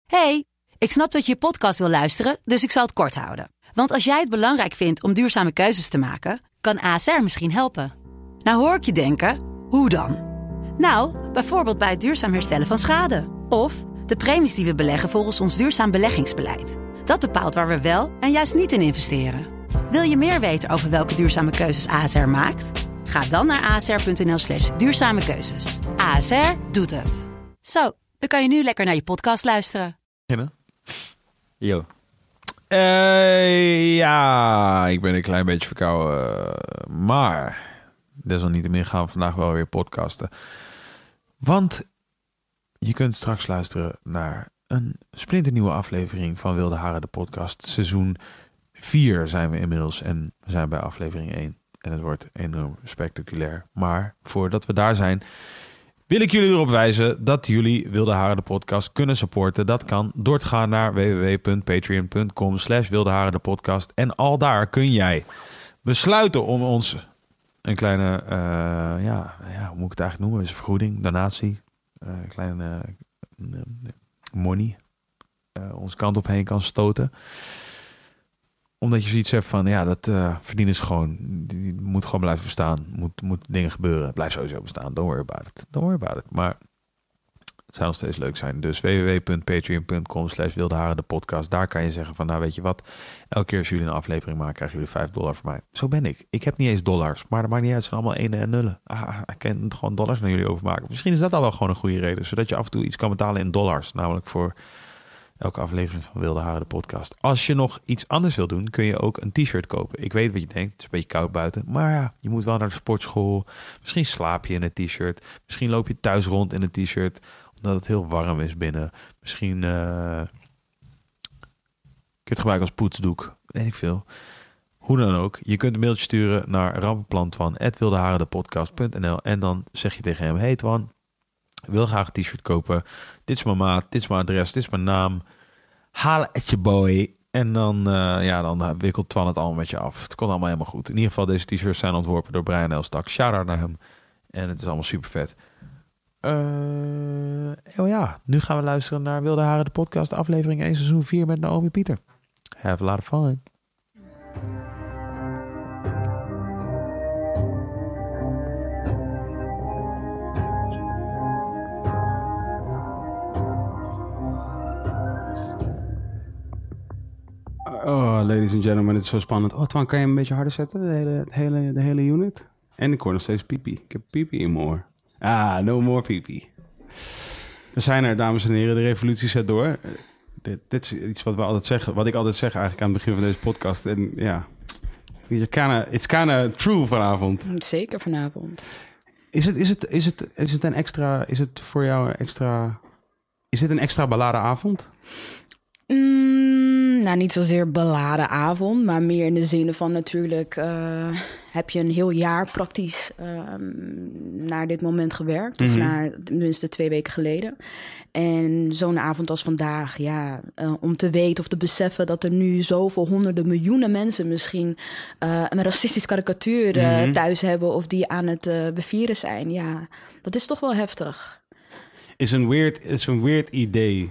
Hey, ik snap dat je je podcast wil luisteren, dus ik zal het kort houden. Want als jij het belangrijk vindt om duurzame keuzes te maken, kan ASR misschien helpen. Nou hoor ik je denken, hoe dan? Nou, bijvoorbeeld bij het duurzaam herstellen van schade. Of de premies die we beleggen volgens ons duurzaam beleggingsbeleid. Dat bepaalt waar we wel en juist niet in investeren. Wil je meer weten over welke duurzame keuzes ASR maakt? Ga dan naar asr.nl/duurzame keuzes. ASR doet het. Zo, dan kan je nu lekker naar je podcast luisteren. Yo. Ja, ik ben een klein beetje verkouden. Maar desalniettemin gaan we vandaag wel weer podcasten. Want je kunt straks luisteren naar een splinternieuwe aflevering van Wilde Haren, de podcast. Seizoen 4 zijn we inmiddels en we zijn bij aflevering 1. En het wordt enorm spectaculair. Maar voordat we daar zijn, wil ik jullie erop wijzen dat jullie Wilde Haren, de podcast, kunnen supporten. Dat kan door te gaan naar www.patreon.com/Wilde Haren, de podcast. En al daar kun jij besluiten om ons een kleine, hoe moet ik het eigenlijk noemen? Is een vergoeding, donatie, kleine money onze kant op heen kan stoten. Omdat je zoiets hebt van, ja, dat verdienen ze gewoon. Die moet gewoon blijven bestaan. Moet dingen gebeuren. Het blijft sowieso bestaan. Don't worry about it. Maar het zou nog steeds leuk zijn. Dus www.patreon.com/Wilde Haren, de podcast. Daar kan je zeggen van, nou weet je wat. Elke keer als jullie een aflevering maken, krijgen jullie $5 voor mij. Zo ben ik. Ik heb niet eens dollars. Maar dat maakt niet uit. Het zijn allemaal enen en nullen. Ik kan gewoon dollars naar jullie overmaken. Misschien is dat al wel gewoon een goede reden. Zodat je af en toe iets kan betalen in dollars. Namelijk voor elke aflevering van Wilde Haren, de podcast. Als je nog iets anders wil doen, kun je ook een t-shirt kopen. Ik weet wat je denkt, het is een beetje koud buiten. Maar ja, je moet wel naar de sportschool. Misschien slaap je in een t-shirt. Misschien loop je thuis rond in een t-shirt, omdat het heel warm is binnen. Misschien kun je het gebruiken als poetsdoek. Weet ik veel. Hoe dan ook. Je kunt een mailtje sturen naar rampenplantwan@wildeharendepodcast.nl en dan zeg je tegen hem, hey Twan, ik wil graag een t-shirt kopen. Dit is mijn maat, dit is mijn adres, dit is mijn naam. Haal het je boy. En dan, dan wikkelt Twan het allemaal met je af. Het komt allemaal helemaal goed. In ieder geval, deze t-shirts zijn ontworpen door Brian Elstak. Shout-out naar hem. En het is allemaal super vet. Nu gaan we luisteren naar Wilde Haren, de podcast. Aflevering 1, seizoen 4 met Naomi Pieter. Have a lot of fun. Oh, ladies and gentlemen, het is zo spannend. Oh, Twan, kan je hem een beetje harder zetten? De hele unit? En ik hoor nog steeds pipi. Ik heb pipi in mijn oor. No more pipi. We zijn er, dames en heren. De revolutie zet door. Dit is iets wat we altijd zeggen. Wat ik altijd zeg eigenlijk aan het begin van deze podcast. En ja, it's kinda true vanavond. Zeker vanavond. Is het een extra? Is het voor jou extra? Is dit een extra beladen avond? Niet zozeer beladen avond, maar meer in de zin van natuurlijk heb je een heel jaar praktisch naar dit moment gewerkt. Of naar tenminste 2 weken geleden. En zo'n avond als vandaag, om te weten of te beseffen dat er nu zoveel honderden miljoenen mensen misschien een racistisch karikatuur thuis hebben of die aan het bevieren zijn. Ja, dat is toch wel heftig. Is een weird idee.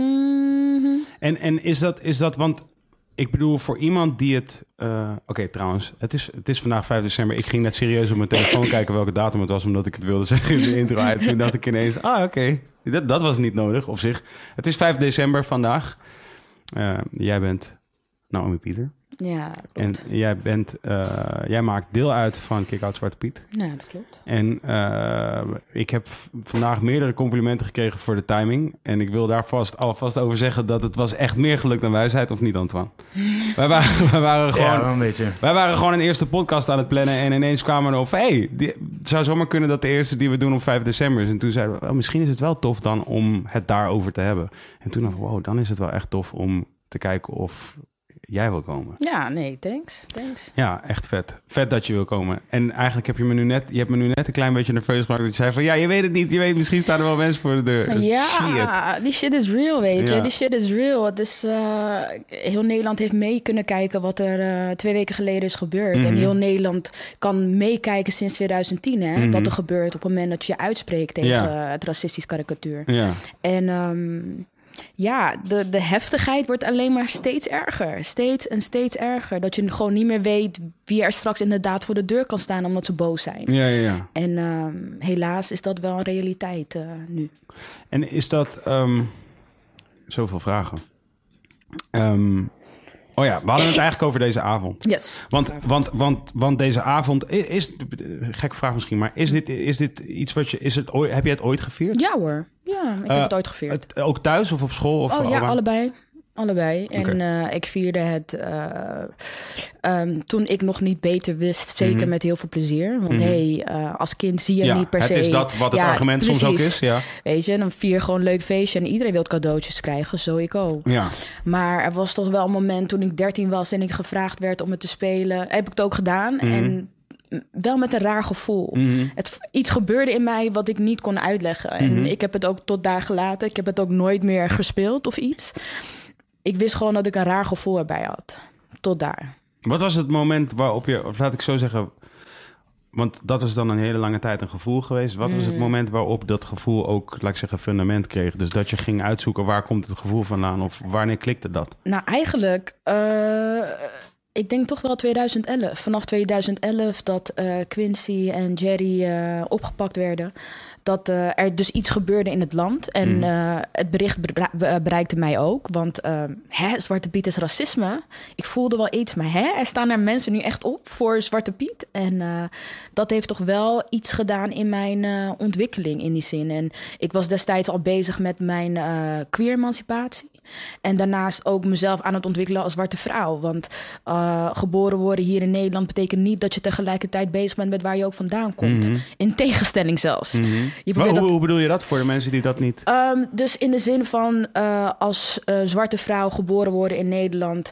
En is dat, want ik bedoel voor iemand die het... Oké, trouwens, het is vandaag 5 december. Ik ging net serieus op mijn telefoon kijken welke datum het was, omdat ik het wilde zeggen in de intro. En toen dacht ik ineens, oké, dat was niet nodig op zich. Het is 5 december vandaag. Jij bent Naomi Pieter. Ja, En klopt. jij maakt deel uit van Kick-Out Zwarte Piet. Ja, dat klopt. En ik heb vandaag meerdere complimenten gekregen voor de timing. En ik wil daar alvast over zeggen dat het was echt meer geluk dan wijsheid, of niet, Antoine? wij waren gewoon, ja, een beetje. Wij waren gewoon een eerste podcast aan het plannen en ineens kwamen we erop van, het zou zomaar kunnen dat de eerste die we doen op 5 december is. En toen zeiden we, misschien is het wel tof dan om het daarover te hebben. En toen dacht ik, dan is het wel echt tof om te kijken of jij wil komen. Ja, nee, thanks. Ja, echt vet. Vet dat je wil komen. En eigenlijk heb je me nu net een klein beetje nerveus gemaakt. Dat je zei van, je weet het niet. Je weet, misschien staan er wel mensen voor de deur. Ja, die shit is real, weet je. Ja. Die shit is real. Het is, heel Nederland heeft mee kunnen kijken wat er 2 weken geleden is gebeurd. En heel Nederland kan meekijken sinds 2010, hè. Wat er gebeurt op het moment dat je uitspreekt tegen het racistisch karikatuur. Ja. En Ja, de heftigheid wordt alleen maar steeds erger. Steeds en steeds erger. Dat je gewoon niet meer weet wie er straks inderdaad voor de deur kan staan omdat ze boos zijn. Ja. En helaas is dat wel een realiteit nu. En is dat... zoveel vragen. We hadden het eigenlijk over deze avond. Yes. Want deze avond is... Gekke vraag misschien, maar is dit iets wat je... heb je het ooit gevierd? Ja hoor. Ja, ik heb het ooit gevierd. Ook thuis of op school? Of allebei. Allebei. Okay. En ik vierde het toen ik nog niet beter wist. Zeker met heel veel plezier. Want als kind zie je niet per se... Het is dat wat het argument precies. soms ook is. Ja. Weet je, dan vier je gewoon een leuk feestje. En iedereen wil cadeautjes krijgen. Zo ik ook. Ja. Maar er was toch wel een moment toen ik 13 was... en ik gevraagd werd om het te spelen. Heb ik het ook gedaan. En wel met een raar gevoel. Iets gebeurde in mij wat ik niet kon uitleggen. En ik heb het ook tot daar gelaten. Ik heb het ook nooit meer gespeeld of iets. Ik wist gewoon dat ik een raar gevoel erbij had. Tot daar. Wat was het moment waarop je... Of laat ik zo zeggen... Want dat is dan een hele lange tijd een gevoel geweest. Wat was het moment waarop dat gevoel ook... laat ik zeggen, fundament kreeg? Dus dat je ging uitzoeken waar komt het gevoel vandaan? Of wanneer klikte dat? Nou, eigenlijk... ik denk toch wel 2011. Vanaf 2011 dat Quincy en Jerry opgepakt werden. Dat er dus iets gebeurde in het land. En het bericht bereikte mij ook. Want Zwarte Piet is racisme. Ik voelde wel iets, maar er staan er mensen nu echt op voor Zwarte Piet. En dat heeft toch wel iets gedaan in mijn ontwikkeling in die zin. En ik was destijds al bezig met mijn queer-emancipatie. En daarnaast ook mezelf aan het ontwikkelen als zwarte vrouw. Want geboren worden hier in Nederland betekent niet dat je tegelijkertijd bezig bent met waar je ook vandaan komt. In tegenstelling zelfs. Hoe bedoel je dat voor de mensen die dat niet... Dus in de zin van als zwarte vrouw geboren worden in Nederland...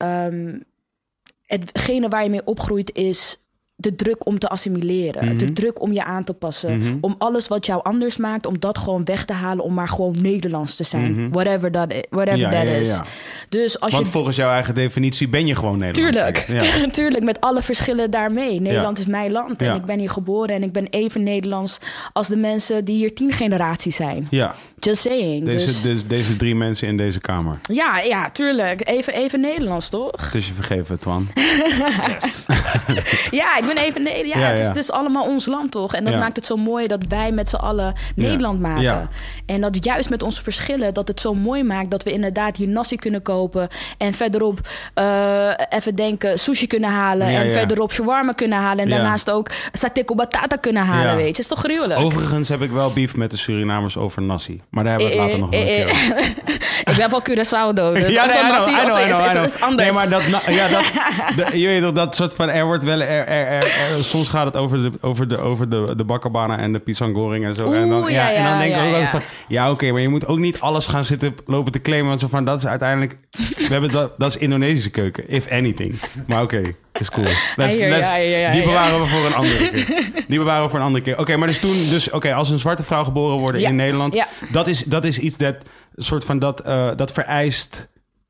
hetgene waar je mee opgroeit is de druk om te assimileren. De druk om je aan te passen. Om alles wat jou anders maakt, om dat gewoon weg te halen... om maar gewoon Nederlands te zijn. Whatever that is. Dus want volgens jouw eigen definitie ben je gewoon Nederlands. Tuurlijk. Tuurlijk, met alle verschillen daarmee. Nederland is mijn land en ik ben hier geboren... en ik ben even Nederlands als de mensen die hier 10 generaties zijn. Ja. Just saying. Deze 3 mensen in deze kamer. Ja, tuurlijk. Even Nederlands, toch? Dus je vergeven, Twan. Yes. Ja, ik ben even Nederlands. Het is allemaal ons land, toch? En dat maakt het zo mooi dat wij met z'n allen Nederland maken. Ja. En dat juist met onze verschillen, dat het zo mooi maakt... dat we inderdaad hier nasi kunnen kopen... en verderop even denken sushi kunnen halen... en verderop shawarma kunnen halen... en daarnaast ook satiko batata kunnen halen, weet je. Is toch gruwelijk? Overigens heb ik wel beef met de Surinamers over nasi. Maar daar hebben we het later nog wel een keer over. Ik ben van Curaçao, dus is anders. Nee, maar je weet toch, dat soort van... Er wordt wel... soms gaat het over de bakkerbana en de pisangoreng en zo. En dan denk ik ook altijd van... Ja, oké, maar je moet ook niet alles gaan zitten lopen te claimen. Want zo van, dat is uiteindelijk... dat is Indonesische keuken, if anything. Maar oké, is cool. Die bewaren we voor een andere keer. Oké, maar dus toen... als een zwarte vrouw geboren worden in Nederland... Ja. Dat is iets dat vereist...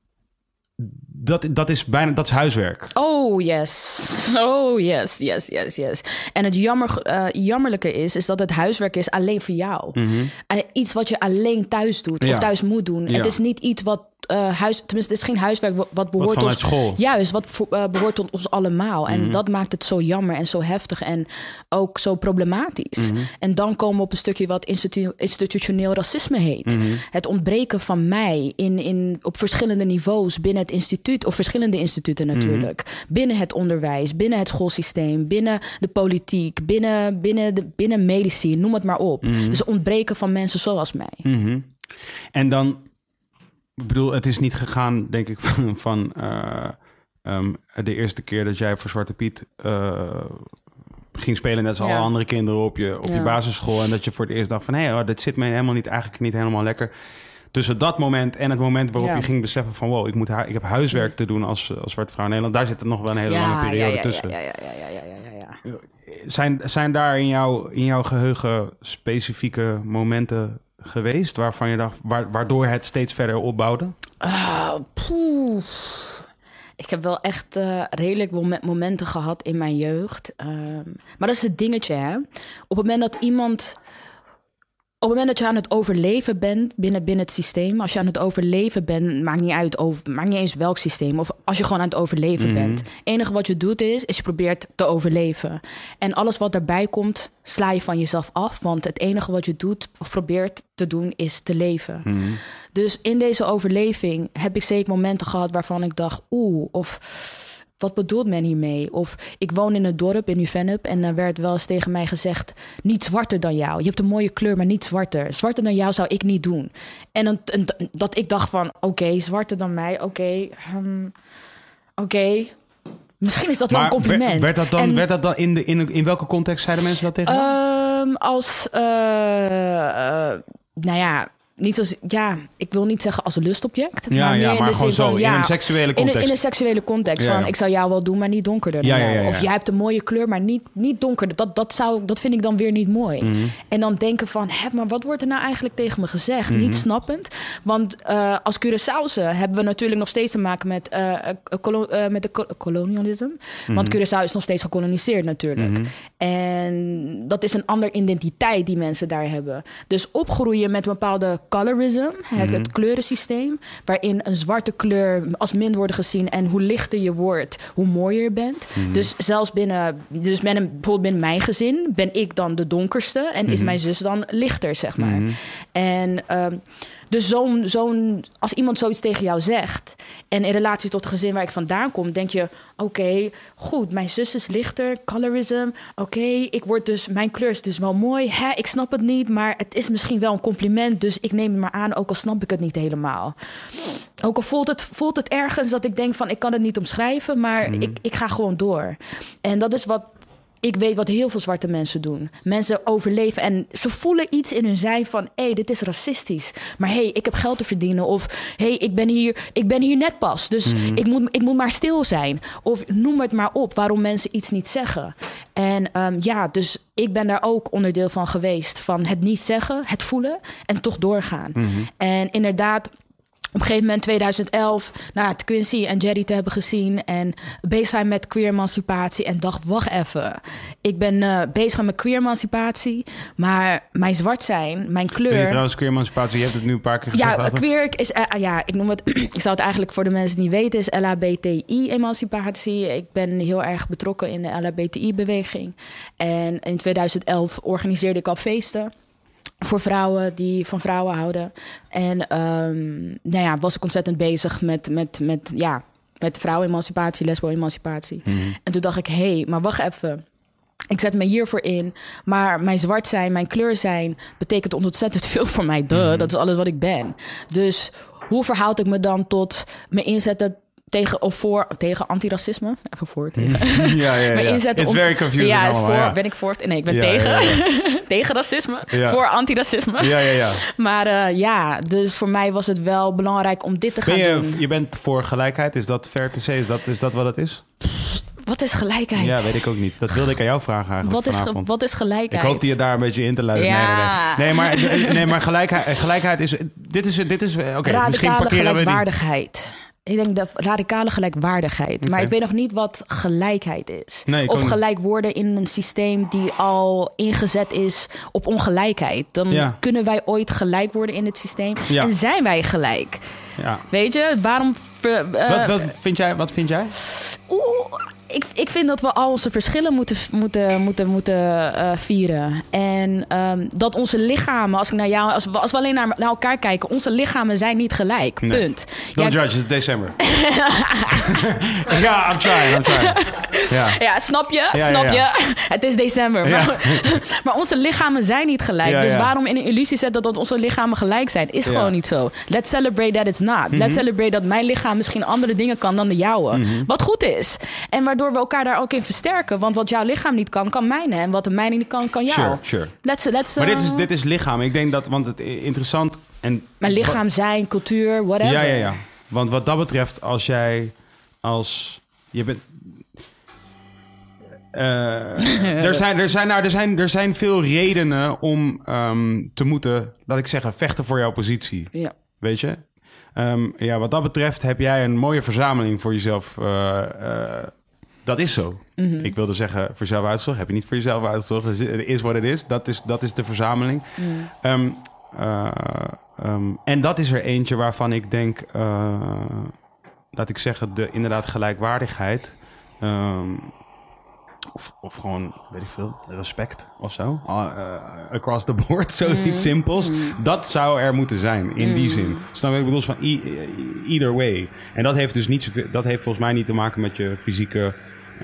Dat is huiswerk. Oh, yes. En het jammerlijke is dat het huiswerk is alleen voor jou. Iets wat je alleen thuis doet of thuis moet doen. Ja. Het is niet iets wat tenminste, het is geen huiswerk wat behoort vanuit school. Juist, wat behoort tot ons allemaal. En dat maakt het zo jammer en zo heftig en ook zo problematisch. En dan komen we op een stukje wat institutioneel racisme heet. Het ontbreken van mij op verschillende niveaus binnen het instituut, of verschillende instituten natuurlijk. Binnen het onderwijs, binnen het schoolsysteem, binnen de politiek, binnen medici, noem het maar op. Dus ontbreken van mensen zoals mij. En dan... Ik bedoel, het is niet gegaan, denk ik, van de eerste keer dat jij voor Zwarte Piet ging spelen, net als alle andere kinderen op je basisschool. En dat je voor het eerst dacht van, dit zit me eigenlijk niet helemaal lekker. Tussen dat moment en het moment waarop je ging beseffen van, wow, ik heb huiswerk te doen als zwarte vrouw in Nederland. Daar zit er nog wel een hele lange periode tussen. Zijn daar in jouw geheugen specifieke momenten geweest waarvan je dacht, waardoor het steeds verder opbouwde? Ik heb wel echt redelijk momenten gehad in mijn jeugd. Maar dat is het dingetje, hè. Op het moment dat iemand het moment dat je aan het overleven bent binnen het systeem... als je aan het overleven bent, maakt niet eens welk systeem... of als je gewoon aan het overleven bent. Het enige wat je doet is je probeert te overleven. En alles wat daarbij komt, sla je van jezelf af... want het enige wat je doet of probeert te doen is te leven. Dus in deze overleving heb ik zeker momenten gehad... waarvan ik dacht, of... wat bedoelt men hiermee? Of ik woon in een dorp in Uvenep... en er werd wel eens tegen mij gezegd... niet zwarter dan jou. Je hebt een mooie kleur, maar niet zwarter. Zwarter dan jou zou ik niet doen. En dat ik dacht van... oké, zwarter dan mij, oké. Misschien is dat wel een compliment. Werd dat dan in welke context zeiden mensen dat tegen jou? Nou ja... Niet zoals, ik wil niet zeggen als een lustobject. Maar gewoon zo, in een seksuele context. In een seksuele context. Van, ik zou jou wel doen, maar niet donkerder dan jou. Of je hebt een mooie kleur, maar niet donkerder. Dat vind ik dan weer niet mooi. En dan denken van, maar wat wordt er nou eigenlijk tegen me gezegd? Niet snappend. Want als Curaçao'se hebben we natuurlijk nog steeds te maken met de kolonialisme. Want Curaçao is nog steeds gekoloniseerd natuurlijk. En dat is een andere identiteit die mensen daar hebben. Dus opgroeien met een bepaalde colorism, het kleurensysteem, waarin een zwarte kleur als min wordt gezien en hoe lichter je wordt, hoe mooier je bent. Dus zelfs bijvoorbeeld binnen mijn gezin ben ik dan de donkerste en is mijn zus dan lichter, zeg maar. En dus als iemand zoiets tegen jou zegt en in relatie tot het gezin waar ik vandaan kom, denk je, oké, goed, mijn zus is lichter, colorism, oké, mijn kleur is dus wel mooi, ik snap het niet, maar het is misschien wel een compliment, dus ik neem het maar aan, ook al snap ik het niet helemaal. Ook al voelt het ergens dat ik denk van, ik kan het niet omschrijven, maar ik ga gewoon door. En dat is wat ik weet wat heel veel zwarte mensen doen. Mensen overleven en ze voelen iets in hun zijn van... dit is racistisch. Maar ik heb geld te verdienen. Of ik ben hier net pas. Dus ik moet maar stil zijn. Of noem het maar op waarom mensen iets niet zeggen. En dus ik ben daar ook onderdeel van geweest. Van het niet zeggen, het voelen en toch doorgaan. En inderdaad... Op een gegeven moment, 2011, het Quincy en Jerry te hebben gezien... en bezig zijn met queer emancipatie. En dacht, wacht even. Ik ben bezig met queer emancipatie, maar mijn zwart zijn, mijn kleur... Ben je trouwens queer emancipatie? Je hebt het nu een paar keer gezegd. Ja, queer is... ik noem het... ik zou het eigenlijk voor de mensen die niet weten... is LHBTI-emancipatie. Ik ben heel erg betrokken in de LHBTI-beweging. En in 2011 organiseerde ik al feesten... voor vrouwen die van vrouwen houden. En was ik ontzettend bezig met vrouwenemancipatie, lesbo-emancipatie. En toen dacht ik, maar wacht even. Ik zet me hiervoor in. Maar mijn zwart zijn, mijn kleur zijn... betekent ontzettend veel voor mij. Dat is alles wat ik ben. Dus hoe verhoud ik me dan tot me inzetten... tegen antiracisme. Even voor, tegen. It's very confusing. Ja, allemaal, ben ik voor? Nee, ik ben tegen. Tegen racisme. Ja. Voor antiracisme. Ja. Maar dus voor mij was het wel belangrijk om dit te gaan doen. Je bent voor gelijkheid. Is dat fair te zeggen? Is dat wat het is? Wat is gelijkheid? Ja, weet ik ook niet. Dat wilde ik aan jou vragen eigenlijk vanavond. Wat is gelijkheid? Ik hoop die je daar een beetje in te luisteren. Ja. Nee, maar gelijkheid is... Dit is oké, misschien parkeren we die. Gelijkwaardigheid. Ik denk de radicale gelijkwaardigheid. Okay. Maar ik weet nog niet wat gelijkheid is. Nee, of gelijk worden in een systeem die al ingezet is op ongelijkheid. Dan kunnen wij ooit gelijk worden in het systeem. Ja. En zijn wij gelijk? Ja. Weet je, waarom... Wat vind jij? Ik vind dat we al onze verschillen moeten vieren. En dat onze lichamen, als ik naar jou, als we alleen naar elkaar kijken, onze lichamen zijn niet gelijk. Nee. Punt. Don't judge, it's december. Ja, I'm trying. Ja, snap je? Het is december. Ja. Maar onze lichamen zijn niet gelijk. Dus waarom in een illusie zetten dat onze lichamen gelijk zijn? Is gewoon niet zo. Let's celebrate that it's not. Let's celebrate dat mijn lichaam misschien andere dingen kan dan de jouwe. Wat goed is. En waardoor we elkaar daar ook in versterken. Want wat jouw lichaam niet kan mijne. En wat de mijne niet kan jou. Sure. Maar dit is lichaam. Ik denk dat, want het interessant... Mijn lichaam, zijn, cultuur, whatever. Ja. Want wat dat betreft, je bent... Er zijn veel redenen om te moeten, laat ik zeggen, vechten voor jouw positie. Ja. Weet je? Wat dat betreft heb jij een mooie verzameling voor jezelf Dat is zo. Ik wilde zeggen, voor jezelf uitgezocht. Heb je niet voor jezelf uitgezocht. Het is wat het is. Dat is de verzameling. En dat is er eentje waarvan ik denk... laat ik zeggen, de inderdaad gelijkwaardigheid... Of gewoon, weet ik veel, respect of zo. Across the board, zoiets simpels. Dat zou er moeten zijn, in die zin. Snap je? Ik bedoel, van either way. En dat heeft dus niet zoveel... Dat heeft volgens mij niet te maken met je fysieke...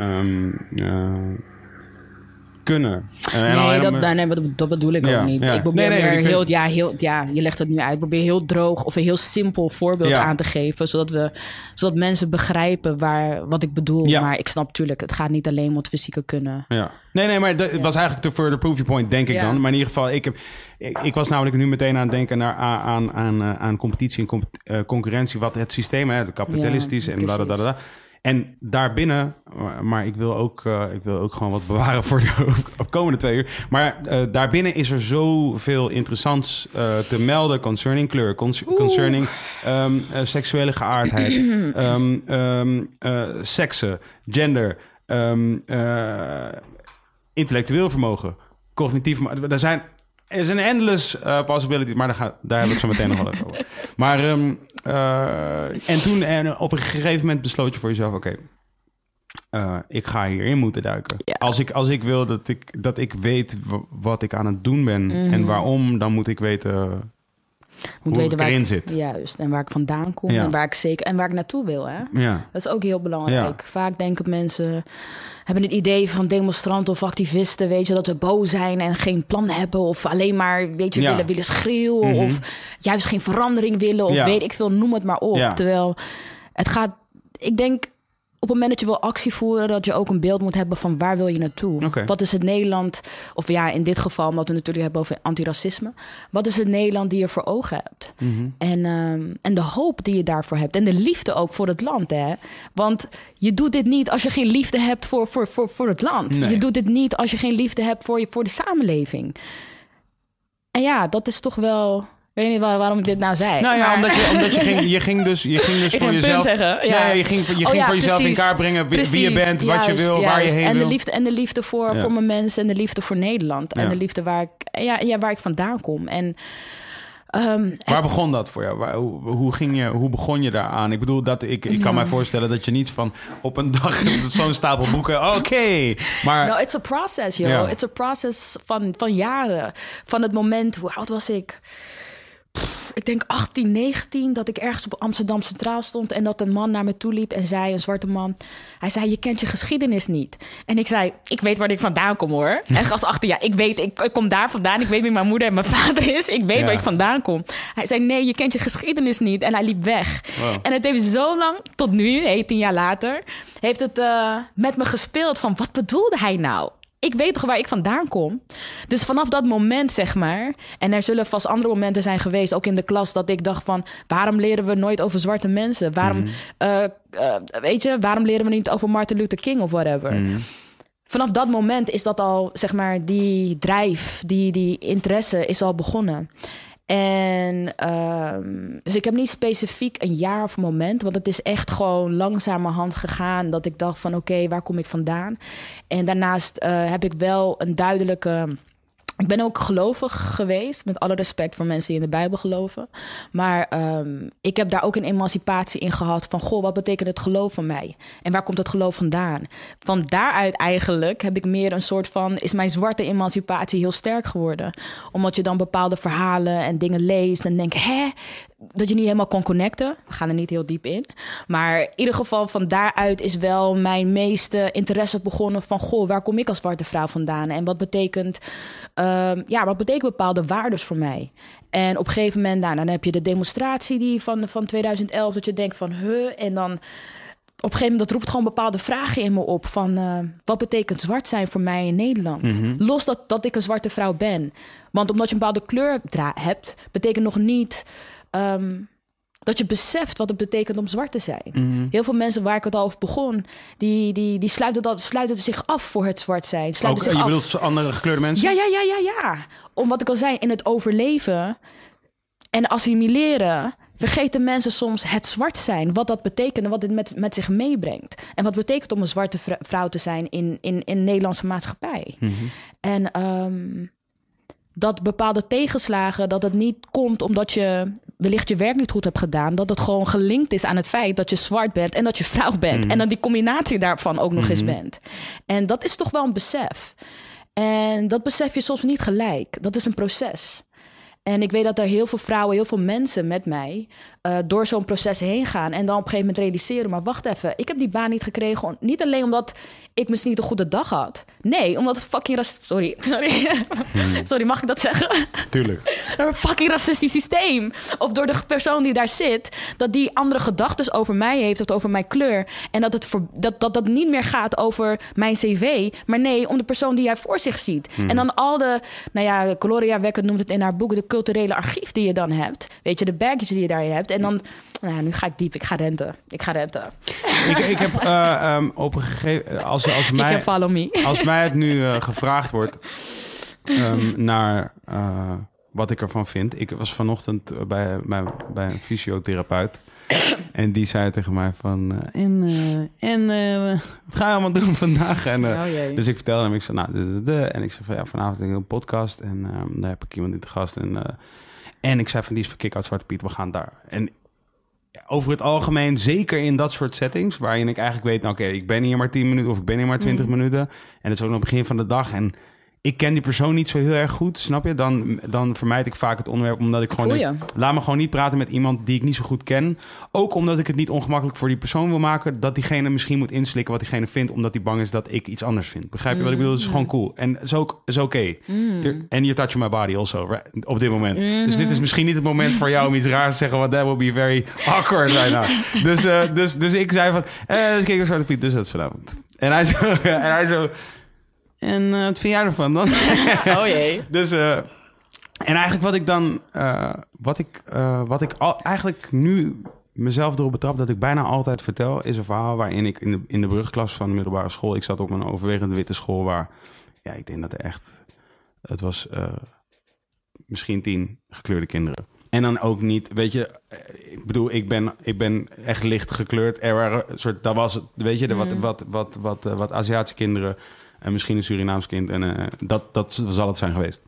kunnen. Dat bedoel ik ook niet. Ik probeer je legt het nu uit. Ik probeer heel droog of een heel simpel voorbeeld aan te geven, zodat mensen begrijpen wat ik bedoel. Ja. Maar ik snap natuurlijk, het gaat niet alleen om het fysieke kunnen. Ja. Nee, maar dat was eigenlijk te further proof your point, denk ik dan. Maar in ieder geval, ik was namelijk nu meteen aan het denken aan competitie en concurrentie, wat het systeem, hè, kapitalistisch en blablabla. En daarbinnen, maar ik wil ook gewoon wat bewaren voor de komende 2 uur. Maar daarbinnen is er zoveel interessants te melden concerning kleur, concerning seksuele geaardheid, seksen, gender, intellectueel vermogen, cognitief. Er is een endless possibility, maar daar hebben we het zo meteen nog wel even over. Maar en toen op een gegeven moment besloot je voor jezelf, oké, ik ga hierin moeten duiken. Ja. Als ik wil dat ik weet wat ik aan het doen ben en waarom, dan moet ik weten hoe ik erin zit. Juist, en waar ik vandaan kom en waar ik naartoe wil. Hè? Ja. Dat is ook heel belangrijk. Ja. Vaak denken mensen, hebben het idee van demonstranten of activisten, weet je, dat ze boos zijn en geen plan hebben of alleen maar, weet je, willen schreeuwen of juist geen verandering willen of weet ik veel, noem het maar op. Ja. Terwijl het gaat, ik denk, op het moment dat je wil actie voeren, dat je ook een beeld moet hebben van waar wil je naartoe. Okay. Wat is het Nederland, of in dit geval, omdat we natuurlijk hebben over antiracisme. Wat is het Nederland die je voor ogen hebt? En de hoop die je daarvoor hebt. En de liefde ook voor het land. Hè? Want je doet dit niet als je geen liefde hebt voor het land. Nee. Je doet dit niet als je geen liefde hebt voor de samenleving. En dat is toch wel... Ik weet niet waarom ik dit nou zei. Nou ja, omdat je ging dus voor jezelf... je ging voor jezelf in kaart brengen wie je bent, wat je wil, waar je heen wil. En de liefde voor mijn mensen en de liefde voor Nederland. En de liefde waar ik vandaan kom. En... waar begon dat voor jou? Hoe begon je daaraan? Ik bedoel, ik kan mij voorstellen dat je niet van op een dag zo'n stapel boeken... Oké, maar... No, it's a process, joh. Yeah. It's a process van jaren. Van het moment, hoe oud was ik? Ik denk 18, 19, dat ik ergens op Amsterdam Centraal stond en dat een man naar me toe liep en zei, een zwarte man, hij zei, je kent je geschiedenis niet. En ik zei, ik weet waar ik vandaan kom, hoor. En gaf achter, ik kom daar vandaan, ik weet wie mijn moeder en mijn vader is, ik weet waar ik vandaan kom. Hij zei, nee, je kent je geschiedenis niet. En hij liep weg. Wow. En het heeft zo lang, tot nu, 10 jaar later, heeft het met me gespeeld van, wat bedoelde hij nou? Ik weet toch waar ik vandaan kom. Dus vanaf dat moment, zeg maar... en er zullen vast andere momenten zijn geweest... ook in de klas, dat ik dacht van... waarom leren we nooit over zwarte mensen? Waarom, waarom leren we niet over Martin Luther King of whatever? Vanaf dat moment is dat al, zeg maar... die drijf, die interesse is al begonnen. En dus ik heb niet specifiek een jaar of een moment... want het is echt gewoon langzamerhand gegaan... dat ik dacht van oké, waar kom ik vandaan? En daarnaast heb ik wel een duidelijke... Ik ben ook gelovig geweest, met alle respect voor mensen die in de Bijbel geloven. Maar ik heb daar ook een emancipatie in gehad van... goh, wat betekent het geloof van mij? En waar komt het geloof vandaan? Van daaruit eigenlijk heb ik meer een soort van... is mijn zwarte emancipatie heel sterk geworden. Omdat je dan bepaalde verhalen en dingen leest en denkt... dat je niet helemaal kon connecten. We gaan er niet heel diep in. Maar in ieder geval van daaruit is wel mijn meeste interesse begonnen... van goh, waar kom ik als zwarte vrouw vandaan? En wat betekent... wat betekenen bepaalde waardes voor mij? En op een gegeven moment, dan heb je de demonstratie die van 2011... dat je denkt van, en dan... Op een gegeven moment, dat roept gewoon bepaalde vragen in me op... van wat betekent zwart zijn voor mij in Nederland? Los dat ik een zwarte vrouw ben. Want omdat je een bepaalde kleur hebt... betekent nog niet... dat je beseft wat het betekent om zwart te zijn. Heel veel mensen waar ik het al over begon... die sluiten zich af voor het zwart zijn. Je bedoelt andere gekleurde mensen? Ja. Om wat ik al zei, in het overleven en assimileren... vergeten mensen soms het zwart zijn. Wat dat betekent en wat dit met zich meebrengt. En wat betekent om een zwarte vrouw te zijn in de Nederlandse maatschappij. Mm-hmm. En dat bepaalde tegenslagen, dat het niet komt omdat je wellicht je werk niet goed hebt gedaan. Dat het gewoon gelinkt is aan het feit dat je zwart bent en dat je vrouw bent. Mm-hmm. En dan die combinatie daarvan ook nog eens bent. En dat is toch wel een besef. En dat besef je soms niet gelijk. Dat is een proces. En ik weet dat er heel veel vrouwen, heel veel mensen met mij door zo'n proces heen gaan. En dan op een gegeven moment realiseren, maar wacht even. Ik heb die baan niet gekregen. Niet alleen omdat ik misschien niet een goede dag had. Nee, omdat het fucking Sorry. Sorry, mag ik dat zeggen? Tuurlijk. Een fucking racistisch systeem. Of door de persoon die daar zit, dat die andere gedachten over mij heeft of over mijn kleur. En dat niet meer gaat over mijn cv. Maar nee, om de persoon die jij voor zich ziet. En dan al de, Gloria Wekker noemt het in haar boek, de culturele archief die je dan hebt. Weet je, de baggage die je daarin hebt. En dan, nu ga ik diep, ik ga renten. Ik heb op een gegeven als mij het nu gevraagd wordt naar wat ik ervan vind. Ik was vanochtend bij een fysiotherapeut. En die zei tegen mij van... wat ga je allemaal doen vandaag? En, dus ik vertelde hem, ik zei, en ik zei van, vanavond heb ik een podcast. En daar heb ik iemand in te gast. En ik zei van, die is van Kick-Out Zwarte Piet, we gaan daar. En over het algemeen, zeker in dat soort settings... waarin ik eigenlijk weet, ik ben hier maar 10 minuten... of ik ben hier maar 20 minuten. En het is ook nog het begin van de dag... en ik ken die persoon niet zo heel erg goed, snap je? Dan vermijd ik vaak het onderwerp, omdat ik gewoon... Laat me gewoon niet praten met iemand die ik niet zo goed ken. Ook omdat ik het niet ongemakkelijk voor die persoon wil maken... dat diegene misschien moet inslikken wat diegene vindt... omdat hij bang is dat ik iets anders vind. Begrijp je wat ik bedoel? Het is gewoon cool. En het is oké. En you're touching my body also, right? Op dit moment. Dus dit is misschien niet het moment voor jou om iets raars te zeggen... want that will be very awkward right now. Dus ik zei van... kijk eens Zwarte Piet, dus dat is vanavond. En hij zo... En wat vind jij ervan dan? Oh jee. Dus, en eigenlijk wat ik dan... wat ik eigenlijk nu mezelf erop betrap... dat ik bijna altijd vertel... is een verhaal waarin ik in de brugklas van de middelbare school... ik zat op een overwegend witte school waar... ja, ik denk dat er echt... het was misschien 10 gekleurde kinderen. En dan ook niet, weet je... ik bedoel, ik ben echt licht gekleurd. Er waren dat was het, weet je... wat Aziatische kinderen... en misschien een Surinaams kind. En dat zal het zijn geweest.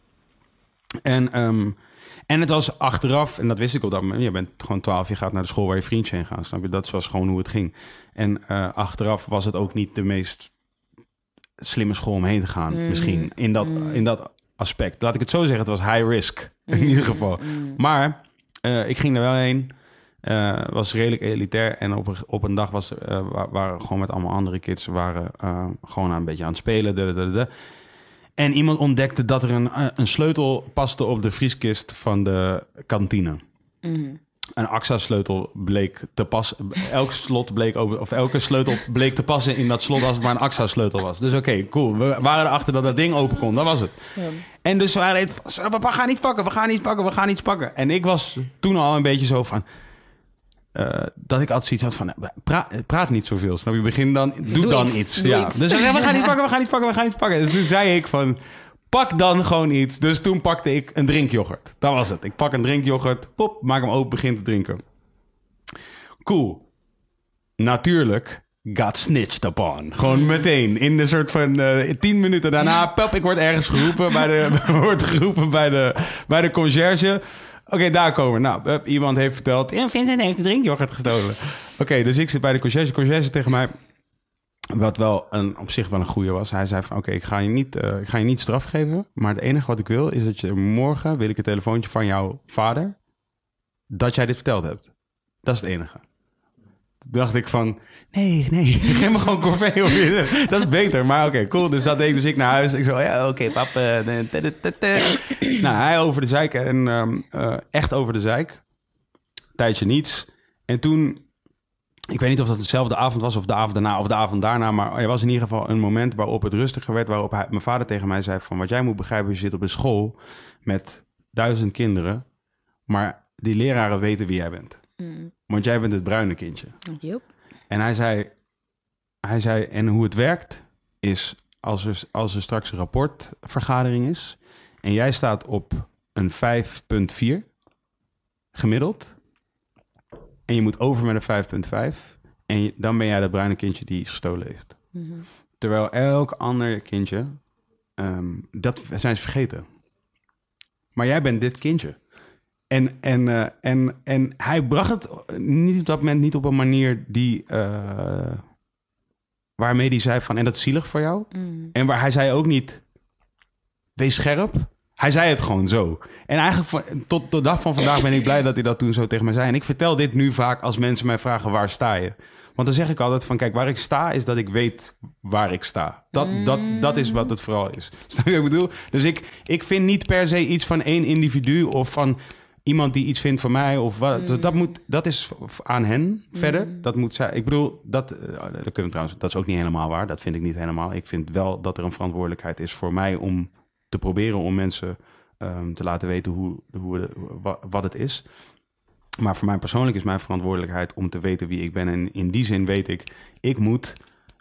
En het was achteraf... en dat wist ik op dat moment. Je bent gewoon 12, je gaat naar de school waar je vriendje heen gaat. Snap je? Dat was gewoon hoe het ging. En achteraf was het ook niet de meest slimme school om heen te gaan. Misschien. In dat aspect. Laat ik het zo zeggen. Het was high risk. In ieder geval. Maar ik ging er wel heen... was redelijk elitair. En op een dag waren gewoon met allemaal andere kids... waren gewoon een beetje aan het spelen. En iemand ontdekte dat er een sleutel paste op de vrieskist van de kantine. Een AXA-sleutel bleek te passen. Elke sleutel bleek te passen in dat slot als het maar een AXA-sleutel was. Dus oké, cool. We waren erachter dat ding open kon. Dat was het. Ja. En dus we gaan iets pakken. En ik was toen al een beetje zo van... dat ik altijd zoiets had van... praat niet zoveel, snap je? Begin dan, doe dan iets. Ja. Dus we gaan iets pakken. Dus toen zei ik van... pak dan gewoon iets. Dus toen pakte ik een drinkyoghurt. Dat was het. Ik pak een drinkyoghurt, pop, maak hem open, begin te drinken. Cool. Natuurlijk... got snitched upon. Gewoon meteen. In de soort van 10 minuten daarna... pop, ik word ergens geroepen bij de conciërge... Oké, daar komen. Nou, iemand heeft verteld... Vincent heeft de drinkyoghurt gestolen. Oké, dus ik zit bij de conciërge. De conciërge tegen mij... wat wel op zich wel een goeie was. Hij zei van... ik ga je niet straf geven... maar het enige wat ik wil... is dat je morgen... wil ik een telefoontje van jouw vader... dat jij dit verteld hebt. Dat is het enige. Toen dacht ik van... Nee, geef me gewoon corvée. Dat is beter. Maar oké, cool. Dus dat deed ik. Dus ik naar huis. Ik zo, ja, oké, pap. Nou, hij over de zeik. En echt over de zeik. Tijdje niets. En toen... Ik weet niet of dat dezelfde avond was... of de avond daarna of de avond daarna. Maar er was in ieder geval een moment waarop het rustiger werd... waarop mijn vader tegen mij zei van... wat jij moet begrijpen, je zit op een school... met 1000 kinderen... maar die leraren weten wie jij bent. Want jij bent het bruine kindje. Yep. En hij zei, en hoe het werkt is... als er straks een rapportvergadering is... en jij staat op een 5,4 gemiddeld... en je moet over met een 5,5... en dan ben jij dat bruine kindje die iets gestolen heeft. Mm-hmm. Terwijl elk ander kindje... dat zijn ze vergeten. Maar jij bent dit kindje. En hij bracht het niet op dat moment niet op een manier die... waarmee hij zei van... en dat is zielig voor jou. Mm. En waar hij zei ook niet... wees scherp. Hij zei het gewoon zo. En eigenlijk tot de dag van vandaag ben ik blij dat hij dat toen zo tegen mij zei. En ik vertel dit nu vaak als mensen mij vragen... waar sta je? Want dan zeg ik altijd van... kijk, waar ik sta is dat ik weet waar ik sta. Dat is wat het vooral is. Snap je wat ik bedoel? Dus ik vind niet per se iets van één individu... of van iemand die iets vindt van mij. Of wat. Dat is aan hen verder. Dat moet zij. Ik bedoel, dat kunnen trouwens... dat is ook niet helemaal waar. Dat vind ik niet helemaal. Ik vind wel dat er een verantwoordelijkheid is voor mij... om te proberen om mensen te laten weten wat het is... Maar voor mij persoonlijk is mijn verantwoordelijkheid om te weten wie ik ben. En in die zin weet ik moet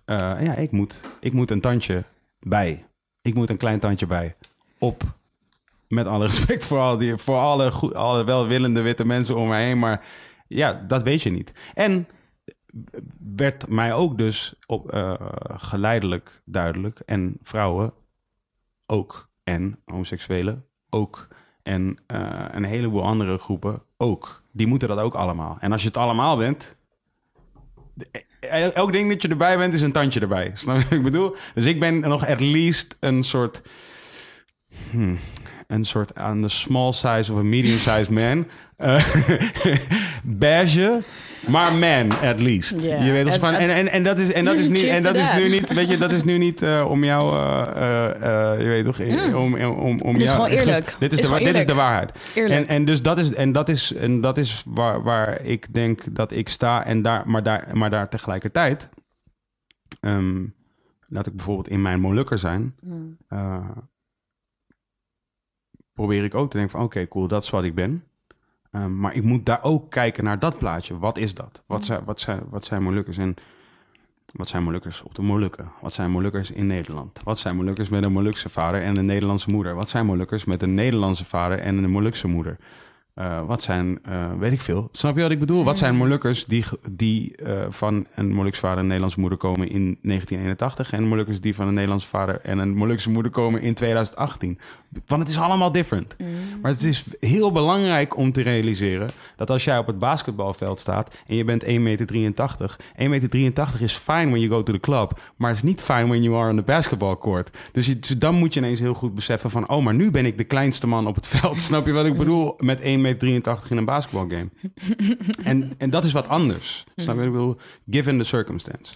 een tandje bij. Ik moet een klein tandje bij. Op. Met alle respect voor alle welwillende witte mensen om mij heen. Maar ja, dat weet je niet. En werd mij ook dus geleidelijk duidelijk. En vrouwen ook. En homoseksuelen ook. En een heleboel andere groepen ook. Die moeten dat ook allemaal. En als je het allemaal bent... elk ding dat je erbij bent, is een tandje erbij. Snap je wat ik bedoel? Dus ik ben nog at least een soort aan de small size of a medium size man. Beige... maar man, at least. Yeah. Je weet als van en dat is niet en dat is nu niet, weet je, dat is nu niet om jou, je weet toch, om dit is jou. Gewoon eerlijk. Dit is de waarheid. Eerlijk. En dat is waar ik denk dat ik sta en maar daar tegelijkertijd, laat ik bijvoorbeeld in mijn Molukker zijn, probeer ik ook te denken van oké, cool, dat is wat ik ben. Maar ik moet daar ook kijken naar dat plaatje. Wat is dat? Wat zijn Molukkers? En wat zijn Molukkers op de Molukken? Wat zijn Molukkers in Nederland? Wat zijn Molukkers met een Molukse vader en een Nederlandse moeder? Wat zijn Molukkers met een Nederlandse vader en een Molukse moeder? Wat zijn, weet ik veel. Snap je wat ik bedoel? Wat zijn Molukkers die van een Molukse vader en een Nederlandse moeder komen in 1981... en Molukkers die van een Nederlandse vader en een Molukse moeder komen in 2018? Want het is allemaal different. Maar het is heel belangrijk om te realiseren... dat als jij op het basketbalveld staat en je bent 1,83 meter... 1,83 meter is fine when you go to the club... maar het is niet fine when you are on the basketball court. Dus dan moet je ineens heel goed beseffen van... oh, maar nu ben ik de kleinste man op het veld. Snap je wat ik bedoel? Met 1,83 meter in een basketbalgame. en dat is wat anders. Snap je wat ik bedoel? Given the circumstance.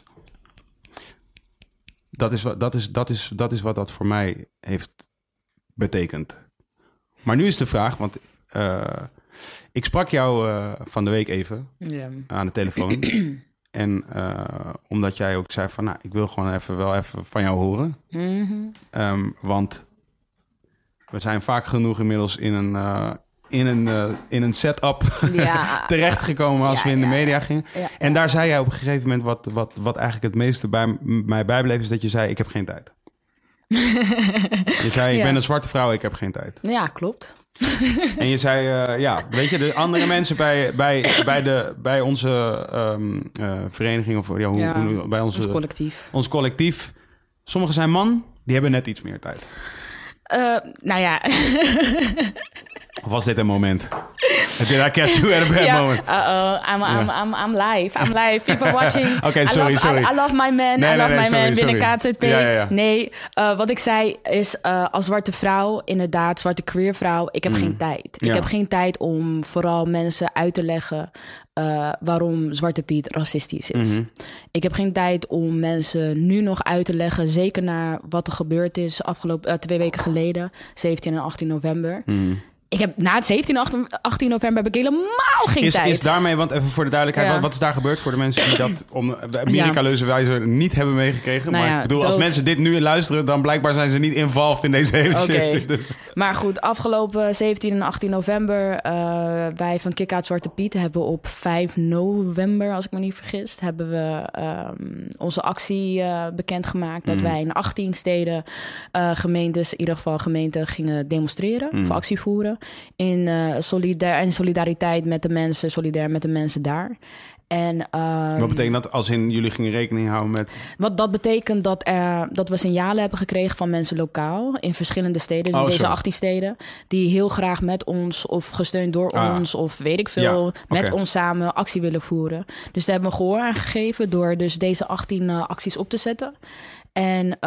Dat is wat dat voor mij heeft betekend. Maar nu is de vraag, want ik sprak jou van de week even aan de telefoon. En omdat jij ook zei van, nou, ik wil gewoon even van jou horen. Want we zijn vaak genoeg inmiddels in een setup terechtgekomen als we in de media gingen. Ja. En daar zei jij op een gegeven moment wat eigenlijk het meeste bij mij bijbleef, is dat je zei, ik heb geen tijd. Je zei, ik ben een zwarte vrouw, ik heb geen tijd. Ja, klopt. En je zei, weet je, de andere mensen bij onze vereniging of bij ons collectief. Ons collectief. Sommigen zijn man, die hebben net iets meer tijd. Nou ja. Of was dit een moment? Did I catch you at a bad moment? I'm live. I'm live. People watching. Okay, sorry. I love my man. I love my man binnen KZP. Ja. Nee, wat ik zei is als zwarte vrouw, inderdaad, zwarte queer vrouw, ik heb geen tijd. Ik heb geen tijd om vooral mensen uit te leggen waarom Zwarte Piet racistisch is. Ik heb geen tijd om mensen nu nog uit te leggen, zeker na wat er gebeurd is afgelopen 2 weken geleden, 17 en 18 november. Ik heb na het 17 en 18 november heb ik helemaal geen tijd. Is daarmee, want even voor de duidelijkheid, wat is daar gebeurd voor de mensen die dat om miraculeuze wijze niet hebben meegekregen? Nou maar ik bedoel, als mensen dit nu luisteren, dan blijkbaar zijn ze niet involved in deze hele shit. Dus. Maar goed, afgelopen 17 en 18 november, wij van Kick Out Zwarte Piet hebben op 5 november, als ik me niet vergis, hebben we onze actie bekendgemaakt. Dat wij in 18 steden, gemeentes, in ieder geval gemeenten, gingen demonstreren of actie voeren. in solidariteit met de mensen, solidair met de mensen daar. En, wat betekent dat als in jullie gingen rekening houden met... Wat dat betekent dat we signalen hebben gekregen van mensen lokaal in verschillende steden, in deze 18 steden, die heel graag met ons of gesteund door ons of weet ik veel, met ons samen actie willen voeren. Dus daar hebben we gehoor aan gegeven door dus deze 18 acties op te zetten. En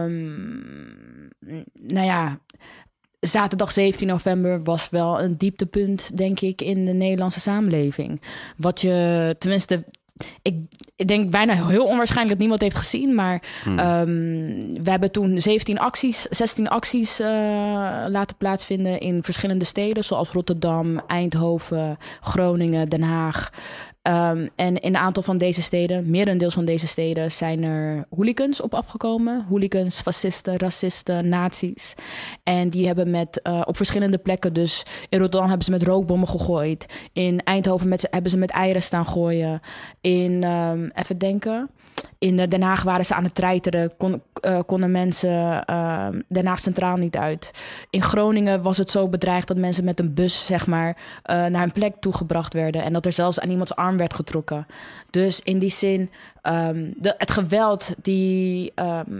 zaterdag 17 november was wel een dieptepunt, denk ik, in de Nederlandse samenleving. Wat je, tenminste, ik denk bijna heel onwaarschijnlijk dat niemand heeft gezien. Maar we hebben toen 16 acties laten plaatsvinden in verschillende steden. Zoals Rotterdam, Eindhoven, Groningen, Den Haag. En in een aantal van deze steden, merendeels van deze steden, zijn er hooligans op afgekomen. Hooligans, fascisten, racisten, nazi's. En die hebben op verschillende plekken, dus in Rotterdam hebben ze met rookbommen gegooid. In Eindhoven hebben ze met eieren staan gooien. Even denken. In Den Haag waren ze aan het treiteren, konden mensen Den Haag Centraal niet uit. In Groningen was het zo bedreigd dat mensen met een bus, zeg maar, naar een plek toegebracht werden. En dat er zelfs aan iemands arm werd getrokken. Dus in die zin, het geweld die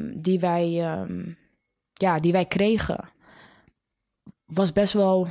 wij kregen, was best wel...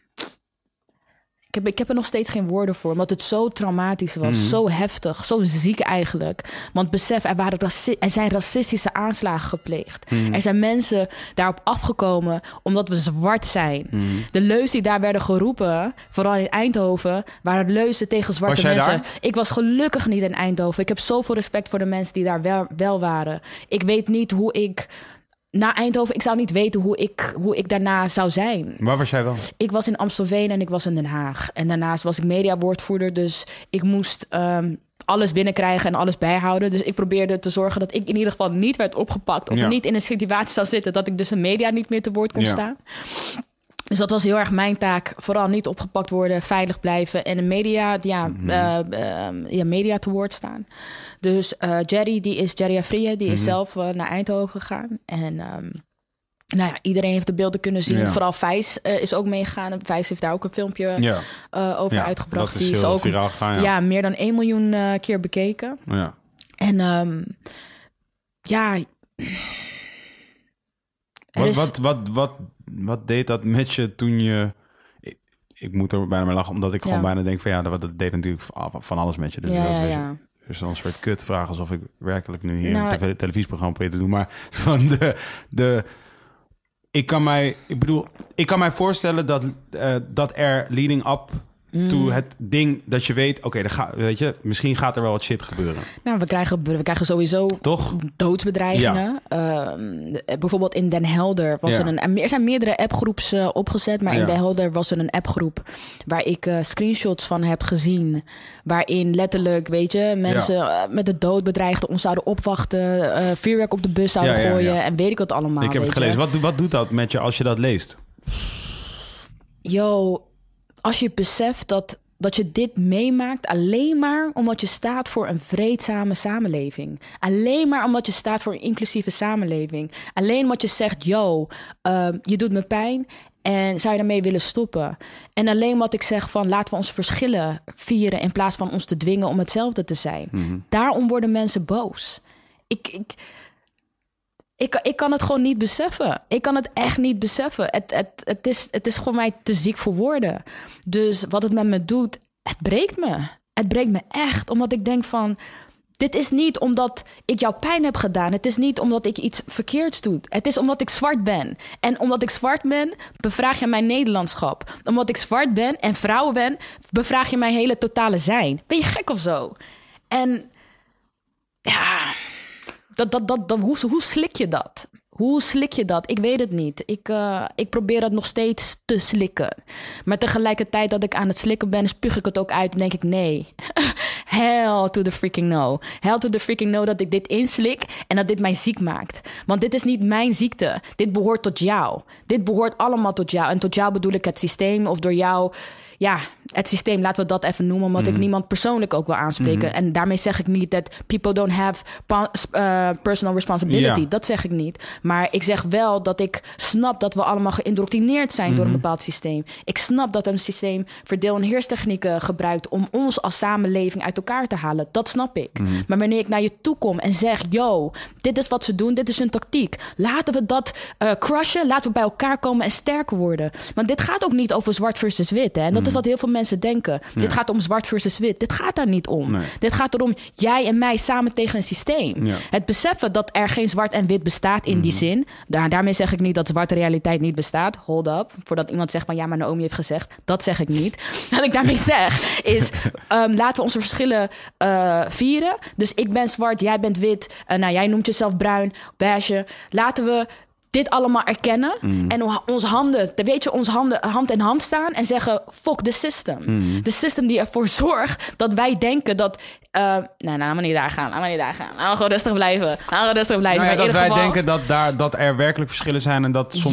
Ik heb er nog steeds geen woorden voor, omdat het zo traumatisch was. Zo heftig, zo ziek eigenlijk. Want besef, er zijn racistische aanslagen gepleegd. Er zijn mensen daarop afgekomen omdat we zwart zijn. De leuzen die daar werden geroepen, vooral in Eindhoven, waren leuzen tegen zwarte mensen. Daar? Ik was gelukkig niet in Eindhoven. Ik heb zoveel respect voor de mensen die daar wel waren. Ik weet niet hoe ik... Na Eindhoven, ik zou niet weten hoe ik daarna zou zijn. Waar was jij wel? Ik was in Amstelveen en ik was in Den Haag. En daarnaast was ik mediawoordvoerder, dus ik moest alles binnenkrijgen en alles bijhouden. Dus ik probeerde te zorgen dat ik in ieder geval niet werd opgepakt of niet in een situatie zou zitten dat ik dus de media niet meer te woord kon staan. Dus dat was heel erg mijn taak. Vooral niet opgepakt worden, veilig blijven en de media, media te woord staan. Dus Jerry Afriye, die is zelf naar Eindhoven gegaan. En iedereen heeft de beelden kunnen zien. Ja. Vooral Vijs is ook meegegaan. Vijs heeft daar ook een filmpje over uitgebracht. Dat is heel viraal gegaan. Ja, meer dan 1 miljoen keer bekeken. Ja. En Wat deed dat met je toen je... Ik moet er bijna mee lachen, omdat ik gewoon bijna denk van... dat deed natuurlijk van alles met je. Dus dat is een soort kutvraag, alsof ik werkelijk nu hier een televisieprogramma probeer te doen. Maar van ik kan mij voorstellen dat er leading up to het ding dat je weet... Oké, misschien gaat er wel wat shit gebeuren. Nou, we krijgen sowieso doodsbedreigingen. Ja. Bijvoorbeeld in Den Helder was er zijn meerdere appgroeps opgezet... maar in Den Helder was er een appgroep... waar ik screenshots van heb gezien... waarin letterlijk, mensen met de dood bedreigden... ons zouden opwachten, vuurwerk op de bus zouden gooien... en weet ik wat allemaal. Ik heb het gelezen. Wat doet dat met je als je dat leest? Als je beseft dat je dit meemaakt alleen maar omdat je staat voor een vreedzame samenleving. Alleen maar omdat je staat voor een inclusieve samenleving. Alleen omdat je zegt, je doet me pijn en zou je daarmee willen stoppen. En alleen omdat ik zeg van laten we onze verschillen vieren in plaats van ons te dwingen om hetzelfde te zijn. Daarom worden mensen boos. Ik kan het gewoon niet beseffen. Ik kan het echt niet beseffen. Het is voor mij te ziek voor woorden. Dus wat het met me doet, het breekt me. Het breekt me echt. Omdat ik denk van... Dit is niet omdat ik jou pijn heb gedaan. Het is niet omdat ik iets verkeerds doe. Het is omdat ik zwart ben. En omdat ik zwart ben, bevraag je mijn Nederlandschap. Omdat ik zwart ben en vrouw ben, bevraag je mijn hele totale zijn. Ben je gek of zo? En ja... Hoe slik je dat? Hoe slik je dat? Ik weet het niet. Ik probeer het nog steeds te slikken. Maar tegelijkertijd dat ik aan het slikken ben... spuug ik het ook uit en denk ik nee. Hell to the freaking no. Hell to the freaking no dat ik dit inslik... en dat dit mij ziek maakt. Want dit is niet mijn ziekte. Dit behoort tot jou. Dit behoort allemaal tot jou. En tot jou bedoel ik het systeem of door jou... het systeem, laten we dat even noemen, omdat ik niemand persoonlijk ook wil aanspreken. En daarmee zeg ik niet dat people don't have personal responsibility. Ja. Dat zeg ik niet. Maar ik zeg wel dat ik snap dat we allemaal geïndoctrineerd zijn door een bepaald systeem. Ik snap dat een systeem verdeel- en heerstechnieken gebruikt om ons als samenleving uit elkaar te halen. Dat snap ik. Maar wanneer ik naar je toe kom en zeg, yo, dit is wat ze doen, dit is hun tactiek. Laten we dat crushen, laten we bij elkaar komen en sterker worden. Want dit gaat ook niet over zwart versus wit. Hè? En dat is wat heel veel mensen denken. Ja. Dit gaat om zwart versus wit. Dit gaat daar niet om. Nee. Dit gaat erom, jij en mij samen tegen een systeem. Ja. Het beseffen dat er geen zwart en wit bestaat in die zin. Daarmee zeg ik niet dat zwarte realiteit niet bestaat. Hold up. Voordat iemand zegt van, ja, maar Naomi heeft gezegd. Dat zeg ik niet. Wat ik daarmee zeg is, laten we onze verschillen vieren. Dus ik ben zwart, jij bent wit. Jij noemt jezelf bruin, beige. Laten we dit allemaal erkennen en onze handen, ons hand in hand staan en zeggen, fuck the system. De system die ervoor zorgt dat wij denken dat, laten we niet daar gaan. Laten we gewoon rustig blijven. Dat wij denken dat er werkelijk verschillen zijn en dat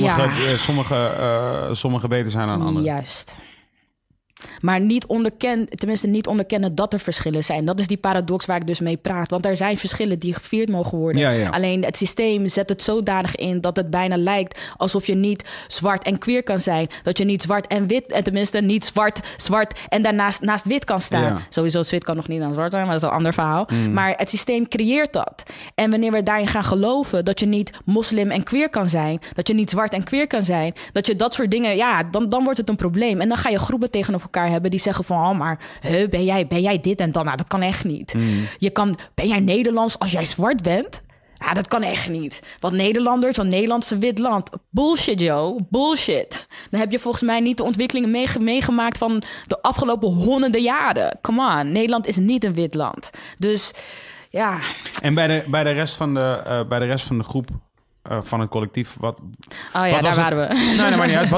sommige beter zijn dan anderen. Juist. Maar niet onderkennen dat er verschillen zijn. Dat is die paradox waar ik dus mee praat. Want er zijn verschillen die gevierd mogen worden. Ja, ja. Alleen het systeem zet het zodanig in dat het bijna lijkt alsof je niet zwart en queer kan zijn. Dat je niet zwart en wit, en tenminste niet zwart en daarnaast naast wit kan staan. Ja. Sowieso wit kan nog niet aan zwart zijn, maar dat is een ander verhaal. Maar het systeem creëert dat. En wanneer we daarin gaan geloven dat je niet moslim en queer kan zijn, dat je niet zwart en queer kan zijn, dat je dat soort dingen, dan wordt het een probleem. En dan ga je groepen tegenover elkaar hebben die zeggen van, ben jij dit en dan? Nou, dat kan echt niet. Ben jij Nederlands als jij zwart bent? Ja, dat kan echt niet. Want Nederlanders, want Nederlandse wit land. Bullshit, Joe. Bullshit. Dan heb je volgens mij niet de ontwikkelingen meegemaakt van de afgelopen honderden jaren. Come on. Nederland is niet een wit land. Dus, ja. En bij de rest van de groep van het collectief, Daar waren we. Nee, maar niet uit.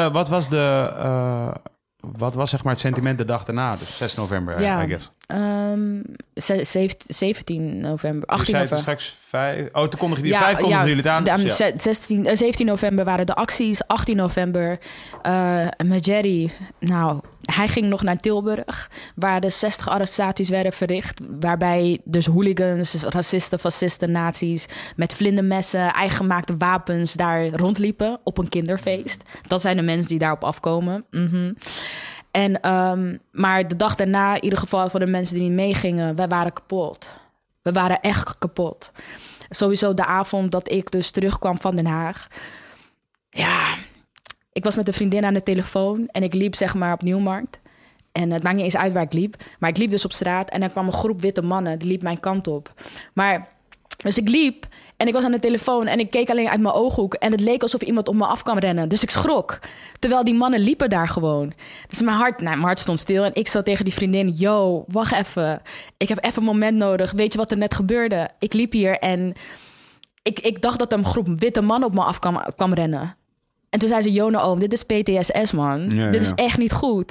Wat was zeg maar het sentiment de dag daarna? Dus 6 november, I guess. 17 november, 18 november. Straks 5... Oh, toen kondigden jullie het aan. 17 november waren de acties. 18 november met Jerry. Nou, hij ging nog naar Tilburg, waar de 60 arrestaties werden verricht. Waarbij dus hooligans, racisten, fascisten, nazi's met vlindermessen, eigengemaakte wapens daar rondliepen op een kinderfeest. Dat zijn de mensen die daarop afkomen. En, maar de dag daarna, in ieder geval voor de mensen die niet meegingen, wij waren kapot. We waren echt kapot. Sowieso de avond dat ik dus terugkwam van Den Haag. Ja, ik was met een vriendin aan de telefoon en ik liep zeg maar op Nieuwmarkt. En het maakt niet eens uit waar ik liep. Maar ik liep dus op straat en er kwam een groep witte mannen. Die liep mijn kant op. Dus ik liep en ik was aan de telefoon en ik keek alleen uit mijn ooghoek. En het leek alsof iemand op me af kwam rennen. Dus ik schrok. Terwijl die mannen liepen daar gewoon. Dus mijn hart stond stil. En ik zo tegen die vriendin, yo, wacht even. Ik heb even een moment nodig. Weet je wat er net gebeurde? Ik liep hier en ik dacht dat een groep witte mannen op me af kwam rennen. En toen zei ze, Jono, dit is PTSS, man. Dit is echt niet goed.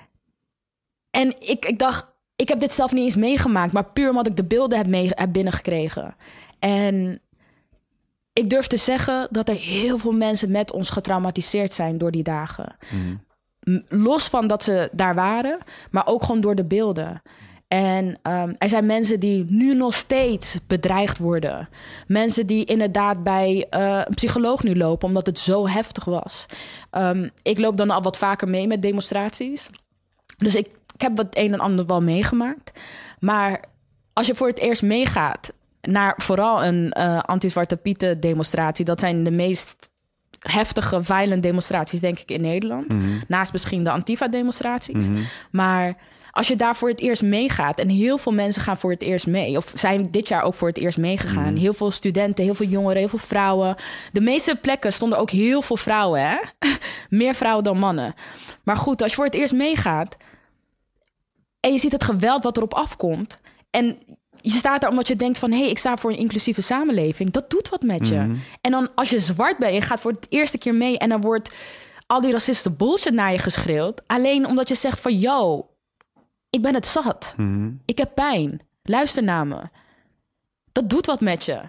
En ik dacht, ik heb dit zelf niet eens meegemaakt, maar puur omdat ik de beelden heb binnengekregen. En ik durf te zeggen dat er heel veel mensen met ons getraumatiseerd zijn door die dagen. Los van dat ze daar waren, maar ook gewoon door de beelden. En er zijn mensen die nu nog steeds bedreigd worden. Mensen die inderdaad bij een psycholoog nu lopen, omdat het zo heftig was. Ik loop dan al wat vaker mee met demonstraties. Dus ik heb wat een en ander wel meegemaakt. Maar als je voor het eerst meegaat naar vooral een anti-Zwarte Pieten demonstratie, dat zijn de meest heftige, violent demonstraties, denk ik, in Nederland. Naast misschien de Antifa-demonstraties. Maar als je daar voor het eerst meegaat, en heel veel mensen gaan voor het eerst mee, of zijn dit jaar ook voor het eerst meegegaan. Heel veel studenten, heel veel jongeren, heel veel vrouwen. De meeste plekken stonden ook heel veel vrouwen, hè? Meer vrouwen dan mannen. Maar goed, als je voor het eerst meegaat en je ziet het geweld wat erop afkomt, en je staat daar omdat je denkt van, ik sta voor een inclusieve samenleving. Dat doet wat met je. En dan als je zwart bent, je gaat voor het eerste keer mee en dan wordt al die racistische bullshit naar je geschreeuwd. Alleen omdat je zegt van, yo, ik ben het zat. Ik heb pijn. Luister naar me. Dat doet wat met je.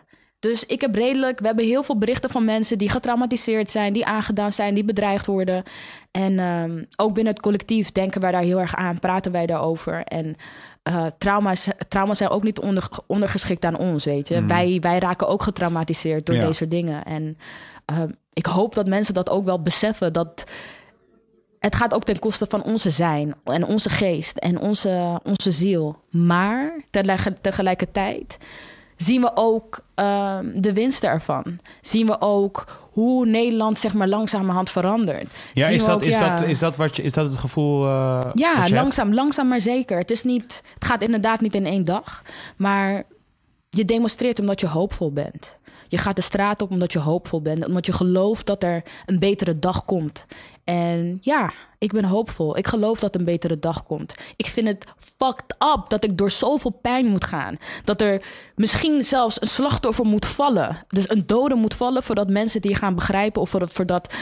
Dus we hebben heel veel berichten van mensen die getraumatiseerd zijn, die aangedaan zijn, die bedreigd worden. En ook binnen het collectief denken wij daar heel erg aan, praten wij daarover. En trauma's zijn ook niet ondergeschikt aan ons, weet je. Wij raken ook getraumatiseerd door deze soort dingen. En ik hoop dat mensen dat ook wel beseffen, dat het gaat ook ten koste van onze zijn en onze geest en onze ziel. Maar tegelijkertijd zien we ook de winsten ervan. Zien we ook hoe Nederland zeg maar langzamerhand verandert. Ja, is dat het gevoel? Ja, langzaam maar zeker. Het gaat inderdaad niet in 1 dag, maar je demonstreert omdat je hoopvol bent. Je gaat de straat op omdat je hoopvol bent, omdat je gelooft dat er een betere dag komt. En ja, ik ben hoopvol. Ik geloof dat een betere dag komt. Ik vind het fucked up dat ik door zoveel pijn moet gaan. Dat er misschien zelfs een slachtoffer moet vallen. Dus een dode moet vallen voordat mensen die gaan begrijpen. Of voordat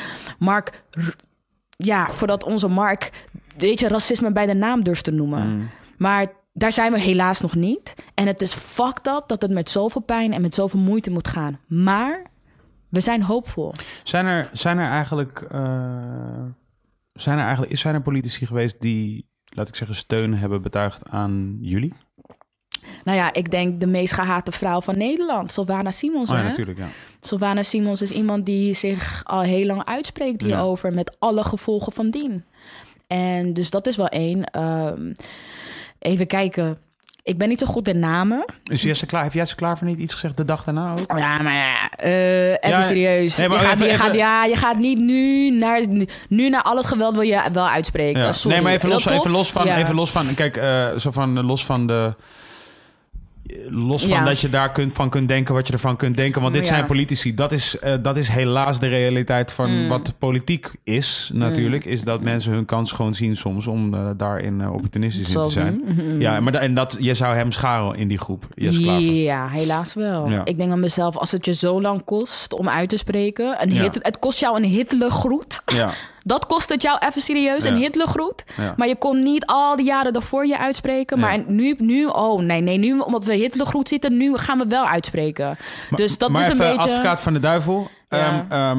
onze Mark, weet je, racisme bij de naam durft te noemen. Maar daar zijn we helaas nog niet. En het is fucked up dat het met zoveel pijn en met zoveel moeite moet gaan. Maar we zijn hoopvol. Zijn er politici geweest die, laat ik zeggen, steun hebben betuigd aan jullie? Nou ja, ik denk de meest gehate vrouw van Nederland, Sylvana Simons. Ja, natuurlijk, ja. Sylvana Simons is iemand die zich al heel lang uitspreekt hierover, met alle gevolgen van dien. En dus dat is wel één. Even kijken. Ik ben niet zo goed in namen. Is Jesse klaar? Heeft Jesse Klaver niet iets gezegd de dag daarna ook? Ja, maar even serieus. Nee, maar je gaat niet nu naar al het geweld wil je wel uitspreken. Ja. Sorry. Nee, maar even los van. Kijk, los van dat je daar kunt denken wat je ervan kunt denken. Want dit zijn politici. Dat is helaas de realiteit van wat politiek is natuurlijk. Is dat mensen hun kans gewoon zien soms om daarin opportunistisch in te zijn. Ja, maar je zou hem scharen in die groep. Ja, helaas wel. Ja. Ik denk aan mezelf, als het je zo lang kost om uit te spreken. Het kost jou een Hitlergroet. Ja. Dat kost het jou even serieus, een Hitlergroet. Ja. Maar je kon niet al die jaren daarvoor je uitspreken. Ja. Maar nu, omdat we Hitlergroet zitten, nu gaan we wel uitspreken. Maar, dus dat is een beetje advocaat van de duivel. Ja.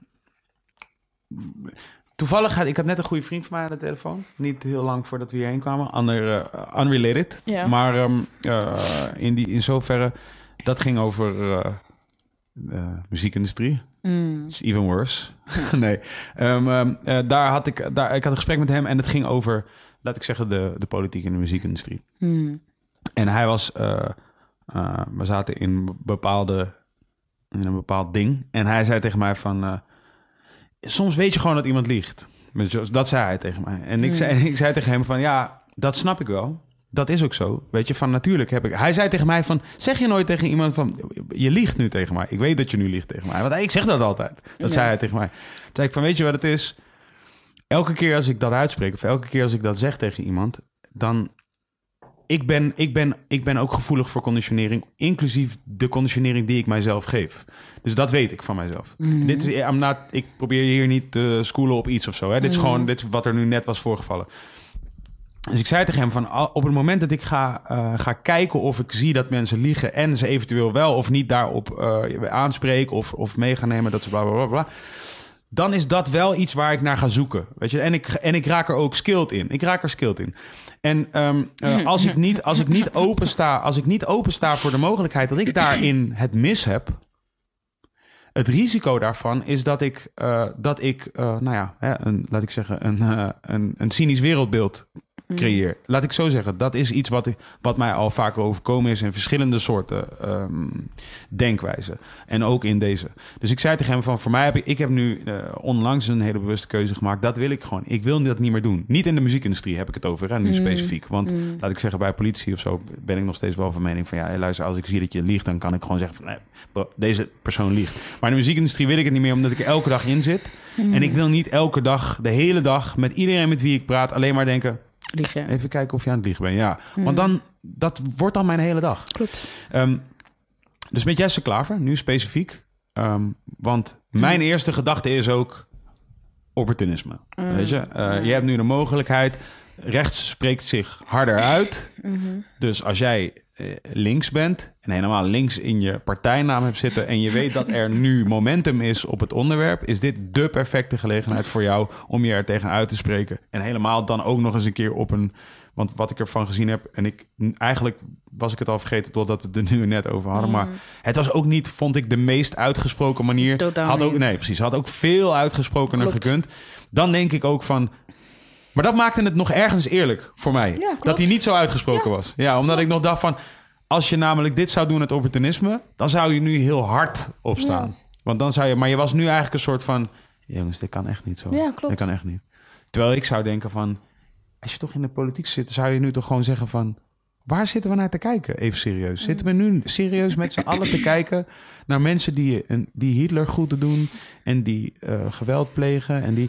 Toevallig, ik had net een goede vriend van mij aan de telefoon. Niet heel lang voordat we hierheen kwamen. Unrelated. Ja. Maar in zoverre, dat ging over muziekindustrie. It's even worse. Nee. Ik had een gesprek met hem en het ging over, laat ik zeggen, de politiek en de muziekindustrie. En hij was, we zaten in een bepaald ding. En hij zei tegen mij van, soms weet je gewoon dat iemand liegt. Dat zei hij tegen mij. En ik zei tegen hem van, ja, dat snap ik wel. Dat is ook zo. Weet je, van natuurlijk heb ik... Hij zei tegen mij van... Zeg je nooit tegen iemand van... Je liegt nu tegen mij. Ik weet dat je nu liegt tegen mij. Want ik zeg dat altijd. Dat zei hij tegen mij. Toen zei ik van... Weet je wat het is? Elke keer als ik dat uitspreek... Of elke keer als ik dat zeg tegen iemand... Dan... Ik ben ook gevoelig voor conditionering. Inclusief de conditionering die ik mijzelf geef. Dus dat weet ik van mijzelf. Ik probeer hier niet te schoolen op iets of zo. Hè. Dit is wat er nu net was voorgevallen. Dus ik zei tegen hem van op het moment dat ik ga kijken of ik zie dat mensen liegen en ze eventueel wel of niet daarop aanspreek of mee gaan nemen dat ze bla bla bla bla, dan is dat wel iets waar ik naar ga zoeken. Weet je? En ik raak er ook skilled in. En als ik niet opensta voor de mogelijkheid dat ik daarin het mis heb, het risico daarvan is dat ik laat ik zeggen, een cynisch wereldbeeld creëer. Laat ik zo zeggen. Dat is iets wat mij al vaker overkomen is in verschillende soorten denkwijzen. En ook in deze. Dus ik zei tegen hem van, voor mij heb nu onlangs een hele bewuste keuze gemaakt. Dat wil ik gewoon. Ik wil dat niet meer doen. Niet in de muziekindustrie heb ik het over, hè, nu specifiek. Want laat ik zeggen, bij politie of zo ben ik nog steeds wel van mening van, ja, luister, als ik zie dat je liegt, dan kan ik gewoon zeggen van, nee, bro, deze persoon liegt. Maar in de muziekindustrie wil ik het niet meer, omdat ik er elke dag in zit. En ik wil niet elke dag, de hele dag, met iedereen met wie ik praat, alleen maar denken, liegen. Even kijken of je aan het liegen bent, ja. Want dat wordt dan mijn hele dag. Klopt. Dus met Jesse Klaver, nu specifiek. Want mijn eerste gedachte is ook opportunisme. Weet je? Je hebt nu de mogelijkheid. Rechts spreekt zich harder uit. Dus als jij links bent en helemaal links in je partijnaam hebt zitten en je weet dat er nu momentum is op het onderwerp, is dit de perfecte gelegenheid voor jou om je er tegenuit te spreken. En helemaal dan ook nog eens een keer op een... Want wat ik ervan gezien heb, en eigenlijk was ik het al vergeten totdat we het er nu net over hadden, maar het was ook niet, vond ik, de meest uitgesproken manier. Had ook veel uitgesprokener gekund. Dan denk ik ook van... Maar dat maakte het nog ergens eerlijk voor mij. Ja, dat hij niet zo uitgesproken was. Ja, omdat ik nog dacht van... Als je namelijk dit zou doen, het opportunisme... dan zou je nu heel hard opstaan. Ja. Want dan zou je... Maar je was nu eigenlijk een soort van... Jongens, dit kan echt niet zo. Ja, klopt. Dit kan echt niet. Terwijl ik zou denken van... Als je toch in de politiek zit... zou je nu toch gewoon zeggen van... Waar zitten we naar te kijken? Even serieus. Zitten we nu serieus met z'n allen te kijken... naar mensen die Hitler goed te doen... en die geweld plegen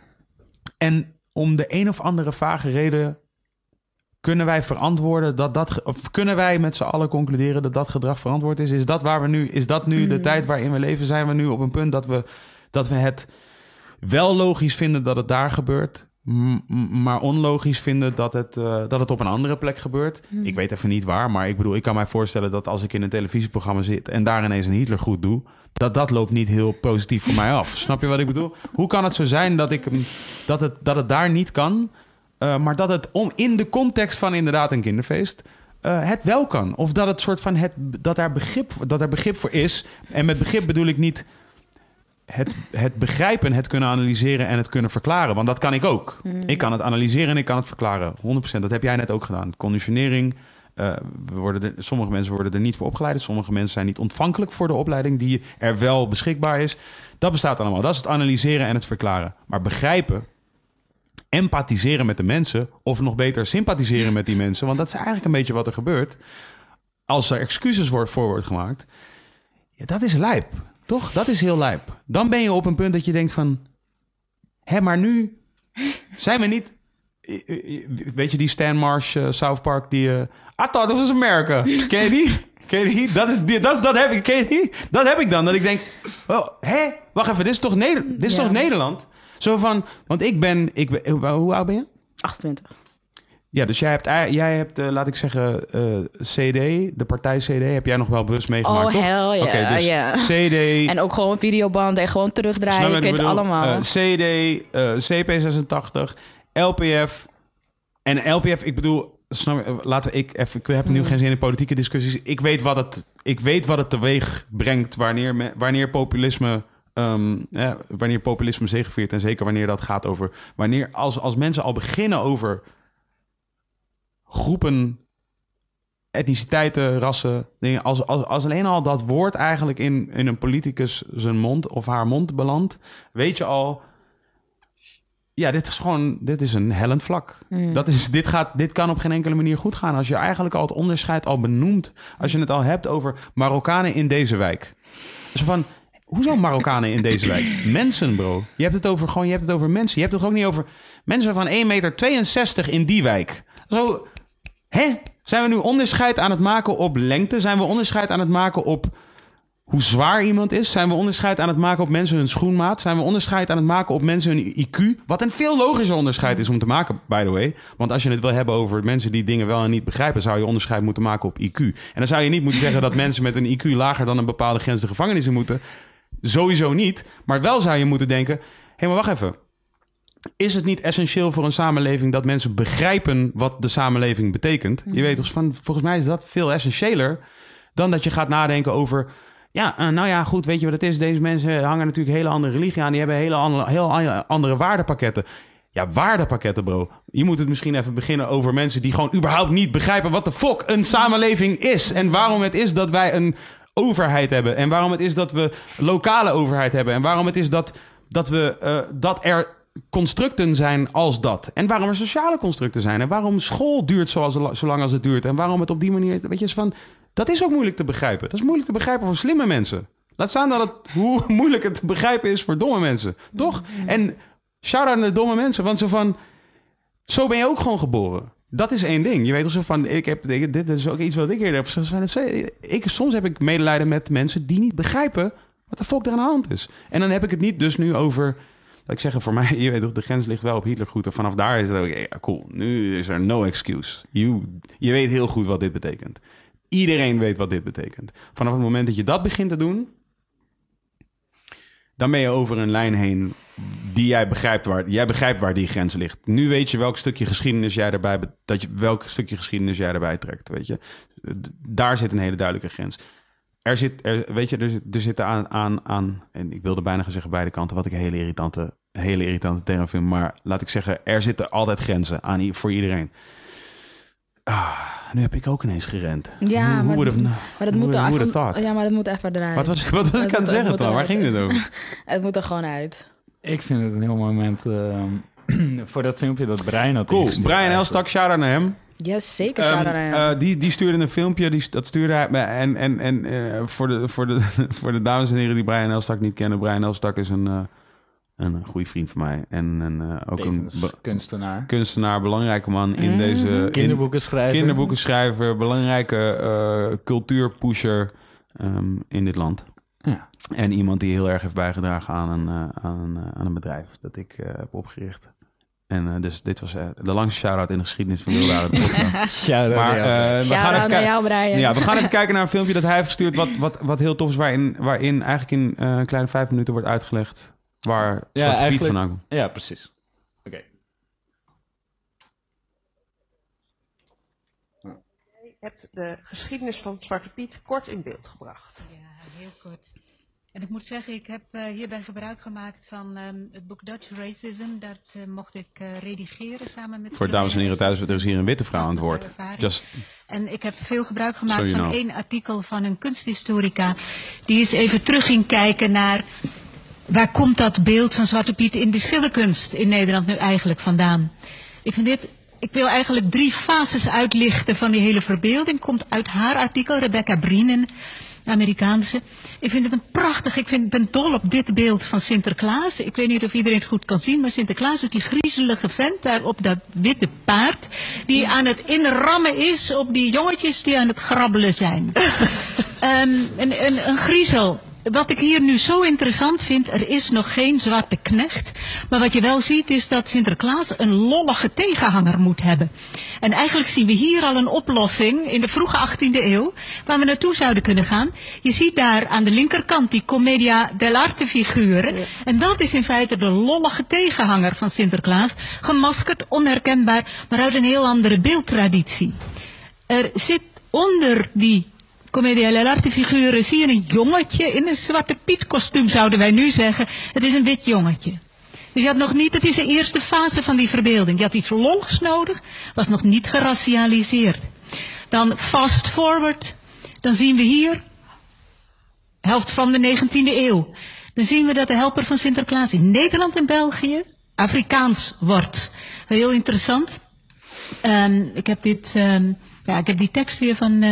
en om de een of andere vage reden kunnen wij verantwoorden of kunnen wij met z'n allen concluderen dat gedrag verantwoord is? Is dat waar we nu? Is dat nu de tijd waarin we leven? Zijn we nu op een punt dat we het wel logisch vinden dat het daar gebeurt, maar onlogisch vinden dat het op een andere plek gebeurt? Ik weet even niet waar, maar ik kan mij voorstellen dat als ik in een televisieprogramma zit en daar ineens een Hitler goed doe, dat loopt niet heel positief voor mij af. Snap je wat ik bedoel? Hoe kan het zo zijn dat het daar niet kan, maar dat het in de context van inderdaad een kinderfeest het wel kan? Of dat het soort van dat er begrip voor is. En met begrip bedoel ik niet het begrijpen, het kunnen analyseren en het kunnen verklaren. Want dat kan ik ook. Ik kan het analyseren en ik kan het verklaren. 100%. Dat heb jij net ook gedaan. Conditionering. Sommige mensen worden er niet voor opgeleid. Sommige mensen zijn niet ontvankelijk voor de opleiding die er wel beschikbaar is. Dat bestaat allemaal. Dat is het analyseren en het verklaren. Maar begrijpen, empathiseren met de mensen, of nog beter sympathiseren met die mensen, want dat is eigenlijk een beetje wat er gebeurt als er excuses voor wordt gemaakt. Ja, dat is lijp, toch? Dat is heel lijp. Dan ben je op een punt dat je denkt van, maar nu zijn we niet... Weet je die Stan Marsh, South Park, die... I thought it was America. Ken je die? Dat heb ik. Ken je die? Dat heb ik dan. Dat ik denk, wacht even, dit is toch Nederland? Zo van, want hoe oud ben je? 28. Ja, dus jij hebt laat ik zeggen, CD, de partij CD, heb jij nog wel bewust meegemaakt, toch? Oh, hell yeah. Oké, dus CD... En ook gewoon videoband en gewoon terugdraaien. Ik weet het allemaal. CD, CP86, LPF. En LPF, ik bedoel... Ik heb nu geen zin in politieke discussies. Ik weet wat het teweeg brengt wanneer populisme... wanneer populisme zegeviert en zeker wanneer dat gaat over... als mensen al beginnen over groepen, etniciteiten, rassen, dingen... Als alleen al dat woord eigenlijk in een politicus zijn mond of haar mond belandt, weet je al... Ja, dit is een hellend vlak. Dit kan op geen enkele manier goed gaan. Als je eigenlijk al het onderscheid al benoemt, als je het al hebt over Marokkanen in deze wijk. Dus van, hoezo Marokkanen in deze wijk? Mensen, bro. Je hebt het over mensen. Je hebt het ook niet over mensen van 1,62 meter in die wijk. Zo, zijn we nu onderscheid aan het maken op lengte? Zijn we onderscheid aan het maken op hoe zwaar iemand is? Zijn we onderscheid aan het maken op mensen hun schoenmaat? Zijn we onderscheid aan het maken op mensen hun IQ? Wat een veel logischer onderscheid is om te maken, by the way. Want als je het wil hebben over mensen die dingen wel en niet begrijpen, zou je onderscheid moeten maken op IQ. En dan zou je niet moeten zeggen dat mensen met een IQ lager dan een bepaalde grens de gevangenis in moeten. Sowieso niet. Maar wel zou je moeten denken, maar wacht even. Is het niet essentieel voor een samenleving dat mensen begrijpen wat de samenleving betekent? Je weet toch van, volgens mij is dat veel essentiëler dan dat je gaat nadenken over... Ja, goed, weet je wat het is? Deze mensen hangen natuurlijk hele andere religie aan. Die hebben heel andere waardepakketten. Ja, waardepakketten, bro. Je moet het misschien even beginnen over mensen die gewoon überhaupt niet begrijpen wat de fuck een samenleving is. En waarom het is dat wij een overheid hebben. En waarom het is dat we lokale overheid hebben. En waarom het is dat er constructen zijn als dat. En waarom er sociale constructen zijn. En waarom school duurt zolang als het duurt. En waarom het op die manier... Weet je, van... Dat is ook moeilijk te begrijpen. Dat is moeilijk te begrijpen voor slimme mensen. Laat staan hoe moeilijk het te begrijpen is voor domme mensen. Toch? En shout-out naar de domme mensen. Want zo ben je ook gewoon geboren. Dat is één ding. Je weet toch zo van... Dit is ook iets wat ik eerder heb gezegd. Soms heb ik medelijden met mensen die niet begrijpen wat de fuck er aan de hand is. En dan heb ik het niet dus nu over... Laat ik zeggen, voor mij, je weet toch, de grens ligt wel op Hitlergoed. En vanaf daar is het ook, cool. Nu is er no excuse. Je weet heel goed wat dit betekent. Iedereen weet wat dit betekent. Vanaf het moment dat je dat begint te doen, dan ben je over een lijn heen die jij begrijpt waar die grens ligt. Nu weet je welk stukje geschiedenis jij erbij trekt, weet je. Daar zit een hele duidelijke grens. Er zit aan, en ik wilde bijna zeggen beide kanten, wat ik een hele irritante term vind, maar laat ik zeggen, er zitten altijd grenzen voor iedereen. Nu heb ik ook ineens gerend. Ja, maar dat moet even eruit. Wat was ik aan het zeggen dan? Waar ging dit over? Het moet er gewoon uit. Ik vind het een heel mooi moment voor dat filmpje dat Brian had ingestuurd. Brian Elstak, shout-out naar hem. Ja, zeker shout-out naar hem. Die stuurde een filmpje, dat stuurde hij. En voor de dames en heren die Brian Elstak niet kennen, Brian Elstak is een goede vriend van mij. En ook een kunstenaar, belangrijke man in deze... Kinderboekenschrijver, belangrijke cultuurpusher in dit land. Ja. En iemand die heel erg heeft bijgedragen aan een bedrijf dat ik heb opgericht. En dus dit was de langste shout-out in de geschiedenis van Wildaden. Shout-out naar jou, Brian. Ja, we gaan even kijken naar een filmpje dat hij heeft gestuurd, wat heel tof is, waarin eigenlijk in een kleine 5 minuten wordt uitgelegd waar Zwarte Piet vandaan komt. Ja, precies. Oké. Je hebt de geschiedenis van Zwarte Piet kort in beeld gebracht. Ja, heel kort. En ik moet zeggen, ik heb hierbij gebruik gemaakt van het boek Dutch Racism. Dat mocht ik redigeren samen met... Voor dames en heren thuis, er is hier een witte vrouw aan het woord. En ik heb veel gebruik gemaakt van één artikel van een kunsthistorica. Die eens even terug ging kijken naar... Waar komt dat beeld van Zwarte Piet in de schilderkunst in Nederland nu eigenlijk vandaan? Ik wil eigenlijk 3 fases uitlichten van die hele verbeelding. Komt uit haar artikel, Rebecca Brinen, Amerikaanse. Ik vind het ik ben dol op dit beeld van Sinterklaas. Ik weet niet of iedereen het goed kan zien, maar Sinterklaas is die griezelige vent daar op dat witte paard, die aan het inrammen is op die jongetjes die aan het grabbelen zijn. Een griezel. Wat ik hier nu zo interessant vind, er is nog geen zwarte knecht. Maar wat je wel ziet is dat Sinterklaas een lollige tegenhanger moet hebben. En eigenlijk zien we hier al een oplossing in de vroege 18e eeuw, waar we naartoe zouden kunnen gaan. Je ziet daar aan de linkerkant die commedia dell'arte figuren. Ja. En dat is in feite de lollige tegenhanger van Sinterklaas. Gemaskerd, onherkenbaar, maar uit een heel andere beeldtraditie. Er zit onder die commedia dell'arte figuren, zie je een jongetje in een Zwarte Piet kostuum, zouden wij nu zeggen. Het is een wit jongetje. Dus je had nog niet, het is de eerste fase van die verbeelding. Je had iets lolligs nodig, was nog niet geracialiseerd. Dan fast forward, dan zien we hier, helft van de 19e eeuw. Dan zien we dat de helper van Sinterklaas in Nederland en België Afrikaans wordt. Heel interessant. Ik heb die tekst hier van...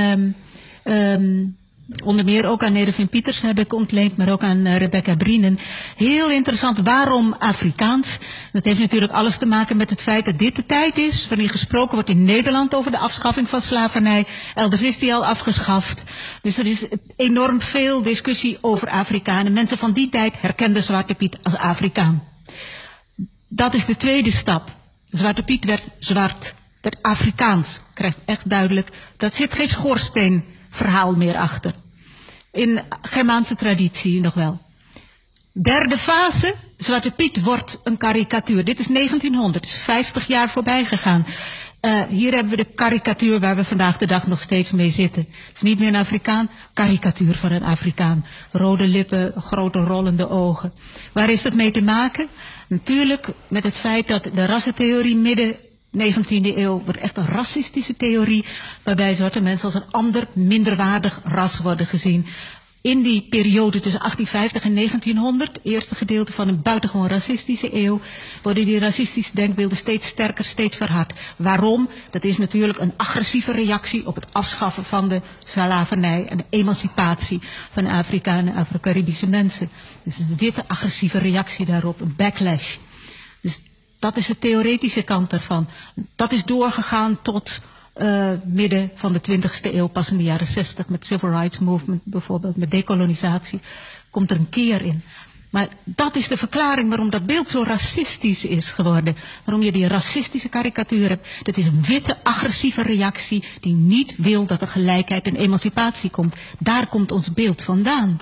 onder meer ook aan Nerevin Pieters heb ik ontleend, maar ook aan Rebecca Brinen. Heel interessant, waarom Afrikaans? Dat heeft natuurlijk alles te maken met het feit dat dit de tijd is wanneer gesproken wordt in Nederland over de afschaffing van slavernij. Elders is die al afgeschaft. Dus er is enorm veel discussie over Afrikaan. En mensen van die tijd herkenden Zwarte Piet als Afrikaan. Dat is de tweede stap. Zwarte Piet werd zwart, werd Afrikaans. Krijgt echt duidelijk, dat zit geen schoorsteenverhaal meer achter. In Germaanse traditie nog wel. Derde fase, Zwarte Piet wordt een karikatuur. Dit is 1900, 50 jaar voorbij gegaan. Hier hebben we de karikatuur waar we vandaag de dag nog steeds mee zitten. Het is niet meer een Afrikaan, karikatuur van een Afrikaan. Rode lippen, grote rollende ogen. Waar heeft het mee te maken? Natuurlijk met het feit dat de rassentheorie midden 19e eeuw wordt echt een racistische theorie, waarbij zwarte mensen als een ander, minderwaardig ras worden gezien. In die periode tussen 1850 en 1900, eerste gedeelte van een buitengewoon racistische eeuw, worden die racistische denkbeelden steeds sterker, steeds verhard. Waarom? Dat is natuurlijk een agressieve reactie op het afschaffen van de slavernij en de emancipatie van Afrikanen en Afro-Caribische mensen. Dus een witte agressieve reactie daarop, een backlash. Dus dat is de theoretische kant daarvan. Dat is doorgegaan tot midden van de 20e eeuw, pas in de jaren 60 met Civil Rights Movement bijvoorbeeld, met dekolonisatie, komt er een keer in. Maar dat is de verklaring waarom dat beeld zo racistisch is geworden. Waarom je die racistische karikatuur hebt. Dat is een witte, agressieve reactie die niet wil dat er gelijkheid en emancipatie komt. Daar komt ons beeld vandaan.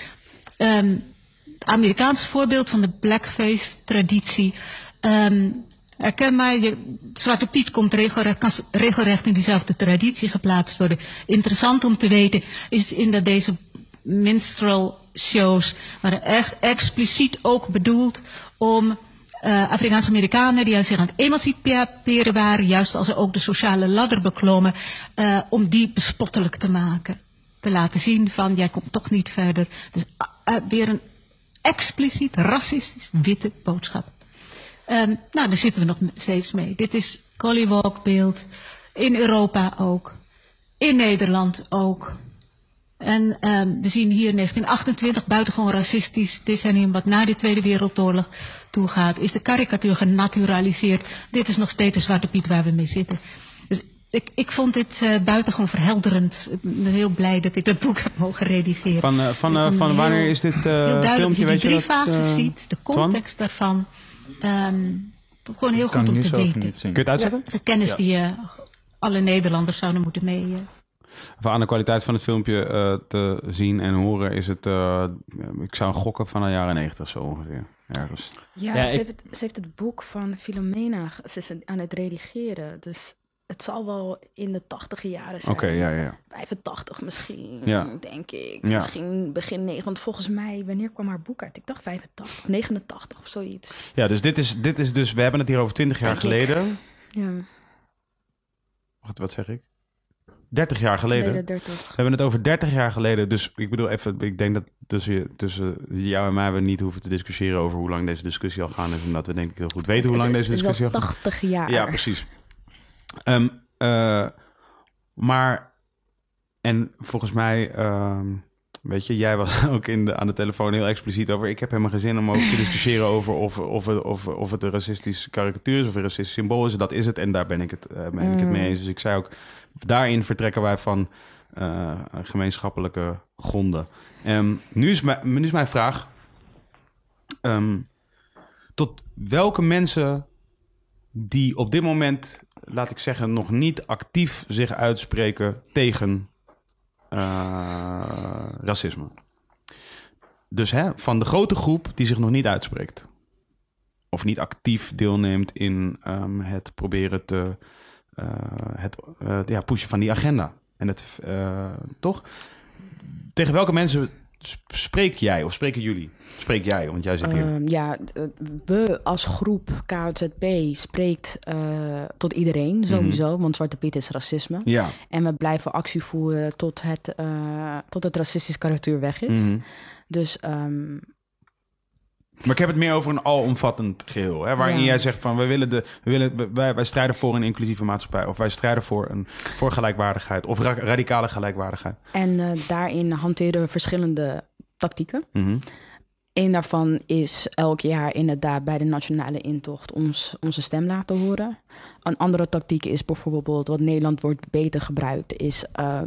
Amerikaans voorbeeld van de blackface-traditie. Herken mij, Zwarte Piet komt regelrecht in diezelfde traditie geplaatst worden. Interessant om te weten is dat deze minstrel shows waren echt expliciet ook bedoeld om Afrikaanse Amerikanen die zich aan het emanciperen waren, juist als ze ook de sociale ladder beklommen, om die bespottelijk te maken. Te laten zien van, jij komt toch niet verder. Dus weer een expliciet racistisch witte boodschap. Daar zitten we nog steeds mee. Dit is Collywalk-beeld. In Europa ook. In Nederland ook. En we zien hier 1928, buitengewoon racistisch decennium wat na de Tweede Wereldoorlog toegaat. Is de karikatuur genaturaliseerd. Dit is nog steeds de Zwarte Piet waar we mee zitten. Dus ik vond dit buitengewoon verhelderend. Ik ben heel blij dat ik dat boek heb mogen redigeren. Van wanneer is dit filmpje? Je weet die je 3 fases ziet, de context daarvan. Gewoon heel goed om te weten. Niet zien. Kun je het uitzetten? Dat is een kennis die alle Nederlanders zouden moeten mee... Van aan de kwaliteit van het filmpje te zien en horen is het... ik zou gokken van de jaren 90 zo ongeveer. Ergens. Ja, ze heeft het boek van Philomena. Ze is aan het redigeren. Dus het zal wel in de 80 jaren zijn. Oké, ja. 85 misschien, denk ik. Ja. Misschien begin 9. Want volgens mij, wanneer kwam haar boek uit? Ik dacht 85, 89 of zoiets. Ja, dus dit is dus... We hebben het hier over 20 jaar geleden. Ja. Wat zeg ik? 30 jaar geleden. 30. We hebben het over 30 jaar geleden. Dus ik bedoel even, ik denk dat tussen jou en mij we niet hoeven te discussiëren over hoe lang deze discussie al gaan is. Omdat we denk ik heel goed weten hoe lang deze discussie al gaat. 80 jaar. Ja, precies. Maar, en volgens mij, weet je, jij was ook aan de telefoon heel expliciet over. Ik heb helemaal geen zin om over te discussiëren over of het een racistisch karikatuur is of een racistisch symbool is. Dat is het en daar ben ik het mee eens. Dus ik zei ook, daarin vertrekken wij van gemeenschappelijke gronden. Nu is mijn vraag, tot welke mensen die op dit moment, laat ik zeggen, nog niet actief zich uitspreken tegen racisme. Dus van de grote groep die zich nog niet uitspreekt. Of niet actief deelneemt in het proberen te pushen van die agenda. En het toch? Tegen welke mensen spreek jij of spreken jullie? Spreek jij, want jij zit hier. We als groep KZB spreekt tot iedereen, sowieso. Want Zwarte Piet is racisme. Ja. En we blijven actie voeren tot het racistisch karikatuur weg is. Mm-hmm. Dus... Maar ik heb het meer over een alomvattend geheel. Waarin jij zegt van wij strijden voor een inclusieve maatschappij. Of wij strijden voor gelijkwaardigheid. Of radicale gelijkwaardigheid. En daarin hanteren we verschillende tactieken. Mm-hmm. Eén daarvan is elk jaar inderdaad bij de nationale intocht onze stem laten horen. Een andere tactiek is bijvoorbeeld, wat Nederland wordt beter gebruikt, is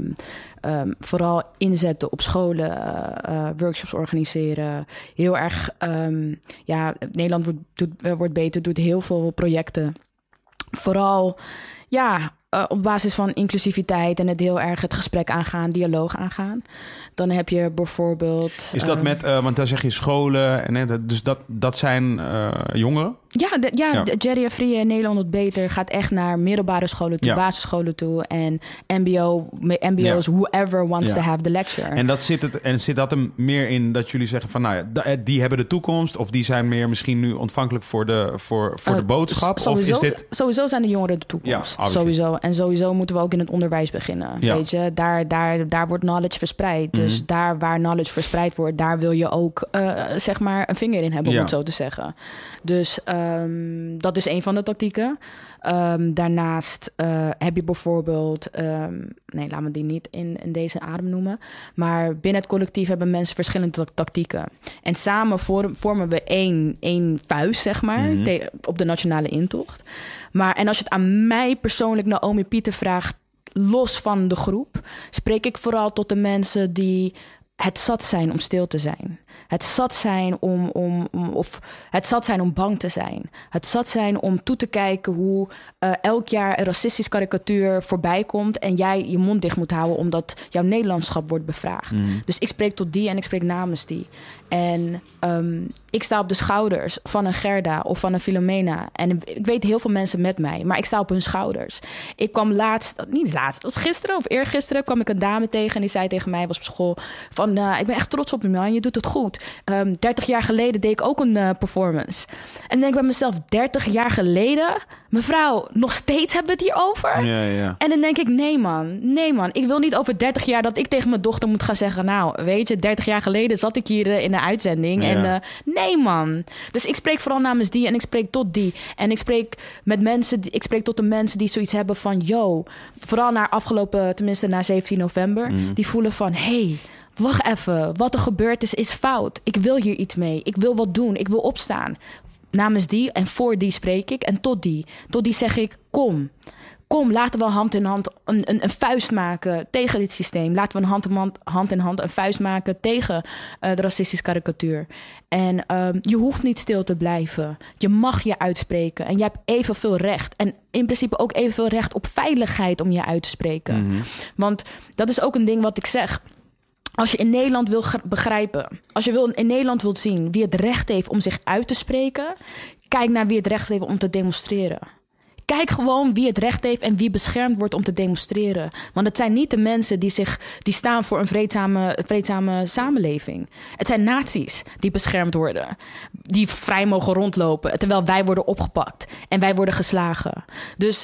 vooral inzetten op scholen, workshops organiseren. Heel erg, Nederland wordt beter, doet heel veel projecten. Vooral, op basis van inclusiviteit en het gesprek aangaan, dialoog aangaan. Dan heb je bijvoorbeeld... Is dat want daar zeg je scholen, en dus dat zijn jongeren? De geriatrie in Nederland wordt beter. Gaat echt naar middelbare scholen toe, basisscholen toe en mbo's, whoever wants to have the lecture. En zit dat er meer in dat jullie zeggen van, die hebben de toekomst, of die zijn meer misschien nu ontvankelijk voor de boodschap? Sowieso, of is dit... sowieso zijn de jongeren de toekomst. Sowieso. En sowieso moeten we ook in het onderwijs beginnen. Ja. Weet je, daar wordt knowledge verspreid. Dus daar waar knowledge verspreid wordt, daar wil je ook zeg maar een vinger in hebben, om het zo te zeggen. Dus dat is een van de tactieken. Daarnaast heb je bijvoorbeeld... laat me die niet in deze adem noemen. Maar binnen het collectief hebben mensen verschillende tactieken. En samen vormen we één vuist, zeg maar, op de nationale intocht. En als je het aan mij persoonlijk, Naomi Pieter, vraagt, los van de groep, spreek ik vooral tot de mensen die het zat zijn om stil te zijn. Het zat zijn het zat zijn om bang te zijn. Het zat zijn om toe te kijken hoe elk jaar een racistisch karikatuur voorbij komt en jij je mond dicht moet houden omdat jouw Nederlandschap wordt bevraagd. Dus ik spreek tot die en ik spreek namens die. En ik sta op de schouders van een Gerda of van een Filomena. En ik weet heel veel mensen met mij, maar ik sta op hun schouders. Ik kwam het was gisteren of eergisteren kwam ik een dame tegen en die zei tegen mij, was op school, van ik ben echt trots op je man, je doet het goed. 30 jaar geleden deed ik ook een performance. En dan denk ik bij mezelf, 30 jaar geleden? Mevrouw, nog steeds hebben we het hier over? Ja. En dan denk ik, nee man. Ik wil niet over 30 jaar dat ik tegen mijn dochter moet gaan zeggen, nou, weet je, 30 jaar geleden zat ik hier in een uitzending. Ja. En nee man. Dus ik spreek vooral namens die en ik spreek tot die. En ik spreek tot de mensen die zoiets hebben van, vooral na 17 november, die voelen van, hey, wacht even, wat er gebeurd is fout. Ik wil hier iets mee. Ik wil wat doen. Ik wil opstaan. Namens die en voor die spreek ik. En tot die zeg ik, kom, laten we hand in hand een vuist maken tegen dit systeem. Laten we hand in hand een vuist maken tegen de racistische karikatuur. En je hoeft niet stil te blijven. Je mag je uitspreken. En je hebt evenveel recht. En in principe ook evenveel recht op veiligheid om je uit te spreken. Want dat is ook een ding wat ik zeg. Als je in Nederland wil begrijpen, als je in Nederland wilt zien wie het recht heeft om zich uit te spreken, kijk naar wie het recht heeft om te demonstreren. Kijk gewoon wie het recht heeft en wie beschermd wordt om te demonstreren. Want het zijn niet de mensen die staan voor een vreedzame samenleving. Het zijn nazi's die beschermd worden. Die vrij mogen rondlopen, terwijl wij worden opgepakt en wij worden geslagen. Dus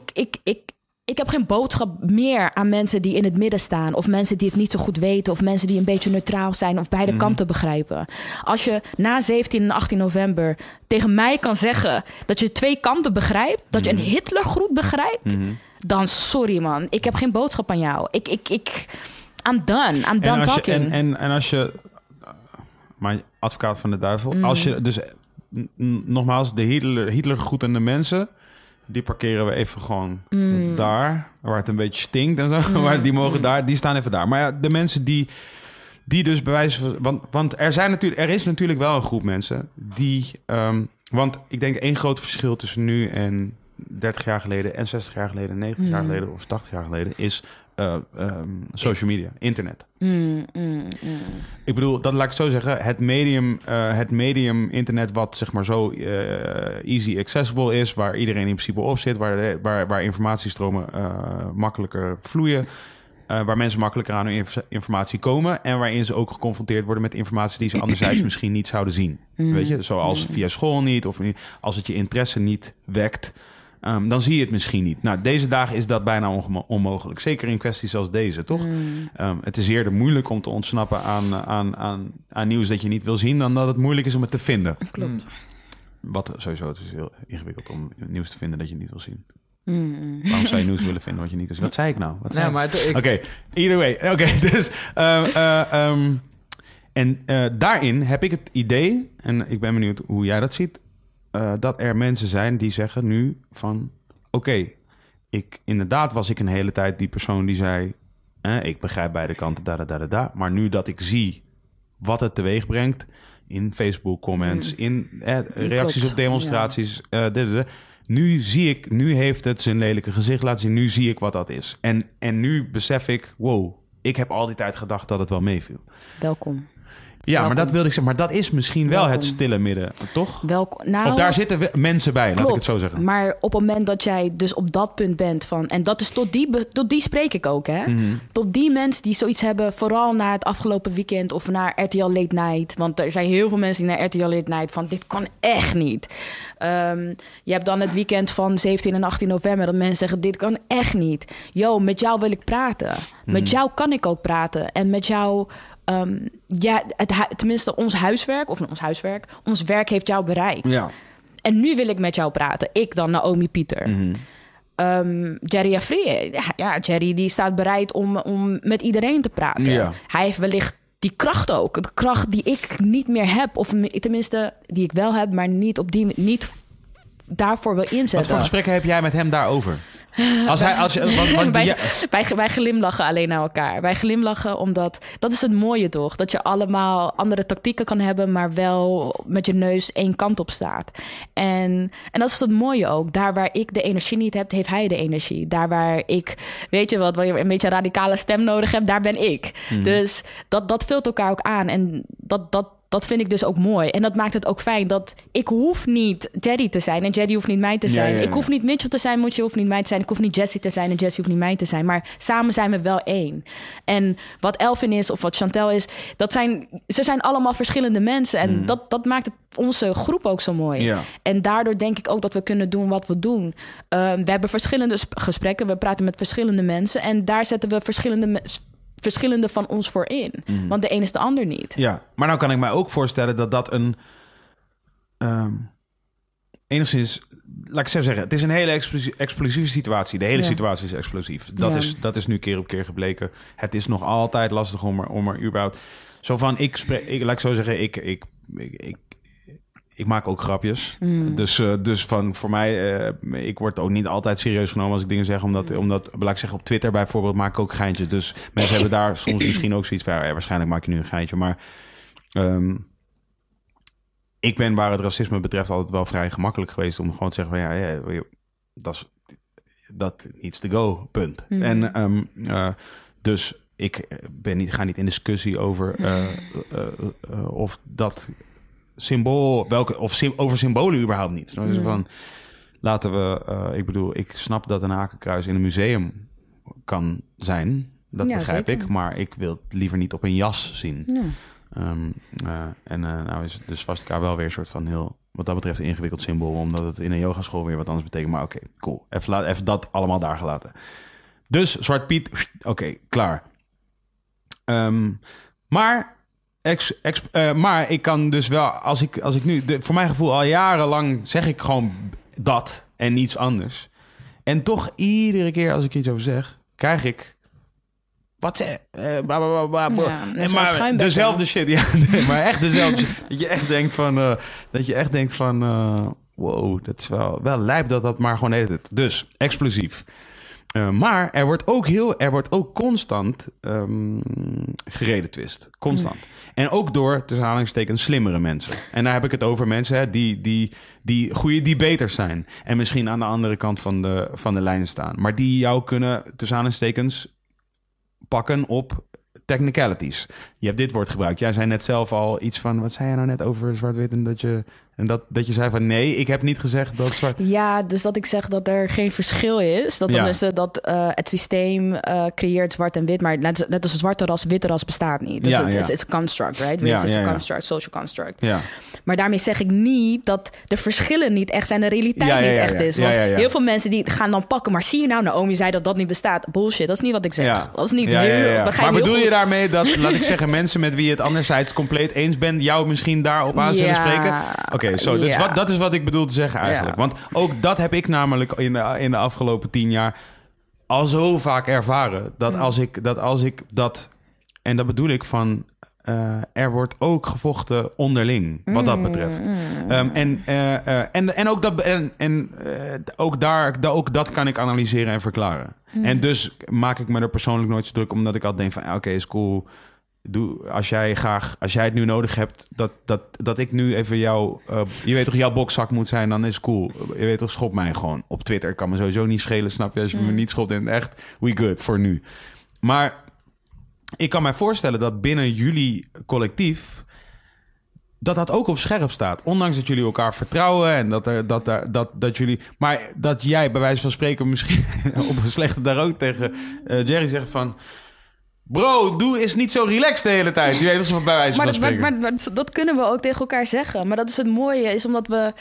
ik heb geen boodschap meer aan mensen die in het midden staan, of mensen die het niet zo goed weten, of mensen die een beetje neutraal zijn of beide kanten begrijpen. Als je na 17 en 18 november tegen mij kan zeggen dat je twee kanten begrijpt, dat je een Hitlergroet begrijpt, dan sorry man, ik heb geen boodschap aan jou. I'm done talking. En als je, maar advocaat van de duivel, als je dus nogmaals de Hitlergroetende mensen, die parkeren we even gewoon daar, waar het een beetje stinkt en zo. Maar die mogen daar, die staan even daar. Maar ja, de mensen die dus bewijzen, want er is natuurlijk wel een groep mensen die, want ik denk één groot verschil tussen nu en 30 jaar geleden en 60 jaar geleden, 90 jaar geleden of 80 jaar geleden is social media, internet. Ik bedoel, dat laat ik zo zeggen, het medium internet wat zeg maar zo easy accessible is, waar iedereen in principe op zit, waar informatiestromen makkelijker vloeien, waar mensen makkelijker aan hun informatie komen en waarin ze ook geconfronteerd worden met informatie die ze anderzijds misschien niet zouden zien. Weet je, zoals via school niet, of als het je interesse niet wekt, dan zie je het misschien niet. Nou, deze dagen is dat bijna onmogelijk. Zeker in kwesties als deze, toch? Het is eerder moeilijk om te ontsnappen aan nieuws dat je niet wil zien, dan dat het moeilijk is om het te vinden. Klopt. Wat sowieso, het is heel ingewikkeld om nieuws te vinden dat je niet wil zien. Waarom zou je nieuws willen vinden wat je niet wil zien? Wat zei ik nou? Oké, either way. Oké, dus daarin heb ik het idee, en ik ben benieuwd hoe jij dat ziet, dat er mensen zijn die zeggen nu van, oké, inderdaad was ik een hele tijd die persoon die zei, ik begrijp beide kanten, maar nu dat ik zie wat het teweeg brengt in Facebook comments, in reacties op demonstraties, nu heeft het zijn lelijke gezicht laten zien, nu zie ik wat dat is. En nu besef ik, wow, ik heb al die tijd gedacht dat het wel meeviel. Welkom. Ja, maar dat wilde ik zeggen. Maar dat is misschien wel het stille midden, toch? Nou, of daar zitten mensen bij, laat ik het zo zeggen. Maar op het moment dat jij dus op dat punt bent van, en dat is tot die spreek ik ook, hè? Tot die mensen die zoiets hebben, vooral na het afgelopen weekend of naar RTL Late Night. Want er zijn heel veel mensen die naar RTL Late Night van, dit kan echt niet. Je hebt dan het weekend van 17 en 18 november dat mensen zeggen, dit kan echt niet. Met jou wil ik praten. Met jou kan ik ook praten. En met jou, tenminste ons werk heeft jou bereikt. Ja. En nu wil ik met jou praten. Ik dan, Naomi Pieter. Jerry Afriyie. Ja, Jerry die staat bereid om met iedereen te praten. Ja. Hij heeft wellicht die kracht ook. De kracht die ik niet meer heb. Of tenminste, die ik wel heb, maar niet daarvoor wil inzetten. Wat voor gesprekken heb jij met hem daarover? Wij glimlachen alleen naar elkaar. Wij glimlachen omdat... Dat is het mooie toch? Dat je allemaal andere tactieken kan hebben... maar wel met je neus één kant op staat. En dat is het mooie ook. Daar waar ik de energie niet heb, heeft hij de energie. Daar waar ik, weet je wat, waar je een beetje een radicale stem nodig hebt... daar ben ik. Dus dat vult elkaar ook aan. En dat vind ik dus ook mooi. En dat maakt het ook fijn dat ik hoef niet Jerry te zijn... en Jerry hoeft niet mij te zijn. Ik hoef niet Mitchell te zijn, Mitchell hoeft niet mij te zijn. Ik hoef niet Jessie te zijn en Jessie hoeft niet mij te zijn. Maar samen zijn we wel één. En wat Elvin is of wat Chantel is... ze zijn allemaal verschillende mensen. En dat maakt onze groep ook zo mooi. Ja. En daardoor denk ik ook dat we kunnen doen wat we doen. We hebben verschillende gesprekken. We praten met verschillende mensen. En daar zetten we verschillende van ons voor in. Want de een is de ander niet. Ja, maar nou kan ik mij ook voorstellen dat een... enigszins... Laat ik zo zeggen, het is een hele explosieve situatie. De hele situatie is explosief. Dat is nu keer op keer gebleken. Het is nog altijd lastig om er überhaupt... Zo van, laat ik zo zeggen, ik maak ook grapjes. Dus voor mij... ik word ook niet altijd serieus genomen als ik dingen zeg. Omdat laat ik zeggen, op Twitter bijvoorbeeld maak ik ook geintjes. Dus mensen hebben daar soms misschien ook zoiets van... Ja, waarschijnlijk maak je nu een geintje. Maar ik ben waar het racisme betreft altijd wel vrij gemakkelijk geweest... om gewoon te zeggen van dat needs to go, punt. En dus ik ga niet in discussie over of dat... symbool, over symbolen überhaupt niet. Dus van, laten we... ik snap dat een hakenkruis in een museum kan zijn. Dat begrijp ik. Maar ik wil het liever niet op een jas zien. Ja. Nou is dus swastika wel weer een soort van heel... wat dat betreft ingewikkeld symbool. Omdat het in een yogaschool weer wat anders betekent. Maar oké, cool. Even dat allemaal daar gelaten. Dus Zwart Piet, oké, klaar. Maar ik kan dus wel, als ik nu... voor mijn gevoel al jarenlang zeg ik gewoon dat en niets anders. En toch iedere keer als ik iets over zeg, krijg ik... Wat zeg... maar dezelfde shit. Ja, maar echt dezelfde shit. Dat je echt denkt van... wow, dat is wel lijp dat maar gewoon heet het. Dus, explosief. Maar er wordt ook constant geredetwist. Constant. En ook door, tussen aanhalingstekens, slimmere mensen. En daar heb ik het over mensen die goede debaters zijn. En misschien aan de andere kant van de lijn staan. Maar die jou kunnen, tussen aanhalingstekens, pakken op technicalities. Je hebt dit woord gebruikt. Jij zei net zelf al iets van... Wat zei jij nou net over zwart-wit? En dat je zei van... Nee, ik heb niet gezegd dat zwart... Ja, dus dat ik zeg dat er geen verschil is. Dat het systeem creëert zwart en wit. Maar net als zwarte ras, witte ras bestaat niet. Dus het is een construct, right? Race is een construct, social construct. Ja. Maar daarmee zeg ik niet dat de verschillen niet echt zijn... de realiteit niet echt is. Want heel veel mensen die gaan dan pakken... maar zie je nou, Naomi zei dat niet bestaat. Bullshit, dat is niet wat ik zeg. Ja. Dat is niet heel... Maar bedoel je daarmee dat, laat ik zeggen... mensen met wie je het anderzijds compleet eens bent... jou misschien daarop aan zullen spreken? Oké, dat is wat ik bedoel te zeggen eigenlijk. Want ook dat heb ik namelijk in de afgelopen 10 jaar... al zo vaak ervaren. Dat als ik dat... En dat bedoel ik van... er wordt ook gevochten onderling, wat dat betreft. Ook dat kan ik analyseren en verklaren. En dus maak ik me er persoonlijk nooit zo druk... omdat ik altijd denk van, oké, is cool... Als jij het nu nodig hebt... dat ik nu even jou... je weet toch, jouw bokzak moet zijn, dan is het cool. Je weet toch, schop mij gewoon. Op Twitter kan me sowieso niet schelen, snap je? Als je me niet schopt, en echt, we good voor nu. Maar ik kan mij voorstellen dat binnen jullie collectief... dat ook op scherp staat. Ondanks dat jullie elkaar vertrouwen... en dat jullie... maar dat jij bij wijze van spreken... misschien op een slechte daar ook tegen Jerry zegt van... Bro, doe is niet zo relaxed de hele tijd. Je weet dat ze bij wijze van spreken. Maar dat kunnen we ook tegen elkaar zeggen. Maar dat is het mooie, is omdat we...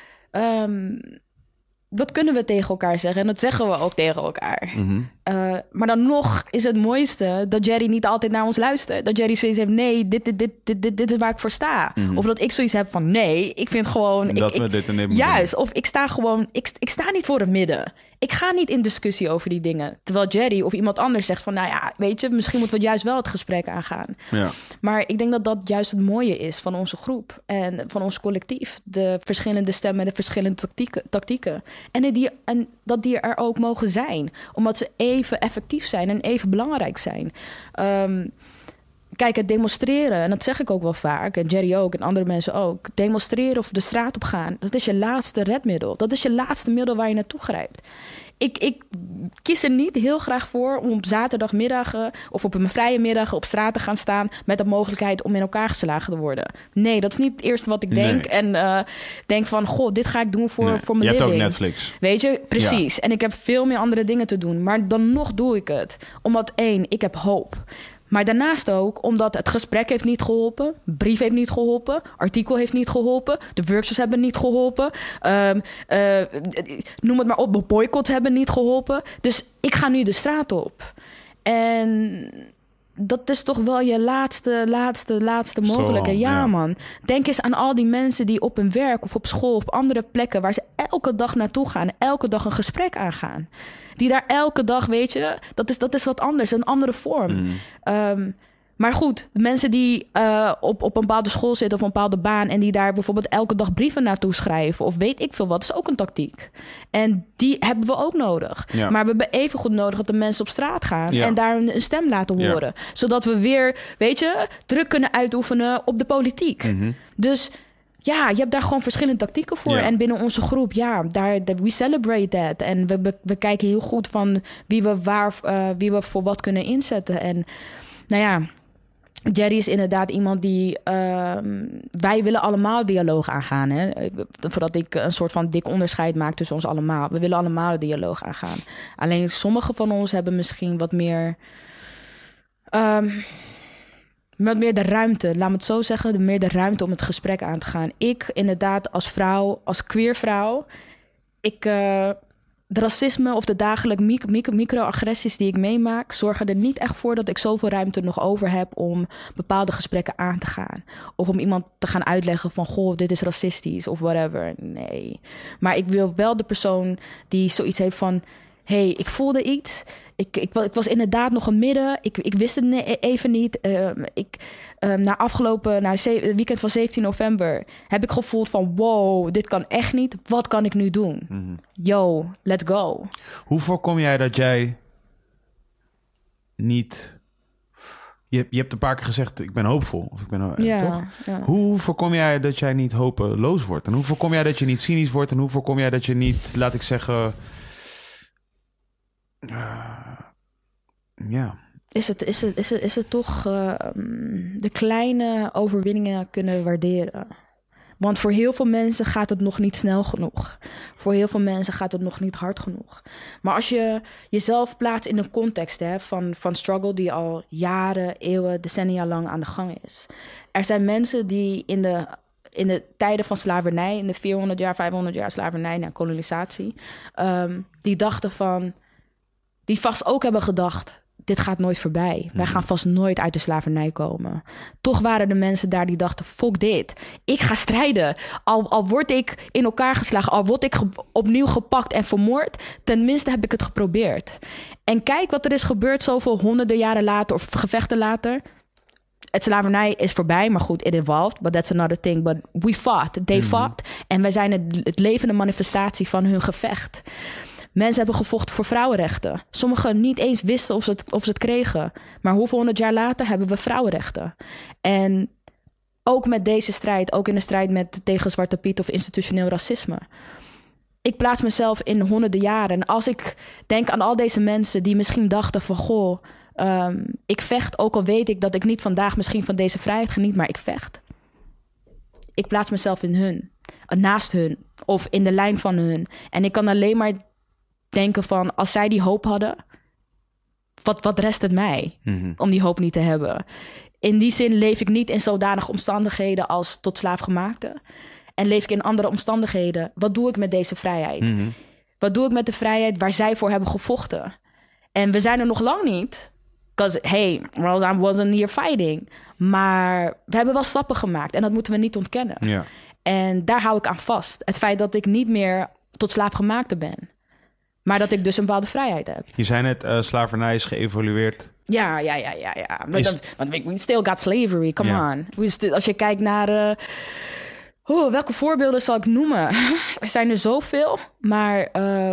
dat kunnen we tegen elkaar zeggen. En dat zeggen we ook tegen elkaar. Maar dan nog is het mooiste... dat Jerry niet altijd naar ons luistert. Dat Jerry zoiets heeft... nee, dit is waar ik voor sta. Of dat ik zoiets heb van... nee, ik vind gewoon... we dit en dit juist, of ik sta gewoon... Ik sta niet voor het midden. Ik ga niet in discussie over die dingen. Terwijl Jerry of iemand anders zegt van... nou ja, weet je, misschien moeten we juist wel het gesprek aangaan. Ja. Maar ik denk dat dat juist het mooie is van onze groep. En van ons collectief. De verschillende stemmen, de verschillende tactieken. En dat die er ook mogen zijn. Omdat ze even effectief zijn en even belangrijk zijn. Kijk, het demonstreren, en dat zeg ik ook wel vaak... en Jerry ook en andere mensen ook... demonstreren of de straat op gaan... dat is je laatste redmiddel. Dat is je laatste middel waar je naartoe grijpt. Ik kies er niet heel graag voor om op zaterdagmiddagen... of op een vrije middag op straat te gaan staan... met de mogelijkheid om in elkaar geslagen te worden. Nee, dat is niet het eerste wat ik denk. En denk van, goh, dit ga ik doen voor mijn living. Je hebt ook Netflix. Weet je, precies. Ja. En ik heb veel meer andere dingen te doen. Maar dan nog doe ik het. Omdat ik heb hoop... Maar daarnaast ook omdat het gesprek heeft niet geholpen... brief heeft niet geholpen, artikel heeft niet geholpen... de workshops hebben niet geholpen... noem het maar op, boycotts hebben niet geholpen. Dus ik ga nu de straat op. En dat is toch wel je laatste mogelijke. Ja, man. Denk eens aan al die mensen die op hun werk of op school... of op andere plekken waar ze elke dag naartoe gaan... elke dag een gesprek aangaan. Die daar elke dag, weet je... Dat is wat anders, een andere vorm. Maar goed, mensen die op een bepaalde school zitten... of een bepaalde baan... en die daar bijvoorbeeld elke dag brieven naartoe schrijven... of weet ik veel wat, is ook een tactiek. En die hebben we ook nodig. Ja. Maar we hebben evengoed nodig dat de mensen op straat gaan... en daar een stem laten horen. Ja. Zodat we weer, weet je, druk kunnen uitoefenen op de politiek. Dus... ja, je hebt daar gewoon verschillende tactieken voor. Ja. En binnen onze groep, we celebrate that. En we kijken heel goed van wie we voor wat kunnen inzetten. En nou ja, Jerry is inderdaad iemand die... wij willen allemaal dialoog aangaan. Hè? Voordat ik een soort van dik onderscheid maak tussen ons allemaal. We willen allemaal dialoog aangaan. Alleen sommige van ons hebben misschien wat meer... wat meer de ruimte, laat me het zo zeggen... meer de ruimte om het gesprek aan te gaan. Ik inderdaad als vrouw, als queer vrouw... de racisme of de dagelijkse microagressies die ik meemaak... zorgen er niet echt voor dat ik zoveel ruimte nog over heb... om bepaalde gesprekken aan te gaan. Of om iemand te gaan uitleggen van... goh, dit is racistisch of whatever. Nee. Maar ik wil wel de persoon die zoiets heeft van... hey, ik voelde iets. Ik was inderdaad nog een midden. Ik wist het even niet. Na het weekend van 17 november... heb ik gevoeld van... wow, dit kan echt niet. Wat kan ik nu doen? Yo, let's go. Hoe voorkom jij dat jij niet... Je hebt een paar keer gezegd, ik ben hoopvol. Of ik ben, toch? Ja. Hoe voorkom jij dat jij niet hopeloos wordt? En hoe voorkom jij dat je niet cynisch wordt? En hoe voorkom jij dat je niet, laat ik zeggen... Is het toch de kleine overwinningen kunnen waarderen? Want voor heel veel mensen gaat het nog niet snel genoeg. Voor heel veel mensen gaat het nog niet hard genoeg. Maar als je jezelf plaatst in een context van struggle... die al jaren, eeuwen, decennia lang aan de gang is. Er zijn mensen die in de tijden van slavernij... in de 400 jaar, 500 jaar slavernij, na kolonisatie... die dachten van... die vast ook hebben gedacht... dit gaat nooit voorbij. Wij gaan vast nooit uit de slavernij komen. Toch waren er mensen daar die dachten... fuck dit, ik ga strijden. Al word ik in elkaar geslagen... al word ik opnieuw gepakt en vermoord... tenminste heb ik het geprobeerd. En kijk wat er is gebeurd... zoveel honderden jaren later of gevechten later... Het slavernij is voorbij, maar goed, it evolved. But that's another thing. But we fought, they fought. En wij zijn het levende manifestatie van hun gevecht... Mensen hebben gevochten voor vrouwenrechten. Sommigen niet eens wisten of ze het kregen. Maar hoeveel 100 jaar later hebben we vrouwenrechten. En ook met deze strijd, ook in de strijd tegen Zwarte Piet of institutioneel racisme. Ik plaats mezelf in honderden jaren. En als ik denk aan al deze mensen die misschien dachten van... goh, ik vecht, ook al weet ik dat ik niet vandaag misschien van deze vrijheid geniet... maar ik vecht. Ik plaats mezelf in hun, naast hun of in de lijn van hun. En ik kan alleen maar... denken van, als zij die hoop hadden... wat rest het mij om die hoop niet te hebben? In die zin leef ik niet in zodanige omstandigheden... als tot slaafgemaakte. En leef ik in andere omstandigheden. Wat doe ik met deze vrijheid? Wat doe ik met de vrijheid waar zij voor hebben gevochten? En we zijn er nog lang niet. Because, hey, I wasn't here fighting. Maar we hebben wel stappen gemaakt. En dat moeten we niet ontkennen. Ja. En daar hou ik aan vast. Het feit dat ik niet meer tot slaafgemaakte ben... Maar dat ik dus een bepaalde vrijheid heb. Je zei net, slavernij is geëvolueerd. Ja. Want we still got slavery, come on. Als je kijkt naar... welke voorbeelden zal ik noemen? Er zijn er zoveel. Maar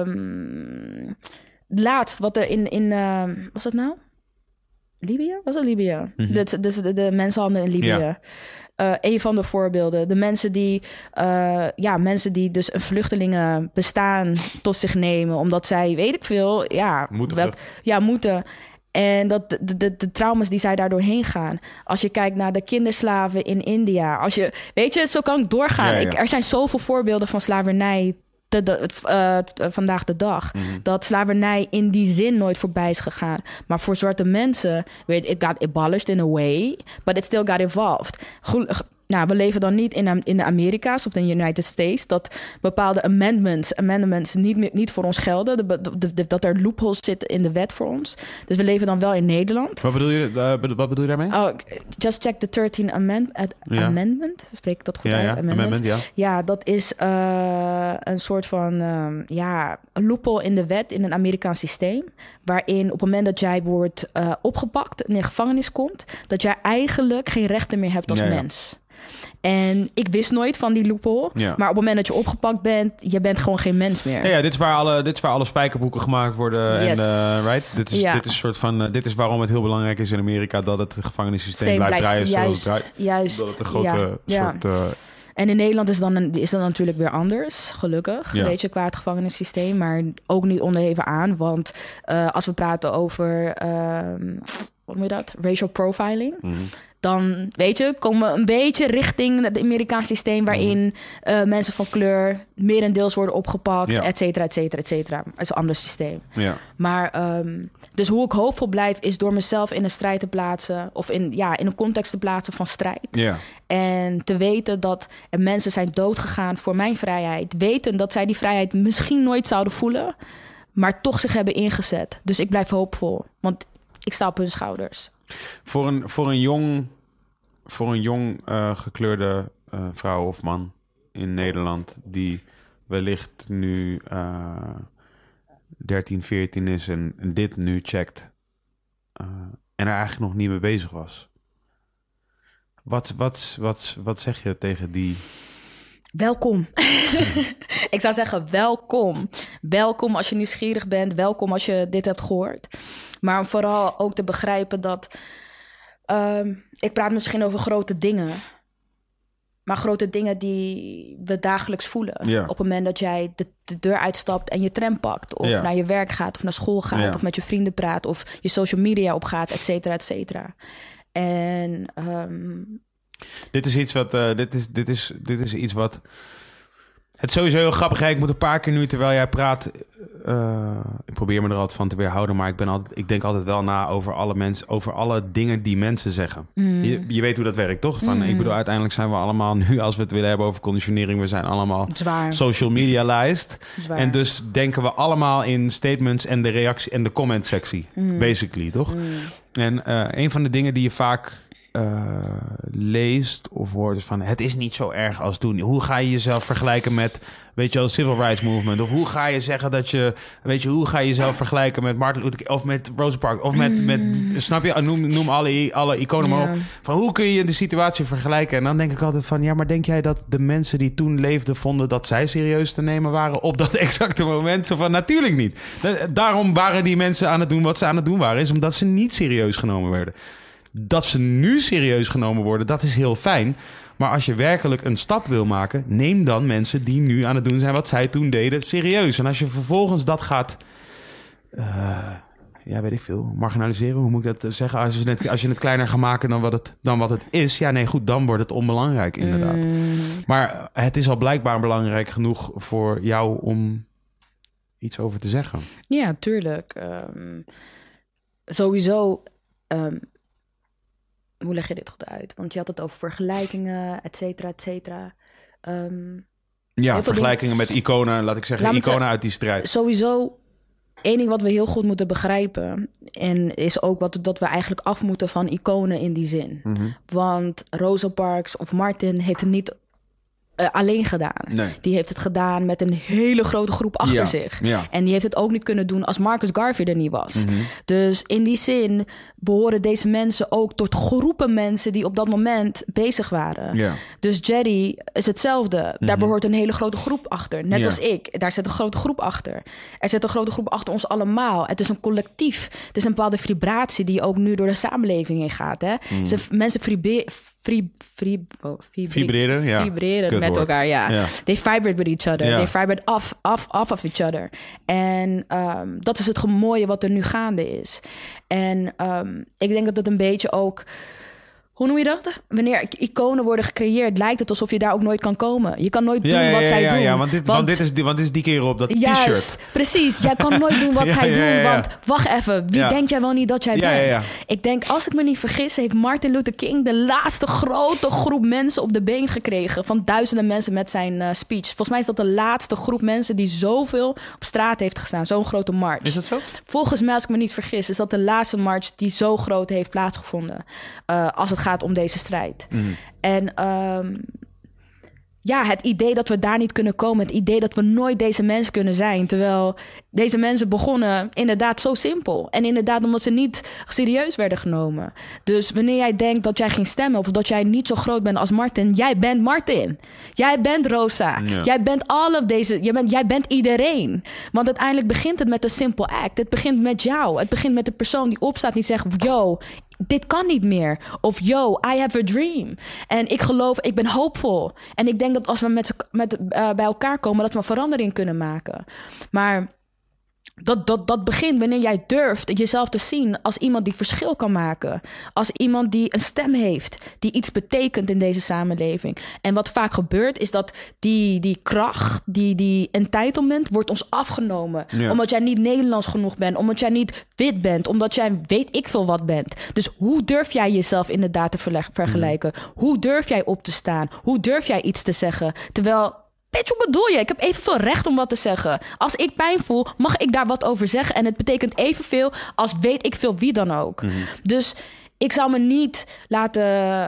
laatst, wat er in was dat nou? Libië? Was dat Libië? Mm-hmm. De mensenhandel in Libië. Ja. Een van de voorbeelden. De mensen die dus een vluchtelingenbestaan tot zich nemen. Omdat zij, weet ik veel... moeten. En de trauma's die zij daardoor heen gaan. Als je kijkt naar de kinderslaven in India. Weet je, zo kan ik doorgaan. Ja. Er zijn zoveel voorbeelden van slavernij... vandaag de dag. Mm-hmm. Dat slavernij in die zin nooit voorbij is gegaan. Maar voor zwarte mensen... it got abolished in a way... but it still got evolved. We leven dan niet in de Amerika's of de United States... dat bepaalde amendments niet voor ons gelden. Dat er loopholes zitten in de wet voor ons. Dus we leven dan wel in Nederland. Wat bedoel je daarmee? Just check the 13th Amendment. Spreek ik dat goed uit? Amendment, ja. Ja, dat is een soort van een loophole in de wet in een Amerikaans systeem... waarin op het moment dat jij wordt opgepakt en in de gevangenis komt... dat jij eigenlijk geen rechten meer hebt als mens. En ik wist nooit van die loophole. Ja. Maar op het moment dat je opgepakt bent... je bent gewoon geen mens meer. Ja, dit is waar alle spijkerboeken gemaakt worden. Yes. En, right? Dit is waarom het heel belangrijk is in Amerika... dat het gevangenissysteem blijft draaien zoals het draait. Juist. Dat het een grote soort... En in Nederland is dat natuurlijk weer anders, gelukkig. Ja. Weet je, qua het gevangenissysteem. Maar ook niet onderhevig aan. Want als we praten over... wat moet je dat? Racial profiling... Mm-hmm. Dan, weet je, komen we een beetje richting het Amerikaans systeem... waarin mensen van kleur merendeels worden opgepakt, et cetera, et cetera, et cetera. Het is een ander systeem. Ja. Maar, dus hoe ik hoopvol blijf... is door mezelf in een strijd te plaatsen... of in een context te plaatsen van strijd. Ja. En te weten dat er mensen zijn doodgegaan voor mijn vrijheid. Weten dat zij die vrijheid misschien nooit zouden voelen... maar toch zich hebben ingezet. Dus ik blijf hoopvol, want ik sta op hun schouders. Voor een jong gekleurde vrouw of man in Nederland... die wellicht nu 13, 14 is en dit nu checkt... en er eigenlijk nog niet mee bezig was. Wat zeg je tegen die... Welkom. Ik zou zeggen welkom. Welkom als je nieuwsgierig bent. Welkom als je dit hebt gehoord. Maar vooral ook te begrijpen dat... ik praat misschien over grote dingen. Maar grote dingen die we dagelijks voelen. Ja. Op het moment dat jij de deur uitstapt en je tram pakt. Of naar je werk gaat of naar school gaat. Ja. Of met je vrienden praat. Of je social media opgaat, et cetera, et cetera. En... Dit is iets wat... Dit is iets wat... Het is sowieso heel grappig. Ik moet een paar keer nu, terwijl jij praat... ik probeer me er altijd van te weerhouden... maar ik denk altijd wel na over alle dingen die mensen zeggen. Mm. Je weet hoe dat werkt, toch? Ik bedoel, uiteindelijk zijn we allemaal nu... als we het willen hebben over conditionering... we zijn allemaal social media-lijst. En dus denken we allemaal in statements... en de reactie en de comment-sectie. Basically, toch? En een van de dingen die je vaak... leest of hoort is van... het is niet zo erg als toen. Hoe ga je jezelf vergelijken met... weet je wel, Civil Rights Movement? Of hoe ga je zeggen dat je... weet je, hoe ga je jezelf vergelijken met Martin Luther King... of met Rosa Parks? Of met snap je? Noem alle iconen maar op. Van hoe kun je de situatie vergelijken? En dan denk ik altijd van... ja, maar denk jij dat de mensen die toen leefden... vonden dat zij serieus te nemen waren... op dat exacte moment? Zo van, natuurlijk niet. Daarom waren die mensen aan het doen wat ze aan het doen waren... is omdat ze niet serieus genomen werden. Dat ze nu serieus genomen worden, dat is heel fijn. Maar als je werkelijk een stap wil maken... neem dan mensen die nu aan het doen zijn... wat zij toen deden, serieus. En als je vervolgens dat gaat... weet ik veel, marginaliseren. Hoe moet ik dat zeggen? Als je het kleiner gaat maken dan wat het is... ja, nee, goed, dan wordt het onbelangrijk, inderdaad. Maar het is al blijkbaar belangrijk genoeg voor jou... om iets over te zeggen. Ja, tuurlijk. Sowieso... hoe leg je dit goed uit? Want je had het over vergelijkingen, et cetera, et cetera. Vergelijkingen met iconen, laat ik zeggen, iconen uit die strijd. Sowieso, één ding wat we heel goed moeten begrijpen... en is ook dat we eigenlijk af moeten van iconen in die zin. Mm-hmm. Want Rosa Parks of Martin heeft het niet alleen gedaan. Nee. Die heeft het gedaan met een hele grote groep achter zich. Ja. En die heeft het ook niet kunnen doen als Marcus Garvey er niet was. Dus in die zin behoren deze mensen ook tot groepen mensen die op dat moment bezig waren. Ja. Dus Jerry is hetzelfde. Daar behoort een hele grote groep achter. Net als ik. Daar zit een grote groep achter. Er zit een grote groep achter ons allemaal. Het is een collectief. Het is een bepaalde vibratie die ook nu door de samenleving heen gaat. Hè? Mensen vibreren met elkaar, They vibrate with each other. They vibrate off of each other. En dat is het mooie wat er nu gaande is. En ik denk dat het een beetje ook... Hoe noem je dat? Wanneer iconen worden gecreëerd, lijkt het alsof je daar ook nooit kan komen. Je kan nooit doen wat zij doen. Ja, want dit is die keer op dat t-shirt. Juist, precies. Jij kan nooit doen wat zij doen. Want wacht even, wie denk jij wel niet dat jij bent? Ja. Ik denk, als ik me niet vergis, heeft Martin Luther King de laatste grote groep mensen op de been gekregen. Van duizenden mensen met zijn speech. Volgens mij is dat de laatste groep mensen die zoveel op straat heeft gestaan. Zo'n grote march. Is dat zo? Volgens mij, als ik me niet vergis, is dat de laatste march die zo groot heeft plaatsgevonden. Als het gaat om deze strijd. En het idee dat we daar niet kunnen komen, het idee dat we nooit deze mensen kunnen zijn, terwijl deze mensen begonnen inderdaad zo simpel. En inderdaad omdat ze niet serieus werden genomen. Dus wanneer jij denkt dat jij ging stemmen of dat jij niet zo groot bent als Martin, jij bent Martin. Jij bent Rosa. Ja. Jij bent all of deze. Jij bent iedereen. Want uiteindelijk begint het met een simple act. Het begint met jou. Het begint met de persoon die opstaat die zegt, yo, dit kan niet meer. Of yo, I have a dream. En ik geloof, ik ben hoopvol. En ik denk dat als we bij elkaar komen, dat we een verandering kunnen maken. Maar dat begint wanneer jij durft jezelf te zien als iemand die verschil kan maken. Als iemand die een stem heeft, die iets betekent in deze samenleving. En wat vaak gebeurt is dat die kracht, die entitlement wordt ons afgenomen. Ja. Omdat jij niet Nederlands genoeg bent, omdat jij niet wit bent, omdat jij weet ik veel wat bent. Dus hoe durf jij jezelf inderdaad te vergelijken? Hoe durf jij op te staan? Hoe durf jij iets te zeggen? Terwijl... Bitch, wat bedoel je? Ik heb evenveel recht om wat te zeggen. Als ik pijn voel, mag ik daar wat over zeggen. En het betekent evenveel als weet ik veel wie dan ook. Dus ik zou me niet laten...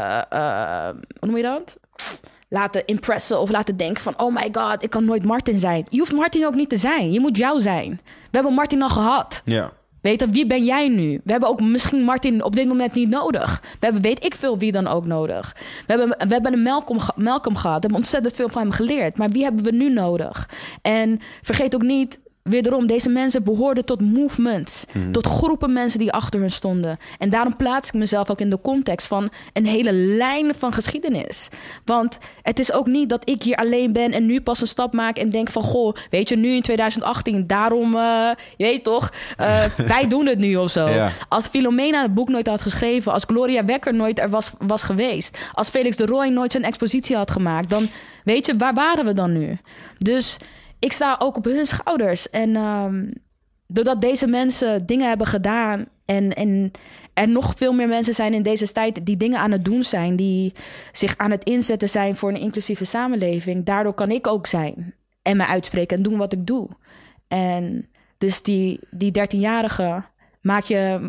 hoe noem je dat? Laten impressen of laten denken van... oh my god, ik kan nooit Martin zijn. Je hoeft Martin ook niet te zijn. Je moet jou zijn. We hebben Martin al gehad. Ja. Weet je, wie ben jij nu? We hebben ook misschien Martin op dit moment niet nodig. We hebben weet ik veel wie dan ook nodig. We hebben een Malcolm gehad. We hebben ontzettend veel van hem geleerd. Maar wie hebben we nu nodig? En vergeet ook niet... Wederom, deze mensen behoorden tot movements. Tot groepen mensen die achter hun stonden. En daarom plaats ik mezelf ook in de context van een hele lijn van geschiedenis. Want het is ook niet dat ik hier alleen ben en nu pas een stap maak en denk van... goh, weet je, nu in 2018, daarom, je weet toch, wij doen het nu of zo. Ja. Als Philomena het boek nooit had geschreven, als Gloria Wekker nooit er was geweest... als Felix de Rooij nooit zijn expositie had gemaakt... dan, weet je, waar waren we dan nu? Dus... Ik sta ook op hun schouders. En doordat deze mensen dingen hebben gedaan... en er nog veel meer mensen zijn in deze tijd... die dingen aan het doen zijn... die zich aan het inzetten zijn voor een inclusieve samenleving... daardoor kan ik ook zijn. En me uitspreken en doen wat ik doe. En dus die 13-jarige... Maak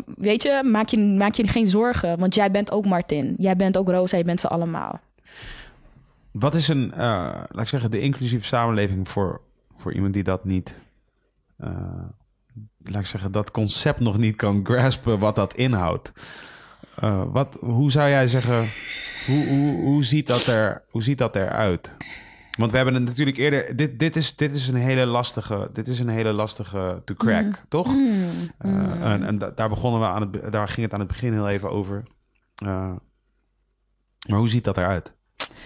je geen zorgen. Want jij bent ook Martin. Jij bent ook Rosa. Je bent ze allemaal. Wat is laat ik zeggen, de inclusieve samenleving voor iemand die dat niet, laat ik zeggen, dat concept nog niet kan graspen wat dat inhoudt? Hoe zou jij zeggen, hoe ziet dat eruit? Want we hebben het natuurlijk eerder, dit is een hele lastige to crack, toch? En daar ging het aan het begin heel even over. Maar hoe ziet dat eruit?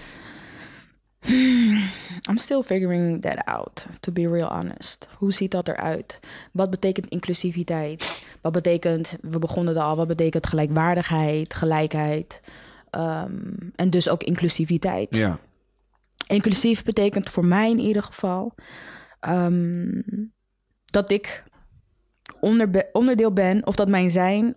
I'm still figuring that out, to be real honest. Hoe ziet dat eruit? Wat betekent inclusiviteit? Wat betekent, we begonnen er al, wat betekent gelijkwaardigheid, gelijkheid? En dus ook inclusiviteit. Ja. Inclusief betekent voor mij in ieder geval... dat ik onderdeel ben, of dat mijn zijn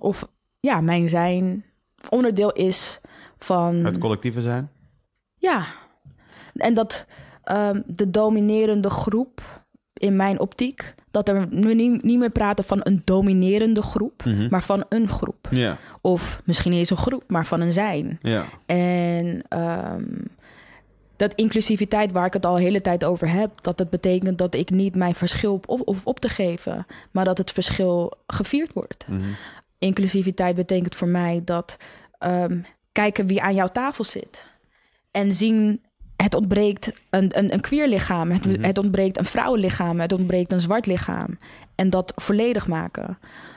onderdeel is van... Het collectieve zijn? Ja. En dat de dominerende groep, in mijn optiek... dat er nu niet meer praten van een dominerende groep... maar van een groep. Ja. Of misschien niet eens een groep, maar van een zijn. Ja. En dat inclusiviteit waar ik het al de hele tijd over heb, dat het betekent dat ik niet mijn verschil op te geven, maar dat het verschil gevierd wordt. Mm-hmm. Inclusiviteit betekent voor mij dat kijken wie aan jouw tafel zit en zien, het ontbreekt een queer lichaam, het ontbreekt een vrouwenlichaam, het ontbreekt een zwart lichaam en dat volledig maken.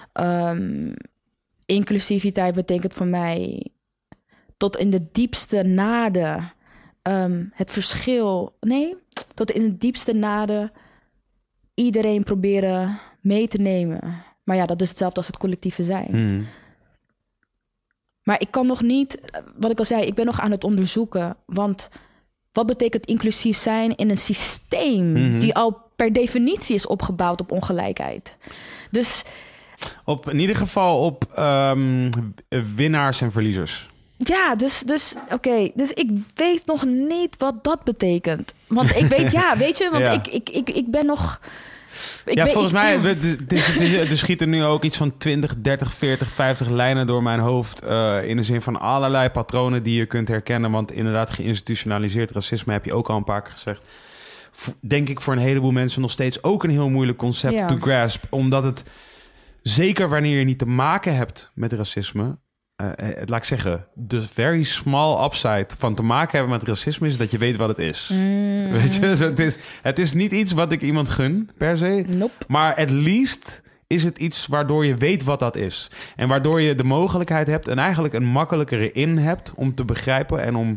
Inclusiviteit betekent voor mij tot in de diepste naden het verschil... Nee, tot in de diepste naden iedereen proberen mee te nemen. Maar ja, dat is hetzelfde als het collectieve zijn. Mm. Maar ik kan nog niet... Wat ik al zei, ik ben nog aan het onderzoeken. Want wat betekent inclusief zijn in een systeem... die al per definitie is opgebouwd op ongelijkheid? Dus... In ieder geval op winnaars en verliezers. Ja, dus oké. Dus ik weet nog niet wat dat betekent. Want ik weet, weet je, want ik ben nog... Volgens mij, er schieten nu ook iets van 20, 30, 40, 50 lijnen door mijn hoofd. In de zin van allerlei patronen die je kunt herkennen. Want inderdaad, geïnstitutionaliseerd racisme heb je ook al een paar keer gezegd. Denk ik voor een heleboel mensen nog steeds ook een heel moeilijk concept to grasp. Omdat het, zeker wanneer je niet te maken hebt met racisme... laat ik zeggen, de very small upside van te maken hebben met racisme is dat je weet wat het is. Weet je, dus het is niet iets wat ik iemand gun, per se. Nope. Maar at least is het iets waardoor je weet wat dat is. En waardoor je de mogelijkheid hebt en eigenlijk een makkelijkere in hebt om te begrijpen en om...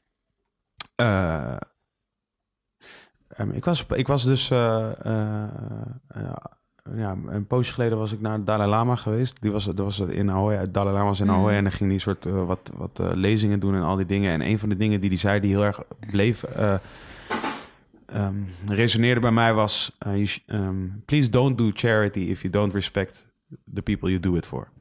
Ik was dus... een poosje geleden was ik naar Dalai Lama geweest. Dat was in Ahoy. Dalai Lama was in Ahoy en dan ging die soort wat lezingen doen en al die dingen. En een van de dingen die hij zei die heel erg bleef resoneerde bij mij was... please don't do charity if you don't respect the people you do it for.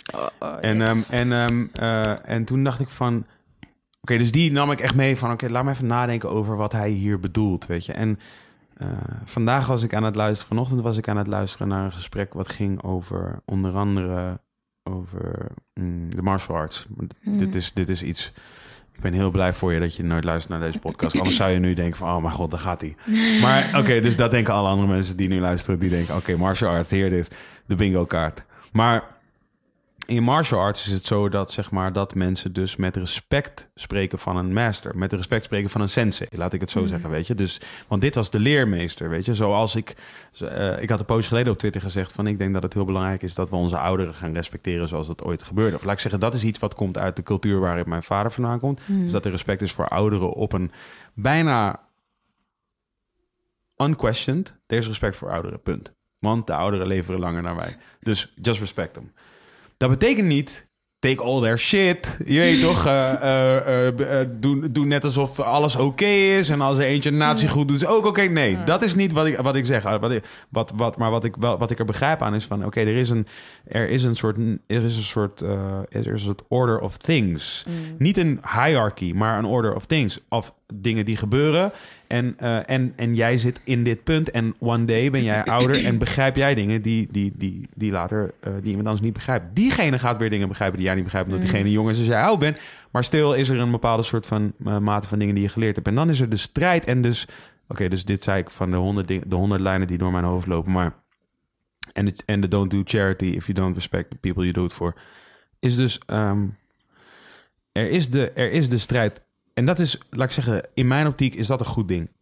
En toen dacht ik van... Oké, dus die nam ik echt mee van... Oké, laat me even nadenken over wat hij hier bedoelt, weet je. En vandaag was ik aan het luisteren... Vanochtend was ik aan het luisteren naar een gesprek... wat ging over onder andere... over de martial arts. Dit is iets... Ik ben heel blij voor je dat je nooit luistert naar deze podcast. Anders zou je nu denken van... oh mijn god, daar gaat hij. Maar oké, dus dat denken alle andere mensen die nu luisteren. Die denken, oké, martial arts, hier het is. De bingo kaart. Maar in martial arts is het zo dat, zeg maar, dat mensen dus met respect spreken van een master. Met respect spreken van een sensei, laat ik het zo zeggen, weet je. Dus, want dit was de leermeester, weet je. Zoals ik had een poos geleden op Twitter gezegd van... ik denk dat het heel belangrijk is dat we onze ouderen gaan respecteren zoals dat ooit gebeurde. Of laat ik zeggen, dat is iets wat komt uit de cultuur waarin mijn vader vandaan komt. Dus dat er respect is voor ouderen op een bijna unquestioned. Er is respect voor ouderen, punt. Want de ouderen leveren langer dan wij. Dus just respect them. Dat betekent niet, take all their shit. Je weet toch, doe net alsof alles oké is. En als er eentje nazi goed doet, is ook oké. Nee, dat is niet wat ik zeg. Maar wat ik er begrijp aan is van... Oké, er is een soort order of things. Niet een hierarchy, maar een order of things. Of dingen die gebeuren. En jij zit in dit punt. En one day ben jij ouder en begrijp jij dingen die later die iemand anders niet begrijpt. Diegene gaat weer dingen begrijpen die jij niet begrijpt, omdat diegene jong is als jij oud bent. Maar stil is er een bepaalde soort van mate van dingen die je geleerd hebt. En dan is er de strijd. En dus, dus dit zei ik van de 100 lijnen die door mijn hoofd lopen. Maar en de don't do charity if you don't respect the people you do it for. Is dus er is de strijd. En dat is, laat ik zeggen, in mijn optiek is dat een goed ding.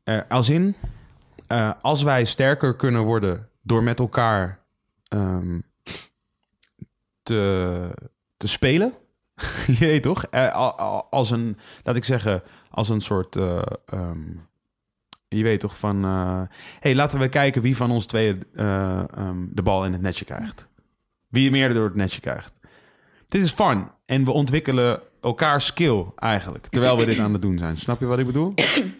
Als wij sterker kunnen worden door met elkaar te spelen. Je weet toch? Als een, laat ik zeggen, als een soort... je weet toch van... hey, laten we kijken wie van ons tweeën de bal in het netje krijgt. Wie meer door het netje krijgt. Dit is fun. En we ontwikkelen elkaar skill eigenlijk. Terwijl we dit aan het doen zijn. Snap je wat ik bedoel?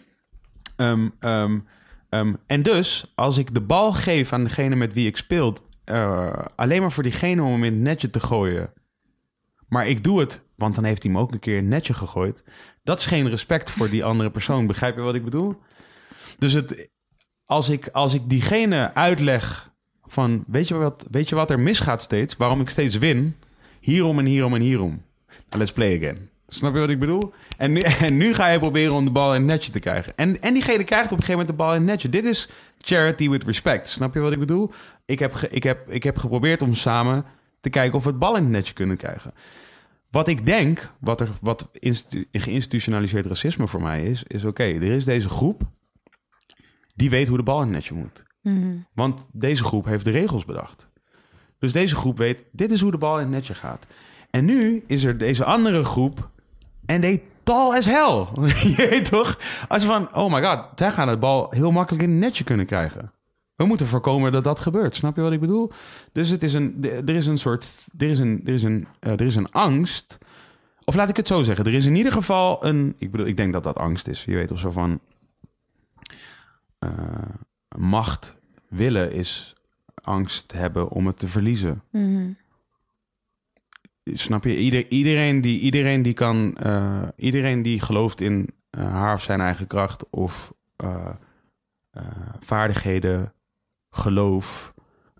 En dus, als ik de bal geef aan degene met wie ik speel... alleen maar voor diegene om hem in het netje te gooien... maar ik doe het, want dan heeft hij hem ook een keer in het netje gegooid... dat is geen respect voor die andere persoon. Begrijp je wat ik bedoel? Dus als ik diegene uitleg van... weet je wat er misgaat steeds? Waarom ik steeds win? Hierom en hierom en hierom. Let's play again. Snap je wat ik bedoel? En nu ga je proberen om de bal in het netje te krijgen. En diegene krijgt op een gegeven moment de bal in het netje. Dit is charity with respect. Snap je wat ik bedoel? Ik heb geprobeerd om samen te kijken of we het bal in het netje kunnen krijgen. Wat ik denk, wat geïnstitutionaliseerd racisme voor mij is oké, er is deze groep die weet hoe de bal in het netje moet. Mm-hmm. Want deze groep heeft de regels bedacht. Dus deze groep weet, dit is hoe de bal in het netje gaat. En nu is er deze andere groep en they tall as hell. Je weet toch? Als van, oh my god, zij gaan de bal heel makkelijk in het netje kunnen krijgen. We moeten voorkomen dat dat gebeurt. Snap je wat ik bedoel? Dus er is een angst. Of laat ik het zo zeggen. Er is in ieder geval ik denk dat dat angst is. Je weet of zo van macht willen is angst hebben om het te verliezen. Mm-hmm. Snap je? Iedereen die gelooft in haar of zijn eigen kracht of vaardigheden, geloof,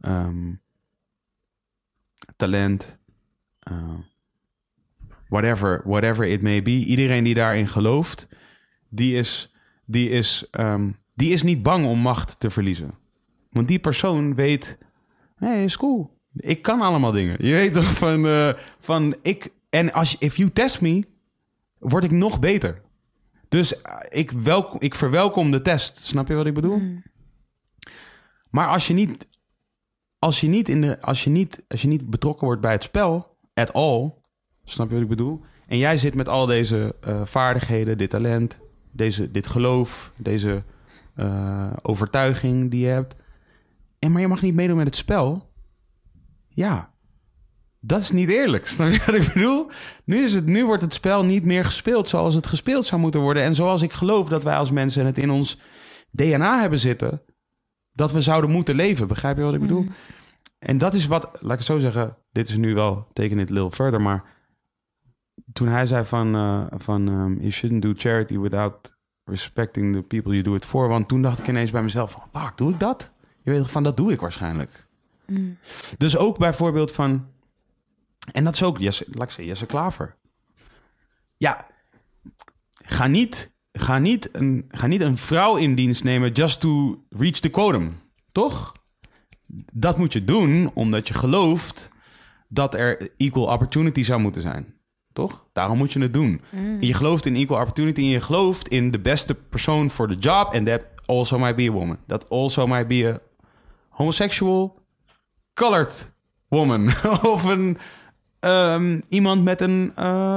talent, whatever it may be. Iedereen die daarin gelooft, die is niet bang om macht te verliezen. Want die persoon weet, nee, is cool. Ik kan allemaal dingen. Je weet toch van ik... En if you test me, word ik nog beter. Dus ik verwelkom de test. Snap je wat ik bedoel? Mm. Maar als je niet betrokken wordt bij het spel, at all, snap je wat ik bedoel? En jij zit met al deze vaardigheden, dit talent, dit geloof, deze overtuiging die je hebt. Maar je mag niet meedoen met het spel. Ja, dat is niet eerlijk. Snap je wat ik bedoel? Nu wordt het spel niet meer gespeeld zoals het gespeeld zou moeten worden. En zoals ik geloof dat wij als mensen het in ons DNA hebben zitten, dat we zouden moeten leven. Begrijp je wat ik bedoel? En dat is wat, laat ik het zo zeggen, dit is nu wel taking it a little further, maar toen hij zei van you shouldn't do charity without respecting the people you do it for. Want toen dacht ik ineens bij mezelf van, fuck, doe ik dat? Je weet van, dat doe ik waarschijnlijk. Mm. Dus ook bijvoorbeeld van, en dat is ook, Jesse Klaver. Ja, ga niet een vrouw in dienst nemen just to reach the quotum, toch? Dat moet je doen omdat je gelooft dat er equal opportunity zou moeten zijn, toch? Daarom moet je het doen. Mm. Je gelooft in equal opportunity en je gelooft in de beste persoon voor de job and that also might be a woman. That also might be a homosexual colored woman. Of iemand met een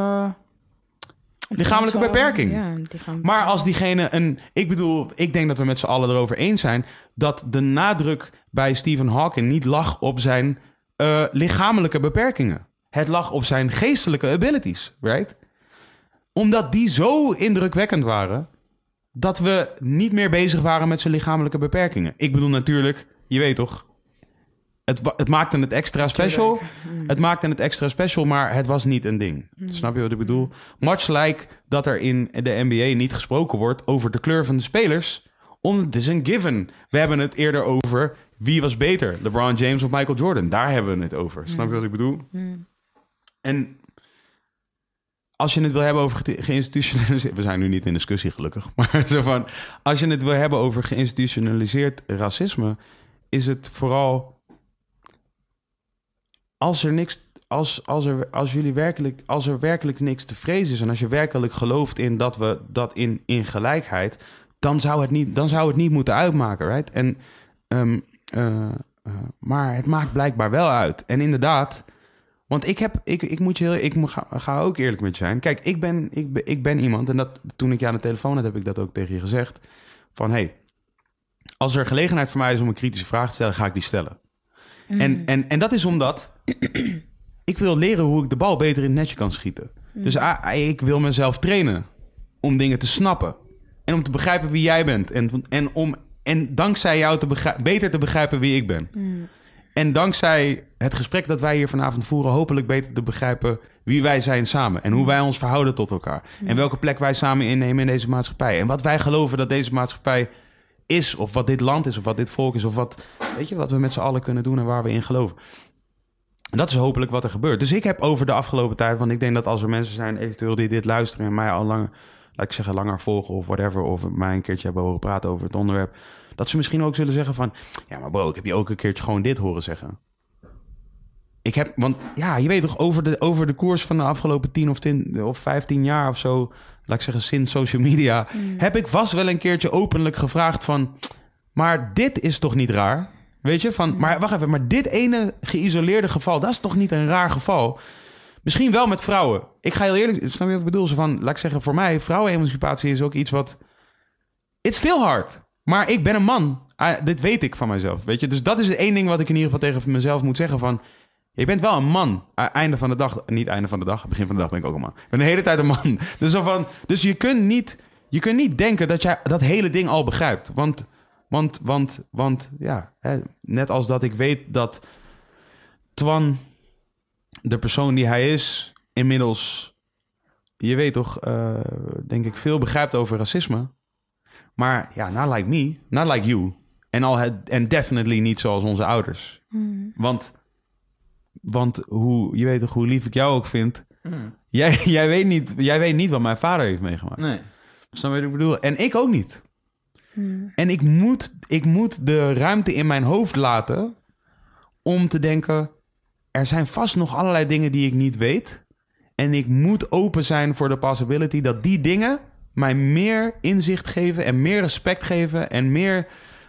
lichamelijke beperking. Ja, maar als diegene ik denk dat we met z'n allen erover eens zijn dat de nadruk bij Stephen Hawking niet lag op zijn lichamelijke beperkingen. Het lag op zijn geestelijke abilities, right? Omdat die zo indrukwekkend waren dat we niet meer bezig waren met zijn lichamelijke beperkingen. Ik bedoel natuurlijk, je weet toch, het maakte het extra special. Het maakte het extra special, maar het was niet een ding. Snap je wat ik bedoel? Much like dat er in de NBA niet gesproken wordt over de kleur van de spelers. Het is een given. We hebben het eerder over wie was beter, LeBron James of Michael Jordan. Daar hebben we het over. Snap je wat ik bedoel? En als je het wil hebben over geïnstitutionaliseerd... We zijn nu niet in discussie gelukkig. Maar zo van, als je het wil hebben over geïnstitutionaliseerd racisme, is het vooral, als er werkelijk niks te vrezen is en als je werkelijk gelooft in dat we dat in gelijkheid, dan zou het niet moeten uitmaken, right? En maar het maakt blijkbaar wel uit. En inderdaad, want ik ga ook eerlijk met je zijn. Kijk, ik ben iemand, en dat toen ik je aan de telefoon had, heb ik dat ook tegen je gezegd, van hey, als er gelegenheid voor mij is om een kritische vraag te stellen, ga ik die stellen. En dat is omdat ik wil leren hoe ik de bal beter in het netje kan schieten. Dus ik wil mezelf trainen om dingen te snappen en om te begrijpen wie jij bent en dankzij jou beter te begrijpen wie ik ben. En dankzij het gesprek dat wij hier vanavond voeren, hopelijk beter te begrijpen wie wij zijn samen en hoe wij ons verhouden tot elkaar en welke plek wij samen innemen in deze maatschappij en wat wij geloven dat deze maatschappij is, of wat dit land is, of wat dit volk is, of wat we met z'n allen kunnen doen en waar we in geloven. dat is hopelijk wat er gebeurt. Dus ik heb over de afgelopen tijd... want ik denk dat als er mensen zijn eventueel die dit luisteren... en mij al lang, laat ik zeggen, langer volgen of whatever... of mij een keertje hebben horen praten over het onderwerp... dat ze misschien ook zullen zeggen van... ja, maar bro, ik heb je ook een keertje gewoon dit horen zeggen. Want ja, je weet toch, over de koers van de afgelopen 10 of 15 jaar of zo... laat ik zeggen, sinds social media... heb ik vast wel een keertje openlijk gevraagd van... maar dit is toch niet raar? Weet je, van, maar wacht even, maar dit ene geïsoleerde geval... dat is toch niet een raar geval? Misschien wel met vrouwen. Ik ga heel eerlijk... Snap je wat ik bedoel? Zo van, laat ik zeggen, voor mij... vrouwenemancipatie is ook iets wat... It's still hard. Maar ik ben een man. Dit weet ik van mezelf, weet je? Dus dat is het één ding wat ik in ieder geval tegen mezelf moet zeggen van... Je bent wel een man. Einde van de dag... Niet einde van de dag. Begin van de dag ben ik ook een man. Ik ben de hele tijd een man. Dus je kunt niet denken dat jij dat hele ding al begrijpt. Want ja... net als dat ik weet dat... Twan, de persoon die hij is... inmiddels... Je weet toch... denk ik veel begrijpt over racisme. Maar ja, not like me. Not like you. En definitely niet zoals onze ouders. Want je weet toch hoe lief ik jou ook vind. Jij weet niet wat mijn vader heeft meegemaakt. Nee. Snap je wat ik bedoel? En ik ook niet. En ik moet de ruimte in mijn hoofd laten... om te denken... er zijn vast nog allerlei dingen die ik niet weet. En ik moet open zijn voor de possibility... dat die dingen mij meer inzicht geven... en meer respect geven... en meer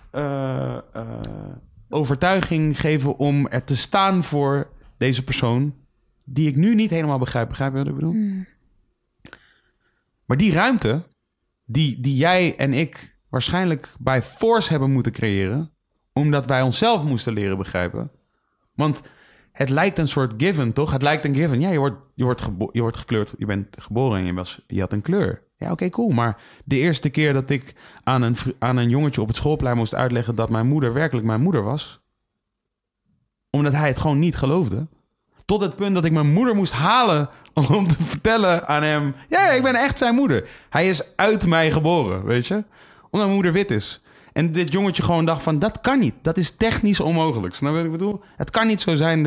overtuiging geven... om er te staan voor deze persoon... die ik nu niet helemaal begrijp. Begrijp je wat ik bedoel? Maar die ruimte... die jij en ik waarschijnlijk bij force hebben moeten creëren... omdat wij onszelf moesten leren begrijpen. Want het lijkt een soort given, toch? Het lijkt een given. Ja, je wordt gekleurd. Je bent geboren en je had een kleur. Ja, oké, cool. Maar de eerste keer dat ik aan een jongetje op het schoolplein moest uitleggen... dat mijn moeder werkelijk mijn moeder was... omdat hij het gewoon niet geloofde... tot het punt dat ik mijn moeder moest halen... om te vertellen aan hem... ja, ik ben echt zijn moeder. Hij is uit mij geboren, weet je? Omdat mijn moeder wit is. En dit jongetje gewoon dacht van... dat kan niet. Dat is technisch onmogelijk. Snap je wat ik bedoel? Het kan niet zo zijn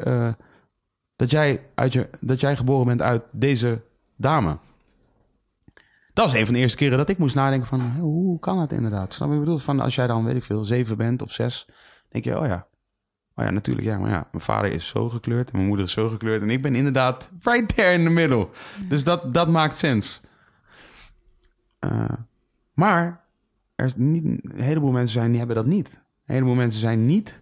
dat jij geboren bent uit deze dame. Dat was een van de eerste keren dat ik moest nadenken van... hoe kan dat inderdaad? Snap je wat ik bedoel? Van als jij dan, weet ik veel, 7 bent of 6... denk je, oh ja, natuurlijk, ja. Maar ja, mijn vader is zo gekleurd en mijn moeder is zo gekleurd... en ik ben inderdaad right there in the middle. Dus dat maakt sens. Maar er niet een heleboel mensen zijn die hebben dat niet. Een heleboel mensen zijn niet...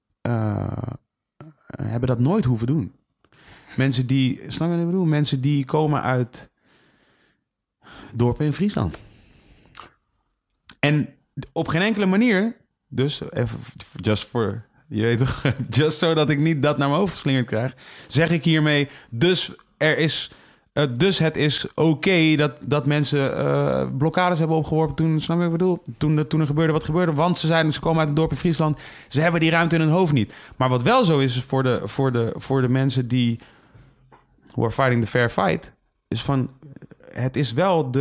hebben dat nooit hoeven doen. Mensen die... Snap je wat ik bedoel? Mensen die komen uit... dorpen in Friesland. En op geen enkele manier... dus even just for... je weet toch... just zodat ik niet dat naar mijn hoofd geslingerd krijg... zeg ik hiermee... dus het is oké dat mensen blokkades hebben opgeworpen toen, snap je wat ik bedoel? Toen er gebeurde wat gebeurde, want ze komen uit een dorp in Friesland. Ze hebben die ruimte in hun hoofd niet. Maar wat wel zo is voor de mensen die who are fighting the fair fight, is van het is wel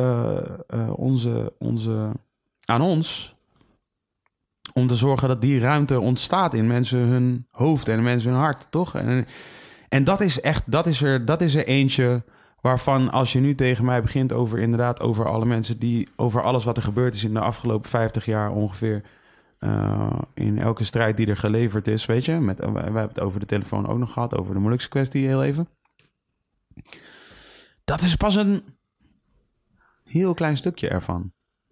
aan ons om te zorgen dat die ruimte ontstaat in mensen hun hoofd en mensen hun hart, toch? En dat is er eentje waarvan als je nu tegen mij begint over alle mensen over alles wat er gebeurd is in de afgelopen 50 jaar ongeveer, in elke strijd die er geleverd is, weet je. We hebben het over de telefoon ook nog gehad, over de Molukse kwestie heel even. Dat is pas een heel klein stukje ervan.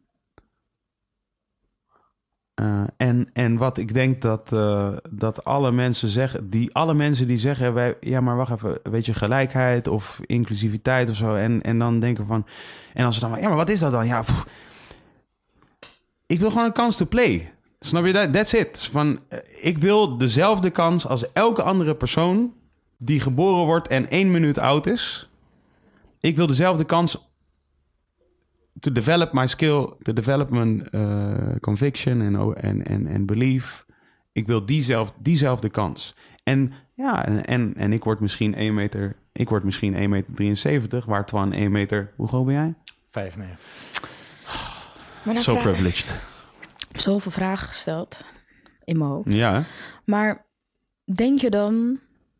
En wat ik denk dat alle mensen zeggen... die zeggen... maar wacht even, weet je, gelijkheid of inclusiviteit of zo... en dan denken van... en als ze dan... maar wat is dat dan? Ja, ik wil gewoon een kans to play. Snap je dat? That's it. Van, ik wil dezelfde kans als elke andere persoon... die geboren wordt en 1 minuut oud is. Ik wil dezelfde kans... to develop my skill, to develop mijn conviction en belief. Ik wil diezelfde kans. En ja, en ik word misschien 1 meter... Ik word misschien 1,73 meter, waar Twan 1 meter... Hoe groot ben jij? 5,9. So privileged. Zoveel vragen gesteld in mijn hoofd. Ja. Maar denk je dan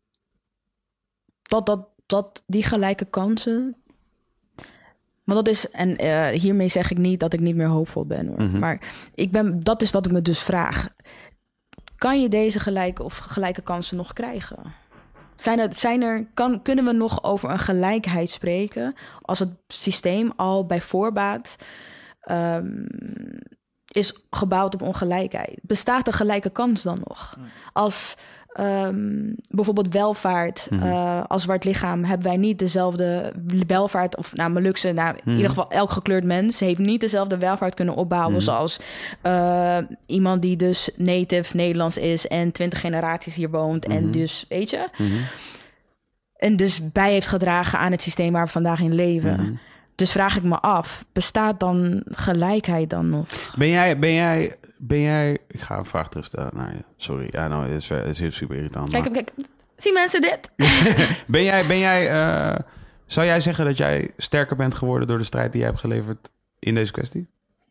dat die gelijke kansen... Maar dat is... En hiermee zeg ik niet dat ik niet meer hoopvol ben, hoor. Mm-hmm. Maar dat is wat ik me dus vraag. Kan je deze gelijke kansen nog krijgen? Kunnen we nog over een gelijkheid spreken... als het systeem al bij voorbaat... is gebouwd op ongelijkheid? Bestaat de gelijke kans dan nog? Als bijvoorbeeld welvaart, als zwart lichaam... hebben wij niet dezelfde welvaart... of Molukse, in ieder geval elk gekleurd mens... heeft niet dezelfde welvaart kunnen opbouwen... zoals iemand die dus native Nederlands is... en 20 generaties hier woont. En dus, weet je... en dus bij heeft gedragen aan het systeem... waar we vandaag in leven... Dus vraag ik me af, bestaat dan gelijkheid dan nog? Ben jij... Ik ga een vraag terugstellen. Nou, sorry, het is heel super irritant. Kijk, zien mensen dit? Ben jij... zou jij zeggen dat jij sterker bent geworden... door de strijd die jij hebt geleverd in deze kwestie?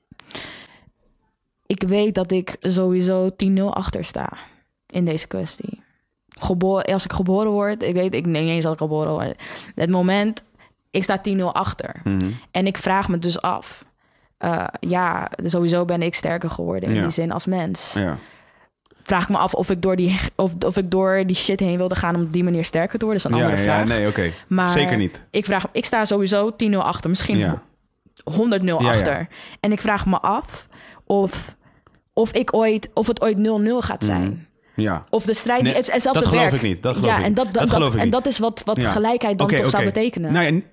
Ik weet dat ik sowieso 10-0 achter sta in deze kwestie. Als ik geboren word... Ik weet niet eens dat ik geboren word. Het moment... Ik sta 10-0 achter. En ik vraag me dus af. Sowieso ben ik sterker geworden in die zin als mens. Ja. Vraag me af of ik door die shit heen wilde gaan... om op die manier sterker te worden. Dat is een andere vraag. Ja, nee, oké. Zeker niet. Ik sta sowieso 10-0 achter. Misschien 100-0 achter. Ja. En ik vraag me af of het ooit 0-0 gaat zijn. Ja. Of de strijd... Nee, dat geloof ik niet. Dat geloof ik niet. En dat is wat gelijkheid dan toch zou betekenen. Nou,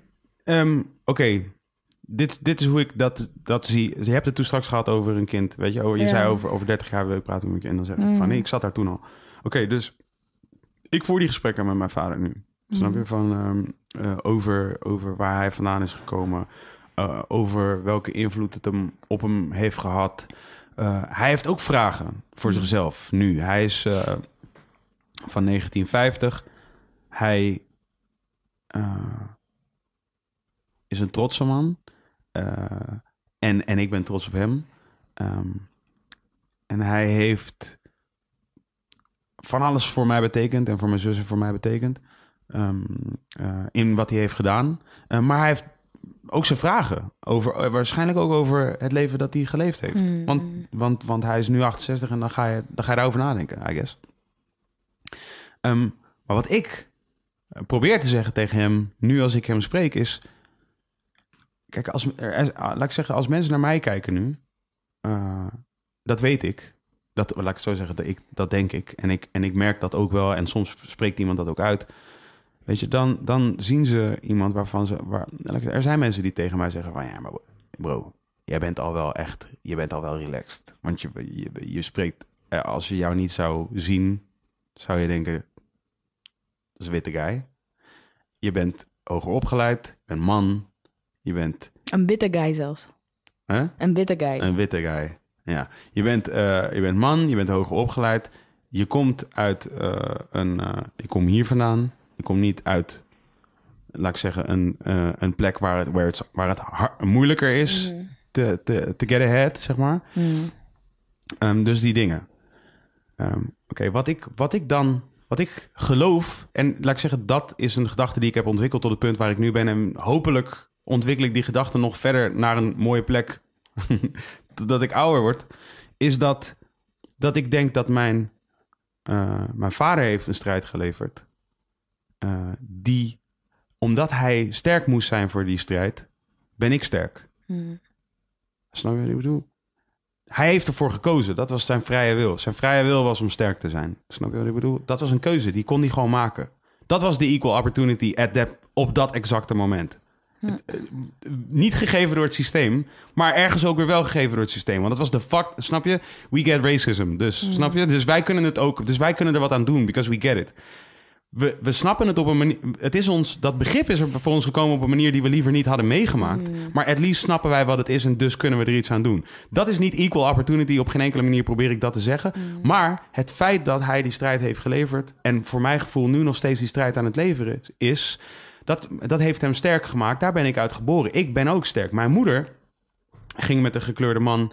Dit is hoe ik dat zie. Je hebt het toen straks gehad over een kind. Weet je, je zei over 30 jaar wil ik praten met mijn kind. En dan zeg ik van nee, ik zat daar toen al. Oké, dus ik voer die gesprekken met mijn vader nu. Snap je? Van over waar hij vandaan is gekomen. Over welke invloed het op hem heeft gehad. Hij heeft ook vragen voor zichzelf nu. Hij is van 1950. Hij is een trotse man. En ik ben trots op hem. En hij heeft van alles voor mij betekend... en voor mijn zus en voor mij betekend... in wat hij heeft gedaan. Maar hij heeft ook zijn vragen. Waarschijnlijk ook over het leven dat hij geleefd heeft. Want hij is nu 68 en dan ga je daarover nadenken, I guess. Maar wat ik probeer te zeggen tegen hem... nu als ik hem spreek is... Kijk, laat ik zeggen, als mensen naar mij kijken nu... dat weet ik. Laat ik het zo zeggen, dat denk ik. En ik merk dat ook wel. En soms spreekt iemand dat ook uit. Weet je, dan zien ze iemand waarvan ze... er zijn mensen die tegen mij zeggen van... ja, maar bro, jij bent al wel relaxed. Want je spreekt... als je jou niet zou zien... zou je denken... dat is een witte guy. Je bent hoger opgeleid, een man... Je bent... Een witte guy zelfs. Huh? Een witte guy. Een witte guy, ja. Je bent man, je bent hoger opgeleid. Je komt uit ik kom hier vandaan. Ik kom niet uit, laat ik zeggen, een plek waar het moeilijker is te get ahead, zeg maar. Dus die dingen. Oké, wat ik geloof... en laat ik zeggen, dat is een gedachte die ik heb ontwikkeld... tot het punt waar ik nu ben. En hopelijk ontwikkel ik die gedachte nog verder naar een mooie plek... dat ik ouder word... is dat ik denk dat mijn vader heeft een strijd geleverd... die, omdat hij sterk moest zijn voor die strijd... ben ik sterk. Snap je wat ik bedoel? Hij heeft ervoor gekozen. Dat was zijn vrije wil. Zijn vrije wil was om sterk te zijn. Snap je wat ik bedoel? Dat was een keuze. Die kon hij gewoon maken. Dat was de equal opportunity op dat exacte moment. Niet gegeven door het systeem, maar ergens ook weer wel gegeven door het systeem. Want dat was de fact, snap je? We get racism. Dus, snap je? Dus wij kunnen het ook. Dus wij kunnen er wat aan doen, because we get it. We snappen het op een manier... Dat begrip is er voor ons gekomen op een manier die we liever niet hadden meegemaakt. Maar at least snappen wij wat het is en dus kunnen we er iets aan doen. Dat is niet equal opportunity. Op geen enkele manier probeer ik dat te zeggen. Maar het feit dat hij die strijd heeft geleverd... en voor mijn gevoel nu nog steeds die strijd aan het leveren is... Dat heeft hem sterk gemaakt. Daar ben ik uit geboren. Ik ben ook sterk. Mijn moeder ging met een gekleurde man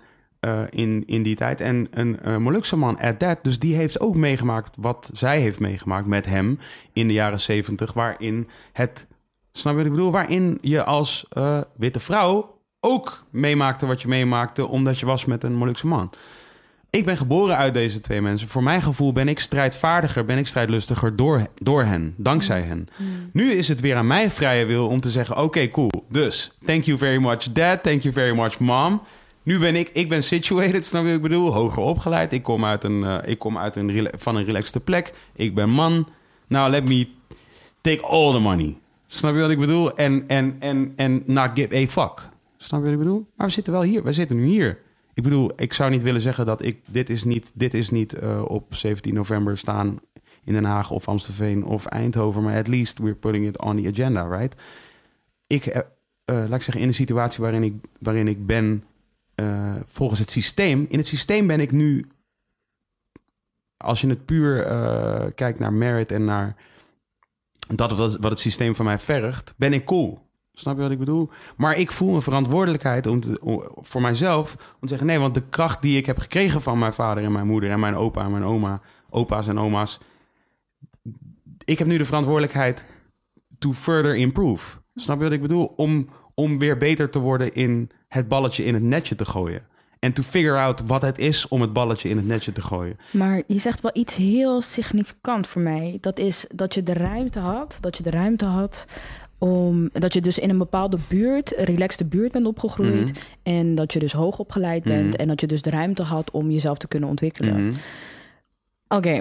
in die tijd. En een Molukse man at that. Dus die heeft ook meegemaakt wat zij heeft meegemaakt met hem in de jaren 70. Waarin snap je wat ik bedoel? Waarin je als witte vrouw ook meemaakte wat je meemaakte, omdat je was met een Molukse man. Ik ben geboren uit deze twee mensen. Voor mijn gevoel ben ik strijdvaardiger, ben ik strijdlustiger door hen, dankzij hen. Nu is het weer aan mijn vrije wil om te zeggen, oké, cool. Dus, thank you very much dad, thank you very much mom. Nu ben ik ben situated, snap je wat ik bedoel? Hoger opgeleid. Ik kom van een relaxte plek. Ik ben man. Now let me take all the money. Snap je wat ik bedoel? En not give a fuck. Snap je wat ik bedoel? Maar we zitten wel hier. We zitten nu hier. Ik bedoel, ik zou niet willen zeggen dat dit is niet op 17 november staan in Den Haag of Amstelveen of Eindhoven. Maar at least we're putting it on the agenda, right? Laat ik zeggen, in de situatie waarin ik ben volgens het systeem. In het systeem ben ik nu, als je het puur kijkt naar merit en naar wat het systeem van mij vergt, ben ik cool. Snap je wat ik bedoel? Maar ik voel een verantwoordelijkheid voor mijzelf om te zeggen, nee, want de kracht die ik heb gekregen van mijn vader en mijn moeder en mijn opa en mijn oma, opa's en oma's, ik heb nu de verantwoordelijkheid to further improve. Snap je wat ik bedoel? Om weer beter te worden in het balletje in het netje te gooien. En to figure out wat het is om het balletje in het netje te gooien. Maar je zegt wel iets heel significant voor mij. Dat is dat je de ruimte had dat je dus in een bepaalde buurt, een relaxte buurt bent opgegroeid. En dat je dus hoog opgeleid bent. En dat je dus de ruimte had om jezelf te kunnen ontwikkelen. Oké.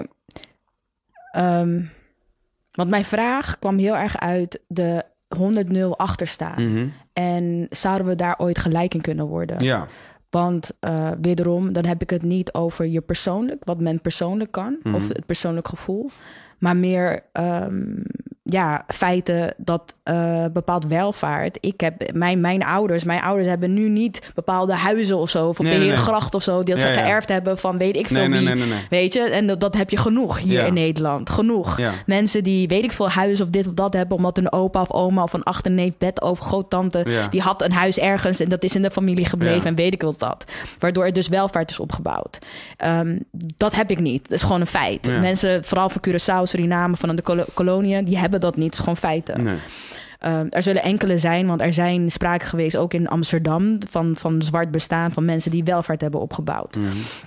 Want mijn vraag kwam heel erg uit de 100-0 achterstaan. En zouden we daar ooit gelijk in kunnen worden? Ja. Want wederom, dan heb ik het niet over je persoonlijk, wat men persoonlijk kan, of het persoonlijk gevoel. Maar meer feiten dat bepaald welvaart. Ik heb mijn ouders hebben nu niet bepaalde huizen of zo, of op de Herengracht of zo, die ze geërfd hebben van weet ik veel wie. Nee. Weet je, en dat heb je genoeg hier in Nederland. Genoeg. Ja. Mensen die weet ik veel huizen of dit of dat hebben, omdat een opa of oma of een achterneef, bed over groottante, die had een huis ergens en dat is in de familie gebleven en weet ik wat dat. Waardoor er dus welvaart is opgebouwd. Dat heb ik niet. Dat is gewoon een feit. Ja. Mensen, vooral van Curaçao, Suriname, van de koloniën, die hebben dat niet. Het is gewoon feiten. Nee. Er zullen enkele zijn, want er zijn sprake geweest, ook in Amsterdam, van zwart bestaan, van mensen die welvaart hebben opgebouwd.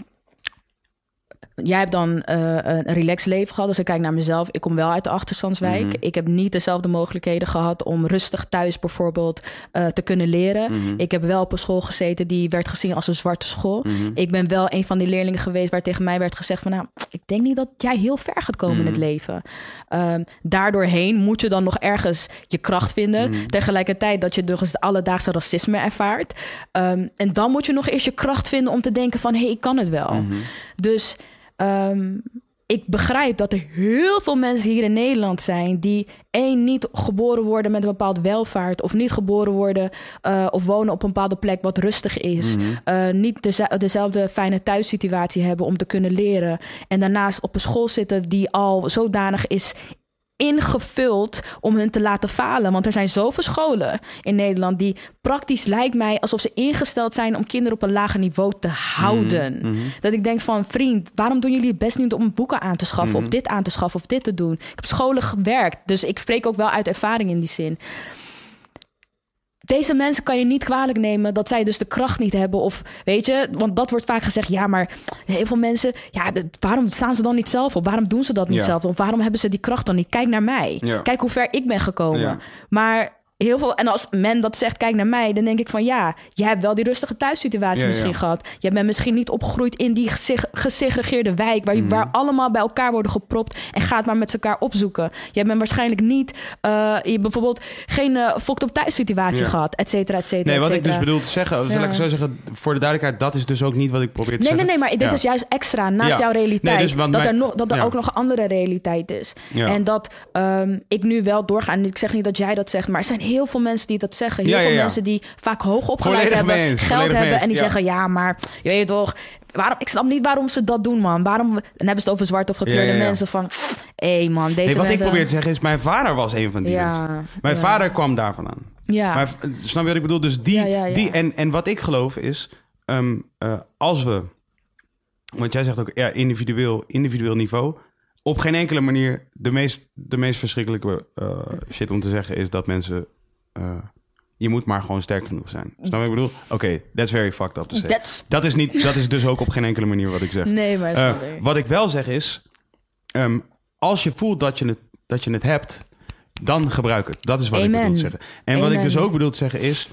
Jij hebt dan een relaxed leven gehad. Als ik kijk naar mezelf, ik kom wel uit de achterstandswijk. Ik heb niet dezelfde mogelijkheden gehad om rustig thuis bijvoorbeeld te kunnen leren. Ik heb wel op een school gezeten die werd gezien als een zwarte school. Ik ben wel een van die leerlingen geweest waar tegen mij werd gezegd van, nou, ik denk niet dat jij heel ver gaat komen in het leven. Daardoorheen moet je dan nog ergens je kracht vinden. Tegelijkertijd dat je nog eens het alledaagse racisme ervaart. En dan moet je nog eerst je kracht vinden om te denken van, hey, ik kan het wel. Dus ik begrijp dat er heel veel mensen hier in Nederland zijn die niet geboren worden met een bepaald welvaart, of niet geboren worden of wonen op een bepaalde plek wat rustig is, niet dezelfde fijne thuissituatie hebben om te kunnen leren en daarnaast op een school zitten die al zodanig is ingevuld om hun te laten falen. Want er zijn zoveel scholen in Nederland die praktisch, lijkt mij, alsof ze ingesteld zijn om kinderen op een lager niveau te houden. Dat ik denk van, vriend, waarom doen jullie het best niet om boeken aan te schaffen of dit aan te schaffen of dit te doen? Ik heb scholen gewerkt, dus ik spreek ook wel uit ervaring in die zin. Deze mensen kan je niet kwalijk nemen dat zij dus de kracht niet hebben. Of weet je, want dat wordt vaak gezegd, ja, maar heel veel mensen, ja, waarom staan ze dan niet zelf op? Waarom doen ze dat niet zelf? Of waarom hebben ze die kracht dan niet? Kijk naar mij. Ja. Kijk hoe ver ik ben gekomen. Ja. Maar heel veel, en als men dat zegt, kijk naar mij, dan denk ik van ja, je hebt wel die rustige thuissituatie misschien gehad. Je bent misschien niet opgegroeid in die gesegregeerde wijk waar allemaal bij elkaar worden gepropt en gaat maar met elkaar opzoeken. Je bent waarschijnlijk niet, je bijvoorbeeld geen fokt op thuissituatie gehad, et cetera, et cetera. Nee, wat ik dus bedoel te zeggen, zal ik zo zeggen, voor de duidelijkheid, dat is dus ook niet wat ik probeer te zeggen. Nee, maar dit is juist extra naast jouw realiteit. Nee, dus dat er ook nog een andere realiteit is. Ja. En dat ik nu wel doorga, en ik zeg niet dat jij dat zegt, maar er zijn heel veel mensen die dat zeggen. Heel veel mensen die vaak hoog opgeleid hebben, geld hebben en die zeggen, ja, maar je weet toch, ik snap niet waarom ze dat doen, man. Dan hebben ze het over zwart of gekleurde mensen van, hé man, deze wat mensen... ik probeer te zeggen is, mijn vader was een van die mensen. Mijn vader kwam daar vandaan. Ja. Maar snap je wat ik bedoel? Dus die en wat ik geloof is, als we... Want jij zegt ook individueel niveau. Op geen enkele manier de meest verschrikkelijke shit om te zeggen is dat mensen... je moet maar gewoon sterk genoeg zijn. Snap je wat ik bedoel? Oké, that's very fucked up to say. Dat is dus ook op geen enkele manier wat ik zeg. Nee, maar wat ik wel zeg is... als je voelt dat je het hebt... dan gebruik het. Dat is wat ik bedoel te zeggen. En wat ik dus ook bedoel te zeggen is...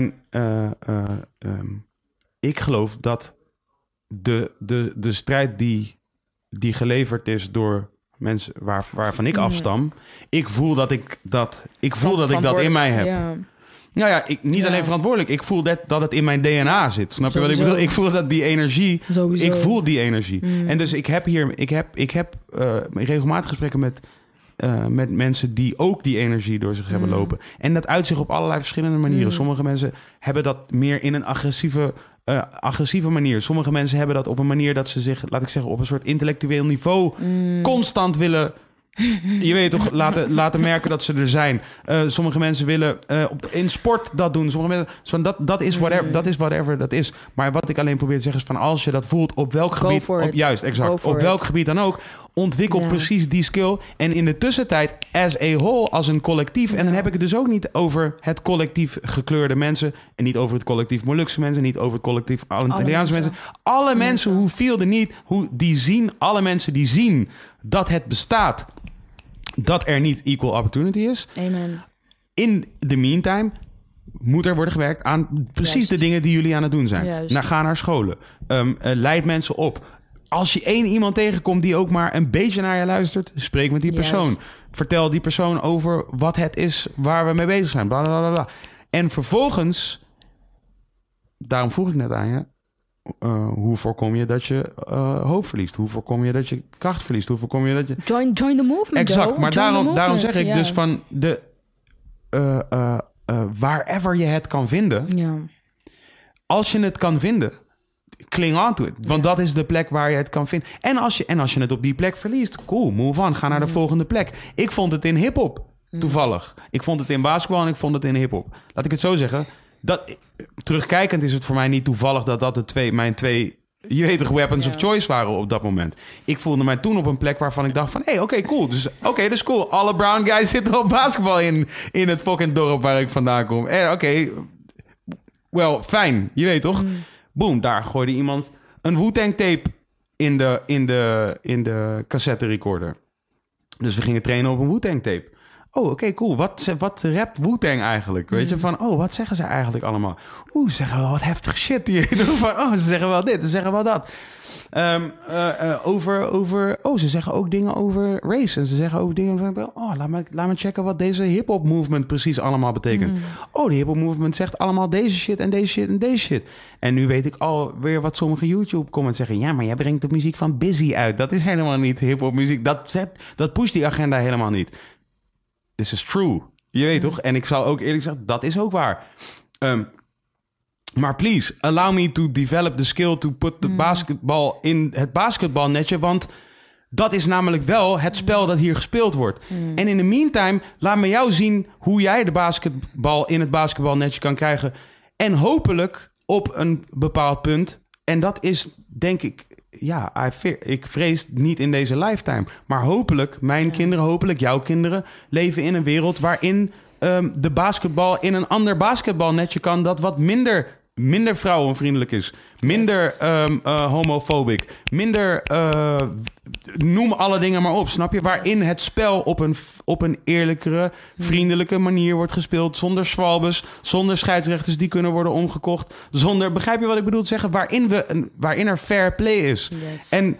ik geloof dat de strijd die geleverd is door mensen waarvan ik afstam... ik voel dat ik dat in mij heb. Ja. Nou ja, niet alleen verantwoordelijk. Ik voel dat het in mijn DNA zit. Snap je wat ik bedoel? Ik voel dat die energie... Sowieso. Ik voel die energie. En dus ik heb regelmatig gesprekken met mensen die ook die energie door zich hebben lopen. En dat uit zich op allerlei verschillende manieren. Sommige mensen hebben dat meer in een agressieve manier. Sommige mensen hebben dat op een manier dat ze zich, laat ik zeggen, op een soort intellectueel niveau constant willen... Je weet toch, laten merken dat ze er zijn. Sommige mensen willen in sport dat doen. Sommige mensen, dat is whatever dat is. Maar wat ik alleen probeer te zeggen is van als je dat voelt op welk gebied, op welk gebied dan ook, ontwikkel precies die skill. En in de tussentijd as a whole, als een collectief. En dan heb ik het dus ook niet over het collectief gekleurde mensen en niet over het collectief Molukse mensen, niet over het collectief Italiaanse mensen. Alle mensen who feel the need, alle mensen die zien dat het bestaat, dat er niet equal opportunity is. Amen. In the meantime moet er worden gewerkt aan precies de dingen die jullie aan het doen zijn. Ga naar scholen. Leid mensen op. Als je één iemand tegenkomt die ook maar een beetje naar je luistert, spreek met die persoon. Juist. Vertel die persoon over wat het is waar we mee bezig zijn. Bla, bla, bla, bla. En vervolgens, daarom vroeg ik net aan je, hoe voorkom je dat je hoop verliest? Hoe voorkom je dat je kracht verliest? Hoe voorkom je dat je... Join the movement, exact, Joe. maar daarom zeg ik dus van de wherever je het kan vinden. Ja. Als je het kan vinden, cling on to it. Want dat is de plek waar je het kan vinden. En als je het op die plek verliest, cool, move on. Ga naar de volgende plek. Ik vond het in hiphop toevallig. Ik vond het in basketbal en ik vond het in hiphop. Laat ik het zo zeggen. Terugkijkend is het voor mij niet toevallig dat mijn twee je weet toch, weapons of choice waren op dat moment. Ik voelde mij toen op een plek waarvan ik dacht van... oké, cool. Dus dat is cool. Alle brown guys zitten op basketbal in het fucking dorp waar ik vandaan kom. Wel, fijn. Je weet toch? Boom, daar gooide iemand een Wu-Tang tape in de cassette recorder. Dus we gingen trainen op een Wu-Tang tape. Oké, cool. Wat rapt Wu-Tang eigenlijk? Weet je, van, wat zeggen ze eigenlijk allemaal? Ze zeggen wel wat heftig shit. Ze zeggen wel dit, ze zeggen wel dat. Ze zeggen ook dingen over race. En ze zeggen ook dingen laat me checken wat deze hip-hop movement precies allemaal betekent. De hip-hop movement zegt allemaal deze shit en deze shit en deze shit. En nu weet ik alweer wat sommige YouTube-comments zeggen. Ja, maar jij brengt de muziek van Busy uit. Dat is helemaal niet hip-hop muziek. Dat pusht die agenda helemaal niet. This is true. Je weet toch? En ik zal ook eerlijk zeggen, dat is ook waar. Maar please, allow me to develop the skill to put the basketbal in het basketbalnetje. Want dat is namelijk wel het spel dat hier gespeeld wordt. En in the meantime, laat me jou zien hoe jij de basketbal in het basketbalnetje kan krijgen. En hopelijk op een bepaald punt. En dat is, denk ik... Ja, ik vrees niet in deze lifetime. Maar hopelijk, mijn kinderen, hopelijk jouw kinderen... leven in een wereld waarin de basketbal in een ander basketbalnetje kan... dat wat minder vrouwenvriendelijk is. Minder homofobic. Minder... noem alle dingen maar op, snap je? Waarin het spel op een eerlijkere, vriendelijke manier wordt gespeeld. Zonder zwalbes, zonder scheidsrechters die kunnen worden omgekocht. Begrijp je wat ik bedoel te zeggen? Waarin er fair play is. Yes. En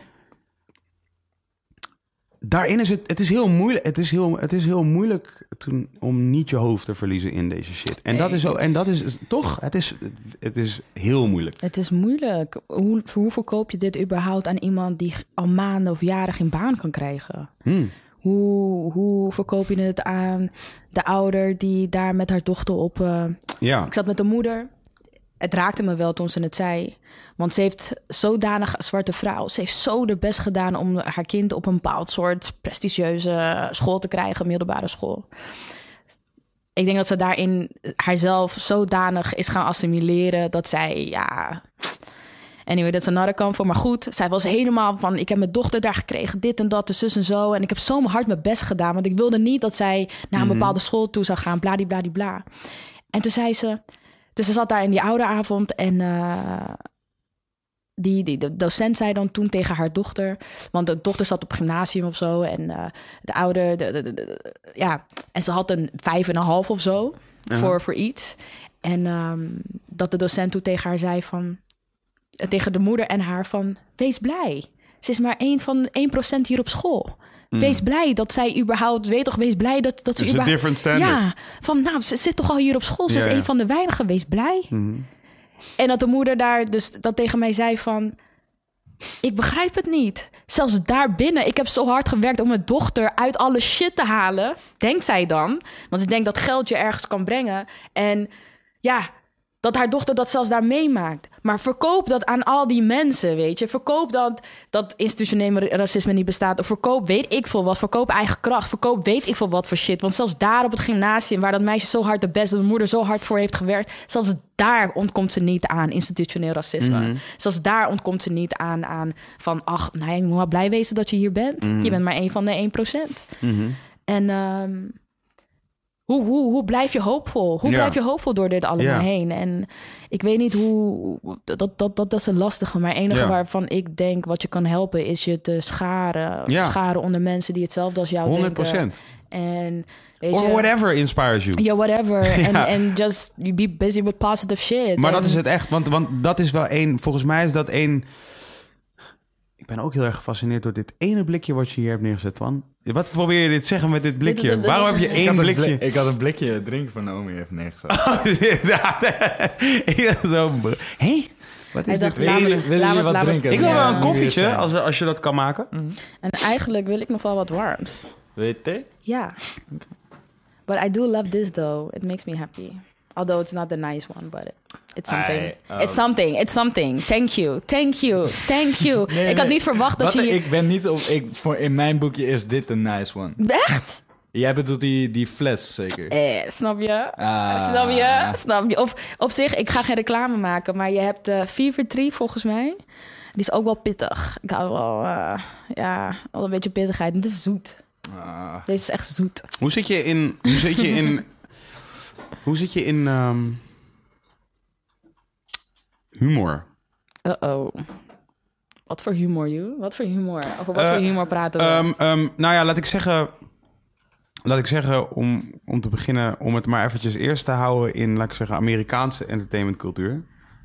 daarin is het is heel moeilijk. Het is heel moeilijk om niet je hoofd te verliezen in deze shit. En dat is toch. Het is heel moeilijk. Het is moeilijk. Hoe verkoop je dit überhaupt aan iemand die al maanden of jaren geen baan kan krijgen? Hoe verkoop je het aan de ouder die daar met haar dochter op... Ik zat met de moeder. Het raakte me wel toen ze het zei. Want ze heeft zodanig, zwarte vrouw... ze heeft zo haar best gedaan om haar kind... op een bepaald soort prestigieuze school te krijgen, middelbare school. Ik denk dat ze daarin haarzelf zodanig is gaan assimileren... dat zij, Anyway, dat is another kant voor. Maar goed, zij was helemaal van... ik heb mijn dochter daar gekregen, dit en dat, de zus en zo. En ik heb zo hard mijn best gedaan. Want ik wilde niet dat zij naar een bepaalde school toe zou gaan. Bladibladibla. En toen zei ze... Dus ze zat daar in die ouderavond en... de docent zei dan toen tegen haar dochter... want de dochter zat op gymnasium of zo... en de ouder... en ze had een 5,5 of zo... voor iets. En dat de docent toen tegen haar zei van... tegen de moeder en haar van... wees blij. Ze is maar 1% hier op school. Wees blij dat zij überhaupt... weet toch, wees blij dat ze überhaupt... een different standard. Ja, van nou, ze zit toch al hier op school. Ze is een van de weinigen. Wees blij. En dat de moeder daar dus dat tegen mij zei van... ik begrijp het niet. Zelfs daarbinnen. Ik heb zo hard gewerkt om mijn dochter uit alle shit te halen. Denkt zij dan. Want ik denk dat geld je ergens kan brengen. En ja, dat haar dochter dat zelfs daar meemaakt. Maar verkoop dat aan al die mensen, weet je. Verkoop dat institutioneel racisme niet bestaat. Of verkoop weet ik veel wat. Verkoop eigen kracht. Verkoop weet ik veel wat voor shit. Want zelfs daar op het gymnasium... waar dat meisje zo hard de beste... de moeder zo hard voor heeft gewerkt... zelfs daar ontkomt ze niet aan institutioneel racisme. Zelfs daar ontkomt ze niet aan van... ach, nou, je moet wel blij wezen dat je hier bent. Je bent maar een van de 1%. En... Hoe blijf je hoopvol? Hoe blijf je hoopvol door dit allemaal heen? En ik weet niet hoe... Dat is een lastige. Maar het enige waarvan ik denk... wat je kan helpen is je te scharen. Scharen onder mensen die hetzelfde als jou 100%. denken. En or whatever inspires you. Ja, whatever. En just you be busy with positive shit. Maar dat is het echt. Want dat is wel één... Volgens mij is dat één... Ik ben ook heel erg gefascineerd door dit ene blikje wat je hier hebt neergezet, Twan. Wat probeer je dit zeggen met dit blikje? Waarom heb je één blikje? Ik had een blikje drinken van Naomi heeft neergezet. Hé? Wat is dit? Wil je wat drinken? Ik wil wel een koffietje, als je dat kan maken. En eigenlijk wil ik nog wel wat warms. Wil je thee? Ja. But I do love this though. It makes me happy. Although it's not the nice one, but it's something. It's something. It's something. Thank you. Thank you. Thank you. Ik had niet verwacht dat je... Ik ben niet op... in mijn boekje is dit een nice one. Echt? Jij bedoelt die fles zeker? Snap je? Snap je? Of op zich, ik ga geen reclame maken, maar je hebt Fever Tree volgens mij. Die is ook wel pittig. Ik hou wel, wel een beetje pittigheid. En dit is zoet. Deze is echt zoet. Hoe zit je in humor? Wat voor humor, you? Wat voor humor? Over wat voor humor praten we? Nou ja, laat ik zeggen om te beginnen... om het maar eventjes eerst te houden in, laat ik zeggen... Amerikaanse entertainmentcultuur.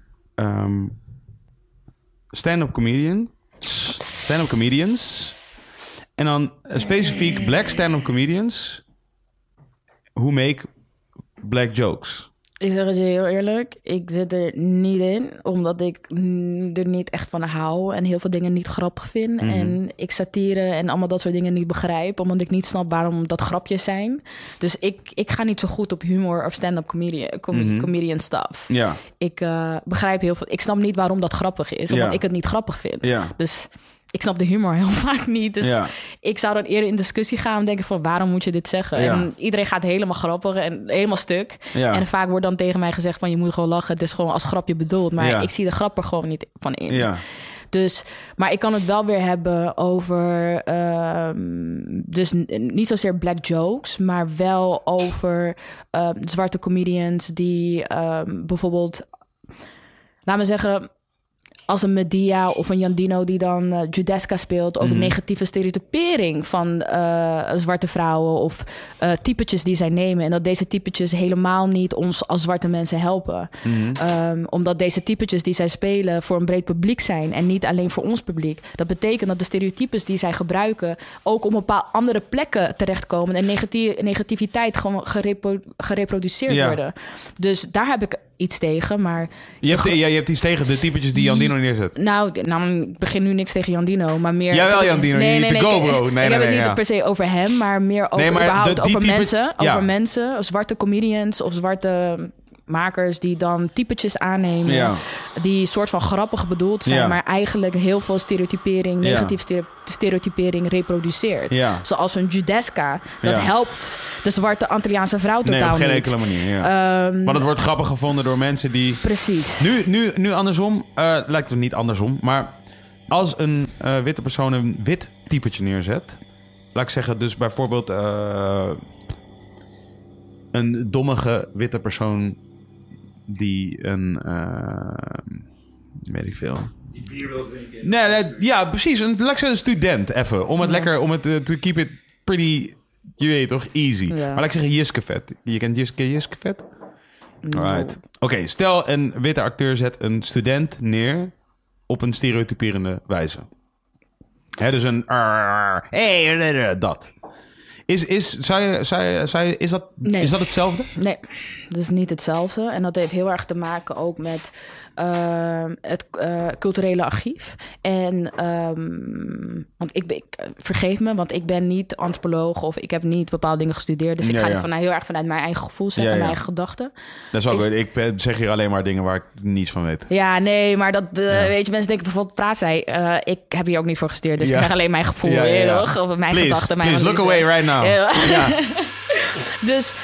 Stand-up comedians. En dan specifiek black stand-up comedians... who make black jokes. Ik zeg het je heel eerlijk, ik zit er niet in, omdat ik er niet echt van hou en heel veel dingen niet grappig vind. En ik satire en allemaal dat soort dingen niet begrijp, omdat ik niet snap waarom dat grapjes zijn. Dus ik ga niet zo goed op humor of stand-up comedian stuff. Ja. Ik begrijp heel veel, ik snap niet waarom dat grappig is, omdat ik het niet grappig vind. Ja. Dus... ik snap de humor heel vaak niet. Dus ik zou dan eerder in discussie gaan en denken van... waarom moet je dit zeggen? Ja. En iedereen gaat helemaal grappig en helemaal stuk. Ja. En vaak wordt dan tegen mij gezegd van... je moet gewoon lachen, het is gewoon als grapje bedoeld. Maar ik zie de grap er gewoon niet van in. Ja. Dus, maar ik kan het wel weer hebben over... dus niet zozeer black jokes... maar wel over zwarte comedians die bijvoorbeeld... laat me zeggen... als een Medea of een Jandino die dan Judeska speelt... over negatieve stereotypering van zwarte vrouwen... of typetjes die zij nemen. En dat deze typetjes helemaal niet ons als zwarte mensen helpen. Omdat deze typetjes die zij spelen voor een breed publiek zijn... en niet alleen voor ons publiek. Dat betekent dat de stereotypes die zij gebruiken... ook op een paar andere plekken terechtkomen... en negativiteit gewoon gereproduceerd worden. Dus daar heb ik... iets tegen, maar... Je hebt iets tegen de typetjes die Jandino neerzet? Nou, ik begin nu niks tegen Jandino, maar meer... Jawel, Jandino, je niet to go, bro. Ik heb het niet per se over hem, maar meer over überhaupt over mensen. Over mensen, zwarte comedians of zwarte makers die dan typetjes aannemen... Ja. die soort van grappig bedoeld zijn... Ja. maar eigenlijk heel veel stereotypering, negatieve stereotypering reproduceert. Ja. Zoals een Judesca. Dat Ja. helpt de zwarte Antilliaanse vrouw Nee, totaal op geen niet. enkele manier. Ja. Maar het wordt grappig gevonden door mensen die... Precies. Nu andersom, lijkt het niet andersom, maar als een witte persoon een wit typetje neerzet, laat ik zeggen, dus bijvoorbeeld een dommige witte persoon die een, weet ik veel. Die bier wil drinken. Nee, ja, precies. Laat ik zeggen, een student even, om het lekker, om het to keep it pretty, je weet toch, easy. Ja. Maar laat ik zeggen, Jiskevet. Je kent Jiskevet? Alright. Oké, stel een witte acteur zet een student neer op een stereotyperende wijze. Hè, dus een... dat. Is dat Nee. is dat hetzelfde? Nee, dat is niet hetzelfde. En dat heeft heel erg te maken ook met het culturele archief. En want ik vergeef me, want ik ben niet antropoloog of ik heb niet bepaalde dingen gestudeerd. Dus ik ga het heel erg vanuit mijn eigen gevoel zeggen, mijn eigen gedachten. Dat is ook, ik zeg hier alleen maar dingen waar ik niets van weet. Ja, nee, maar dat weet je, mensen denken bijvoorbeeld, Praat zei, ik heb hier ook niet voor gestudeerd, dus ik zeg alleen mijn gevoel, of mijn gedachten, mijn please, look analyse. away right now. Ja. Dus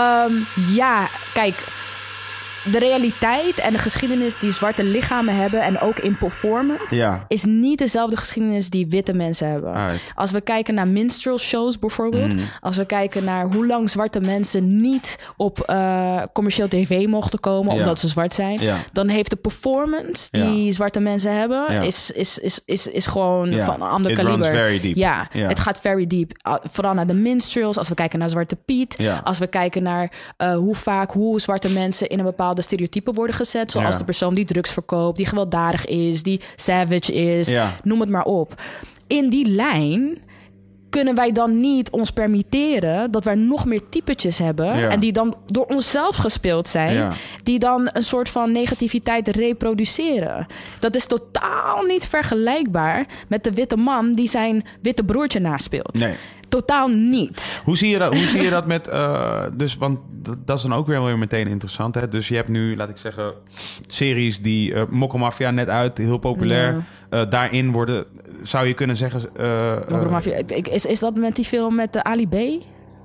kijk, de realiteit en de geschiedenis die zwarte lichamen hebben en ook in performance is niet dezelfde geschiedenis die witte mensen hebben. Right. Als we kijken naar minstrel shows bijvoorbeeld, als we kijken naar hoe lang zwarte mensen niet op commercieel tv mochten komen omdat ze zwart zijn, dan heeft de performance die zwarte mensen hebben is gewoon van een ander It kaliber. runs very deep. Ja, het gaat very deep. Vooral naar de minstrels, als we kijken naar Zwarte Piet, als we kijken naar hoe zwarte mensen in een bepaalde stereotypen worden gezet, zoals de persoon die drugs verkoopt, die gewelddadig is, die savage is, noem het maar op. In die lijn kunnen wij dan niet ons permitteren dat wij nog meer typetjes hebben en die dan door onszelf gespeeld zijn, die dan een soort van negativiteit reproduceren. Dat is totaal niet vergelijkbaar met de witte man die zijn witte broertje naspeelt. Nee. Totaal niet. Hoe zie je dat met... dus, want dat is dan ook weer meteen interessant. Hè? Dus je hebt nu, laat ik zeggen, series die... Mokkelmafia net uit, heel populair. Daarin worden... Zou je kunnen zeggen... Mokkelmafia. Is dat met die film met Ali B?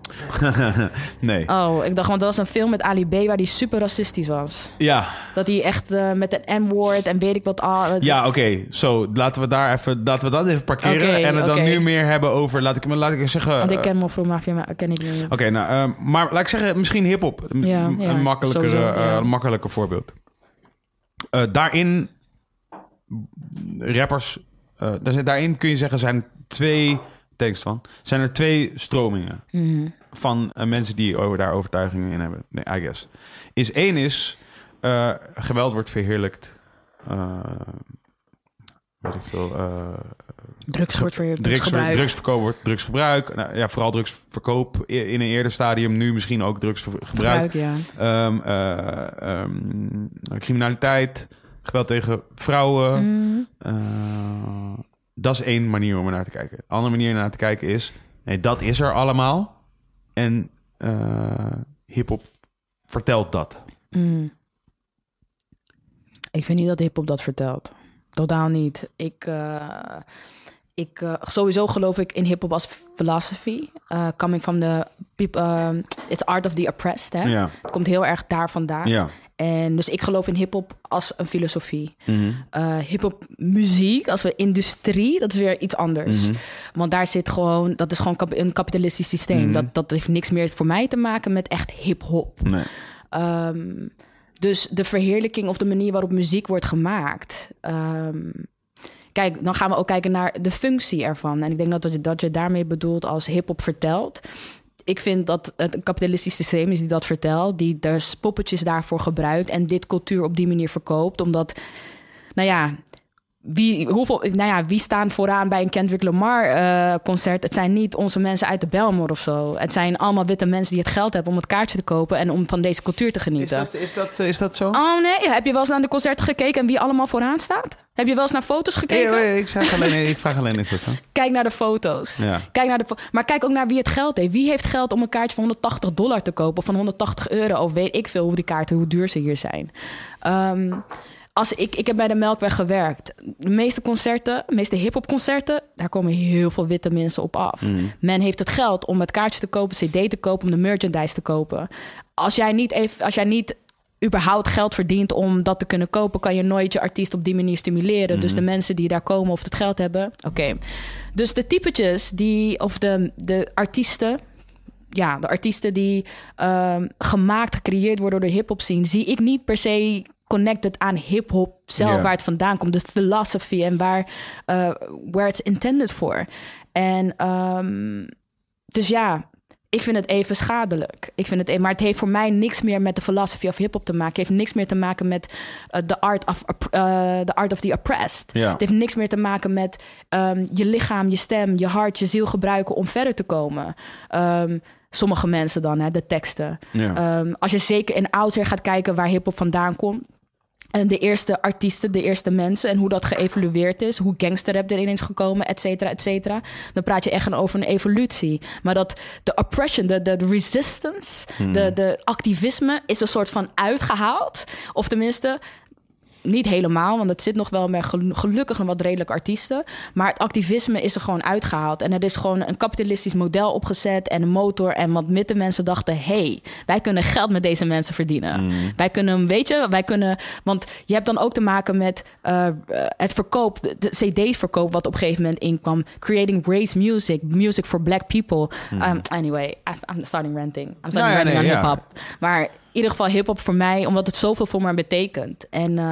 Nee. Oh, ik dacht, want dat was een film met Ali B waar die super racistisch was. Ja. Dat hij echt met een M-woord en weet ik wat... Ja, oké. Zo, laten we dat even parkeren. En het dan nu meer hebben over... Laat ik zeggen... Want ik ken Mokkelmafia, maar ken ik niet. Oké, maar laat ik zeggen, misschien hiphop. Een makkelijker voorbeeld. Daarin... Rappers... daarin kun je zeggen, zijn er twee stromingen van mensen die daar overtuigingen in hebben. Nee, I guess. Één is geweld wordt verheerlijkt. Weet ik veel. Drugs wordt verheerlijkt. Drugsverkoop wordt drugsgebruik. Nou, ja, vooral drugsverkoop in een eerder stadium. Nu misschien ook drugsgebruik. Criminaliteit. Geweld tegen vrouwen. Dat is één manier om er naar te kijken. De andere manier naar te kijken is... Nee, dat is er allemaal. En hiphop vertelt dat. Ik vind niet dat hiphop dat vertelt. Totaal niet. Sowieso geloof ik in hiphop als philosophy. Coming from the people... it's art of the oppressed. Hè? Ja. Het komt heel erg daar vandaan. Ja. En dus ik geloof in hiphop als een filosofie. Hiphop muziek, als we industrie, dat is weer iets anders. Want daar zit gewoon, dat is gewoon een kapitalistisch systeem. Dat heeft niks meer voor mij te maken met echt hip-hop. Nee. Dus de verheerlijking of de manier waarop muziek wordt gemaakt. Kijk, dan gaan we ook kijken naar de functie ervan. En ik denk dat je daarmee bedoelt als hip-hop vertelt. Ik vind dat het een kapitalistisch systeem is die dat vertelt, die dus poppetjes daarvoor gebruikt en dit cultuur op die manier verkoopt. Omdat, wie staan vooraan bij een Kendrick Lamar concert? Het zijn niet onze mensen uit de Belmore of zo. Het zijn allemaal witte mensen die het geld hebben om het kaartje te kopen en om van deze cultuur te genieten. Is dat zo? Oh nee, heb je wel eens naar de concerten gekeken en wie allemaal vooraan staat? Heb je wel eens naar foto's gekeken? Ik vraag alleen, is dat zo? Kijk naar de foto's. Ja. Maar kijk ook naar wie het geld heeft. Wie heeft geld om een kaartje van $180 te kopen of van €180 of weet ik veel hoe die kaarten, hoe duur ze hier zijn. Ik heb bij de Melkweg gewerkt. De meeste hiphopconcerten, daar komen heel veel witte mensen op af. Men heeft het geld om het kaartje te kopen, CD te kopen, om de merchandise te kopen. Als jij niet überhaupt geld verdient om dat te kunnen kopen, kan je nooit je artiest op die manier stimuleren. Dus de mensen die daar komen of het geld hebben, oké. Dus de typetjes de artiesten. Ja, de artiesten die gecreëerd worden door de hip-hop scene, zie ik niet per se connected aan hip-hop zelf, waar het vandaan komt, de philosophy en where it's intended for. En dus ja, ik vind het even schadelijk. Maar het heeft voor mij niks meer met de philosophy of hip-hop te maken. Het heeft niks meer te maken met the art of the oppressed. Ja. Het heeft niks meer te maken met je lichaam, je stem, je hart, je ziel gebruiken om verder te komen. Sommige mensen dan, de teksten. Ja. Als je zeker in oudsher gaat kijken waar hip-hop vandaan komt, en de eerste artiesten, de eerste mensen en hoe dat geëvolueerd is, hoe gangsterrap erin is gekomen, et cetera, dan praat je echt over een evolutie. Maar dat de oppression, de resistance, de activisme is een soort van uitgehaald. Of tenminste, niet helemaal, want het zit nog wel met gelukkig een wat redelijk artiesten. Maar het activisme is er gewoon uitgehaald. En er is gewoon een kapitalistisch model opgezet en een motor. En wat witte mensen dachten, wij kunnen geld met deze mensen verdienen. Wij kunnen, want je hebt dan ook te maken met het verkoop, de CD-verkoop wat op een gegeven moment inkwam. Creating race music for black people. Anyway, I'm starting ranting. I'm starting ranting on hip-hop. Maar in ieder geval hip-hop voor mij, omdat het zoveel voor me betekent.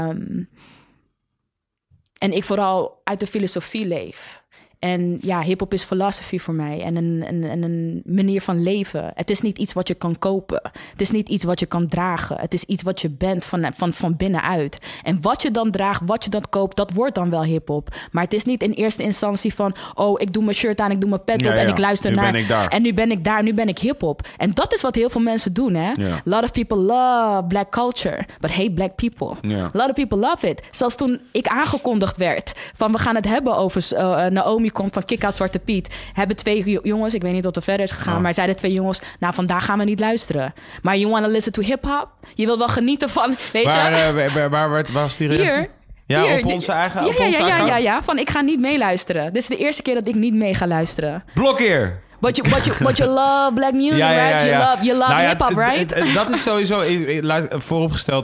En ik vooral uit de filosofie leef. En ja, hip-hop is philosophy voor mij en een manier van leven. Het is niet iets wat je kan kopen. Het is niet iets wat je kan dragen. Het is iets wat je bent van binnenuit. En wat je dan draagt, wat je dan koopt, dat wordt dan wel hip-hop. Maar het is niet in eerste instantie van, ik doe mijn shirt aan, ik doe mijn pet op en ik luister naar. En nu ben ik daar, nu ben ik hip-hop. En dat is wat heel veel mensen doen, hè? Yeah. A lot of people love black culture, but hate black people. Yeah. A lot of people love it. Zelfs toen ik aangekondigd werd van, we gaan het hebben over Naomi komt van Kick Out Zwarte Piet, hebben 2 jongens, ik weet niet wat er verder is gegaan, maar zeiden 2 jongens, vandaag gaan we niet luisteren. Maar you want to listen to hip-hop? Je wilt wel genieten van, weet je? Waar was die reactie? Hier. Op onze eigen Ja, van ik ga niet meeluisteren. Dit is de eerste keer dat ik niet mee ga luisteren. Blokkeer! But you love black music, right? You love hip-hop, right? Dat is sowieso, vooropgesteld,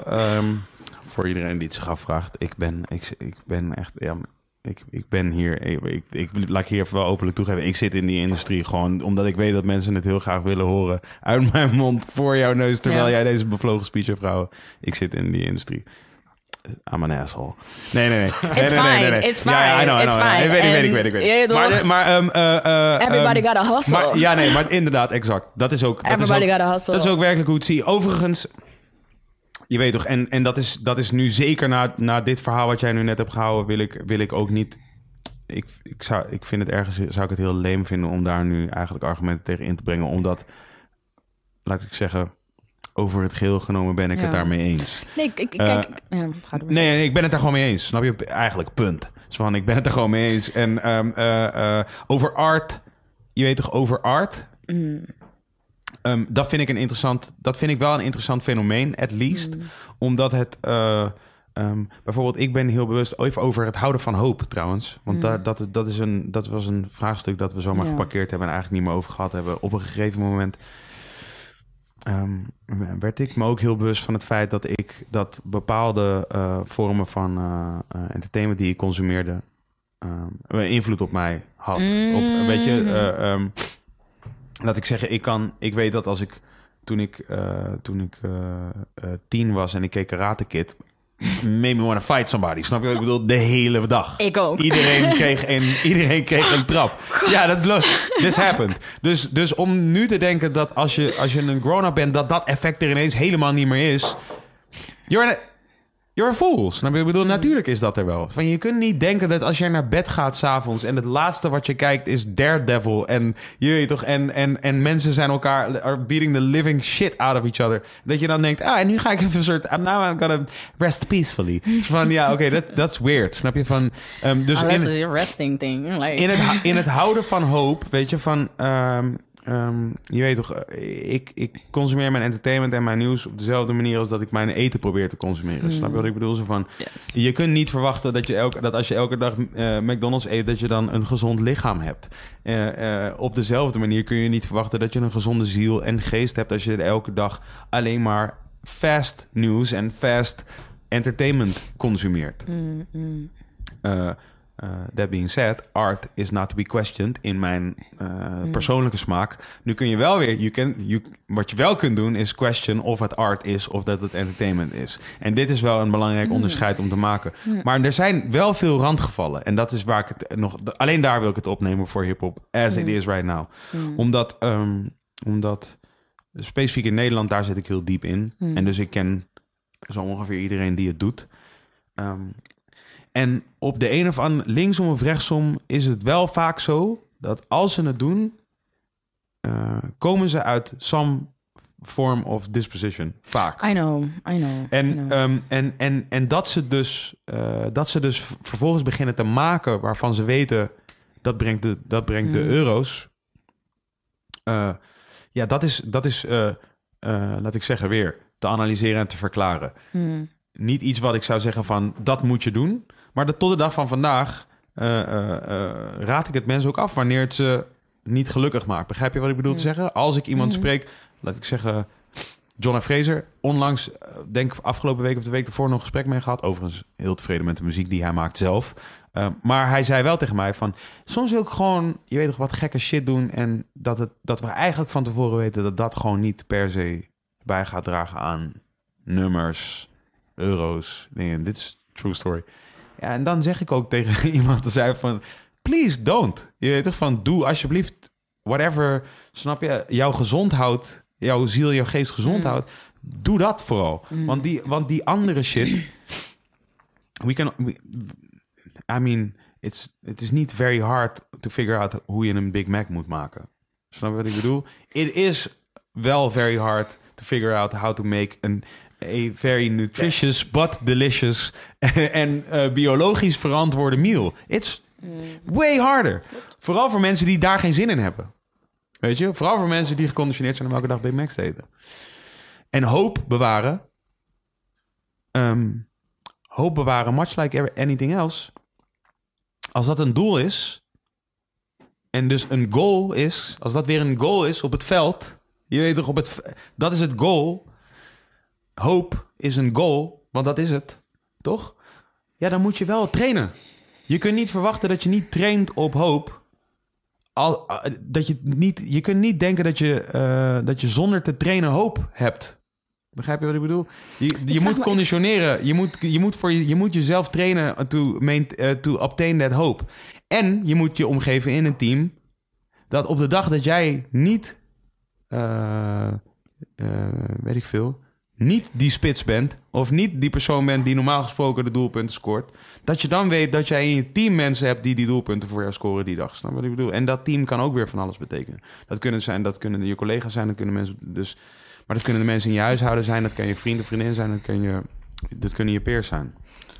voor iedereen die het zich afvraagt, ik ben echt... Ik ben hier, laat ik hier even wel openlijk toegeven. Ik zit in die industrie gewoon omdat ik weet dat mensen het heel graag willen horen uit mijn mond voor jouw neus, terwijl jij deze bevlogen speech hebt gehouden. Ik zit in die industrie. I'm an asshole. Nee. It's fine. It's fine. Ja, I know. It's fine. Ik weet. Maar everybody got a hustle. Maar inderdaad, exact. Dat is ook dat is ook werkelijk hoe het zie. Overigens, je weet toch, en dat is nu zeker na dit verhaal wat jij nu net hebt gehouden, wil ik ook niet. Ik vind het ergens, zou ik het heel leem vinden om daar nu eigenlijk argumenten tegen in te brengen, omdat, laat ik zeggen, over het geheel genomen ben ik het daarmee eens. Nee, ik ben het daar gewoon mee eens. Snap je? Eigenlijk, punt. Dus van, ik ben het er gewoon mee eens. En over art, je weet toch, over art. Dat vind ik wel een interessant fenomeen, at least. Omdat het... bijvoorbeeld, ik ben heel bewust even over het houden van hoop, trouwens. Want dat was een vraagstuk dat we zomaar geparkeerd hebben en eigenlijk niet meer over gehad hebben. Op een gegeven moment werd ik me ook heel bewust van het feit dat bepaalde vormen van entertainment die ik consumeerde invloed op mij had. Weet je... laat ik zeggen, ik weet dat als ik toen ik 10 was en ik keek Karate Kid, made me wanna fight somebody. Snap je wat ik bedoel? De hele dag. Ik ook. Iedereen kreeg een trap. Ja, dat is leuk. This happened. Dus om nu te denken dat als je een grown-up bent, dat effect er ineens helemaal niet meer is. You're a fool. Snap je? Ik bedoel, natuurlijk is dat er wel. Van, je kunt niet denken dat als jij naar bed gaat 's avonds en het laatste wat je kijkt is Daredevil en je weet toch, en mensen zijn elkaar are beating the living shit out of each other. Dat je dan denkt, en nu ga ik even een soort, now I'm gonna rest peacefully. Dus van, ja, oké, that's weird. Snap je? Van, dus that's a resting thing. Like. in het houden van hoop, weet je, van... je weet toch, ik consumeer mijn entertainment en mijn nieuws op dezelfde manier als dat ik mijn eten probeer te consumeren. Snap je wat ik bedoel? Zo van, je kunt niet verwachten dat als je elke dag McDonald's eet, dat je dan een gezond lichaam hebt. Op dezelfde manier kun je niet verwachten dat je een gezonde ziel en geest hebt als je elke dag alleen maar fast nieuws en fast entertainment consumeert. That being said, art is not to be questioned in mijn persoonlijke smaak. Nu kun je wel weer... wat je wel kunt doen is question of het art is of dat het entertainment is. En dit is wel een belangrijk onderscheid om te maken. Maar er zijn wel veel randgevallen. En dat is waar ik het nog... Alleen daar wil ik het opnemen voor hiphop as it is right now. Omdat specifiek in Nederland, daar zit ik heel diep in. En dus ik ken zo ongeveer iedereen die het doet. En op de een of andere, linksom of rechtsom, is het wel vaak zo dat als ze het doen, komen ze uit some form of disposition. Vaak. I know. En dat ze dus vervolgens beginnen te maken waarvan ze weten dat brengt de euro's. Dat is laat ik zeggen weer, te analyseren en te verklaren. Niet iets wat ik zou zeggen van, dat moet je doen. Maar tot de dag van vandaag raad ik het mensen ook af wanneer het ze niet gelukkig maakt. Begrijp je wat ik bedoel te zeggen? Als ik iemand spreek, laat ik zeggen John F. Fraser. Onlangs, denk afgelopen week of de week ervoor nog een gesprek mee gehad. Overigens heel tevreden met de muziek die hij maakt zelf. Maar hij zei wel tegen mij van, soms wil ik gewoon, je weet toch, wat gekke shit doen. En dat we eigenlijk van tevoren weten dat gewoon niet per se bij gaat dragen aan nummers, euro's, dingen. Dit is true story. Ja, en dan zeg ik ook tegen iemand, die zei van, please don't. Je weet toch, van, doe alsjeblieft whatever, snap je, jou gezond houdt, jouw ziel, jouw geest gezond houdt. Doe dat vooral. Want die andere shit, it is niet very hard to figure out hoe je een Big Mac moet maken. Snap je wat ik bedoel? It is wel very hard to figure out how to make a very nutritious but delicious en biologisch verantwoorde meal. It's way harder. Vooral voor mensen die daar geen zin in hebben. Weet je? Vooral voor mensen die geconditioneerd zijn om elke dag Big Macs te eten. En hoop bewaren, much like anything else, als dat een doel is en dus een goal is, als dat weer een goal is op het veld, je weet toch, dat is het goal. Hoop is een goal, want dat is het, toch? Ja, dan moet je wel trainen. Je kunt niet verwachten dat je niet traint op hoop. Je kunt niet denken dat je zonder te trainen hoop hebt. Begrijp je wat ik bedoel? Je moet conditioneren. Je moet jezelf trainen to obtain that hope. En je moet je omgeven in een team dat op de dag dat jij niet, weet ik veel, niet die spits bent of niet die persoon bent die normaal gesproken de doelpunten scoort, dat je dan weet dat jij in je team mensen hebt die doelpunten voor jou scoren die dag. Snap wat ik bedoel? En dat team kan ook weer van alles betekenen. Dat kunnen je collega's zijn, dat kunnen mensen dus, maar dat kunnen de mensen in je huishouden zijn, dat kan je vriend of vriendin zijn, dat kunnen je peers zijn.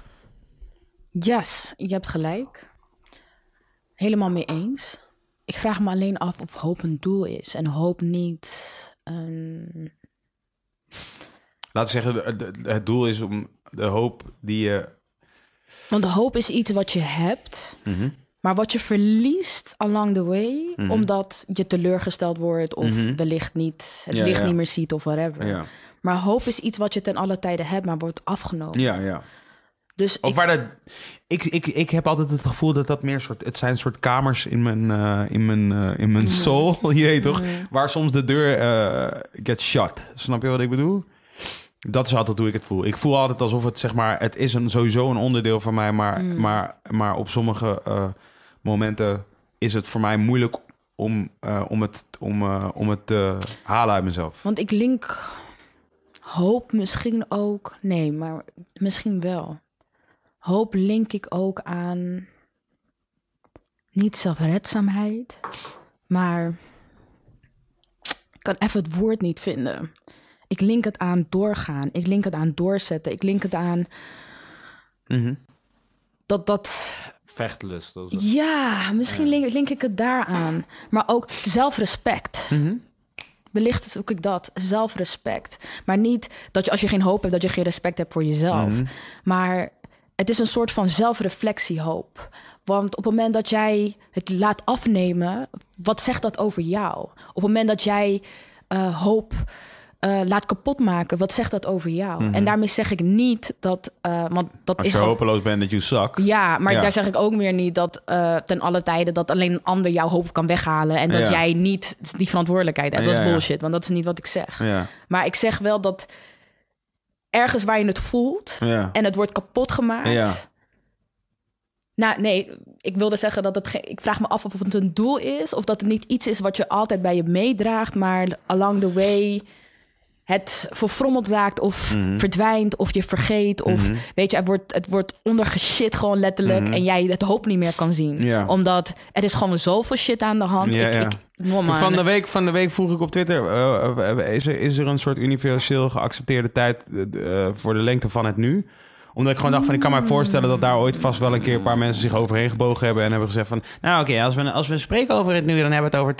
Yes, je hebt gelijk. Helemaal mee eens. Ik vraag me alleen af of hoop een doel is en hoop niet een... Laten we zeggen, het doel is om de hoop die je... Want de hoop is iets wat je hebt, maar wat je verliest along the way, omdat je teleurgesteld wordt of wellicht niet het licht niet meer ziet of whatever. Ja. Maar hoop is iets wat je ten alle tijde hebt, maar wordt afgenomen. Ja. Dus ik heb altijd het gevoel dat meer het zijn soort kamers in mijn soul, je weet toch? Waar soms de deur gets shut. Snap je wat ik bedoel? Dat is altijd hoe ik het voel. Ik voel altijd alsof het, zeg maar, het is sowieso een onderdeel van mij, maar op sommige momenten is het voor mij moeilijk om het te halen uit mezelf. Want ik link Hoop misschien ook. Nee, maar misschien wel. Hoop link ik ook aan... niet zelfredzaamheid, maar... ik kan even het woord niet vinden. Ik link het aan doorgaan. Ik link het aan doorzetten. Ik link het aan... dat... Vechtlust. Ja, misschien link ik het daaraan. Maar ook zelfrespect. Wellicht zoek ik dat, zelfrespect. Maar niet dat je als je geen hoop hebt... dat je geen respect hebt voor jezelf. Maar het is een soort van zelfreflectiehoop. Want op het moment dat jij het laat afnemen... wat zegt dat over jou? Op het moment dat jij hoop... laat kapotmaken, wat zegt dat over jou? En daarmee zeg ik niet dat... want dat Als is je gewoon... hopeloos bent, dat you suck. Ja, maar Ja. daar zeg ik ook meer niet dat ten alle tijden... dat alleen een ander jouw hoop kan weghalen... en dat jij niet die verantwoordelijkheid hebt. Dat is bullshit, want dat is niet wat ik zeg. Ja. Maar ik zeg wel dat ergens waar je het voelt... en het wordt kapot gemaakt... Ja. Nou, nee, ik wilde zeggen dat ik vraag me af of het een doel is... of dat het niet iets is wat je altijd bij je meedraagt... maar along the way... het verfrommeld raakt of verdwijnt of je vergeet. Of weet je, het wordt ondergeshit gewoon letterlijk. En jij het hoop niet meer kan zien. Ja. Omdat er is gewoon zoveel shit aan de hand. Van de week vroeg ik op Twitter... is er een soort universeel geaccepteerde tijd... voor de lengte van het nu? Omdat ik gewoon dacht van... ik kan me voorstellen dat daar ooit vast wel een keer... een paar mensen zich overheen gebogen hebben... en hebben gezegd van... nou oké, als we spreken over het nu... dan hebben we het over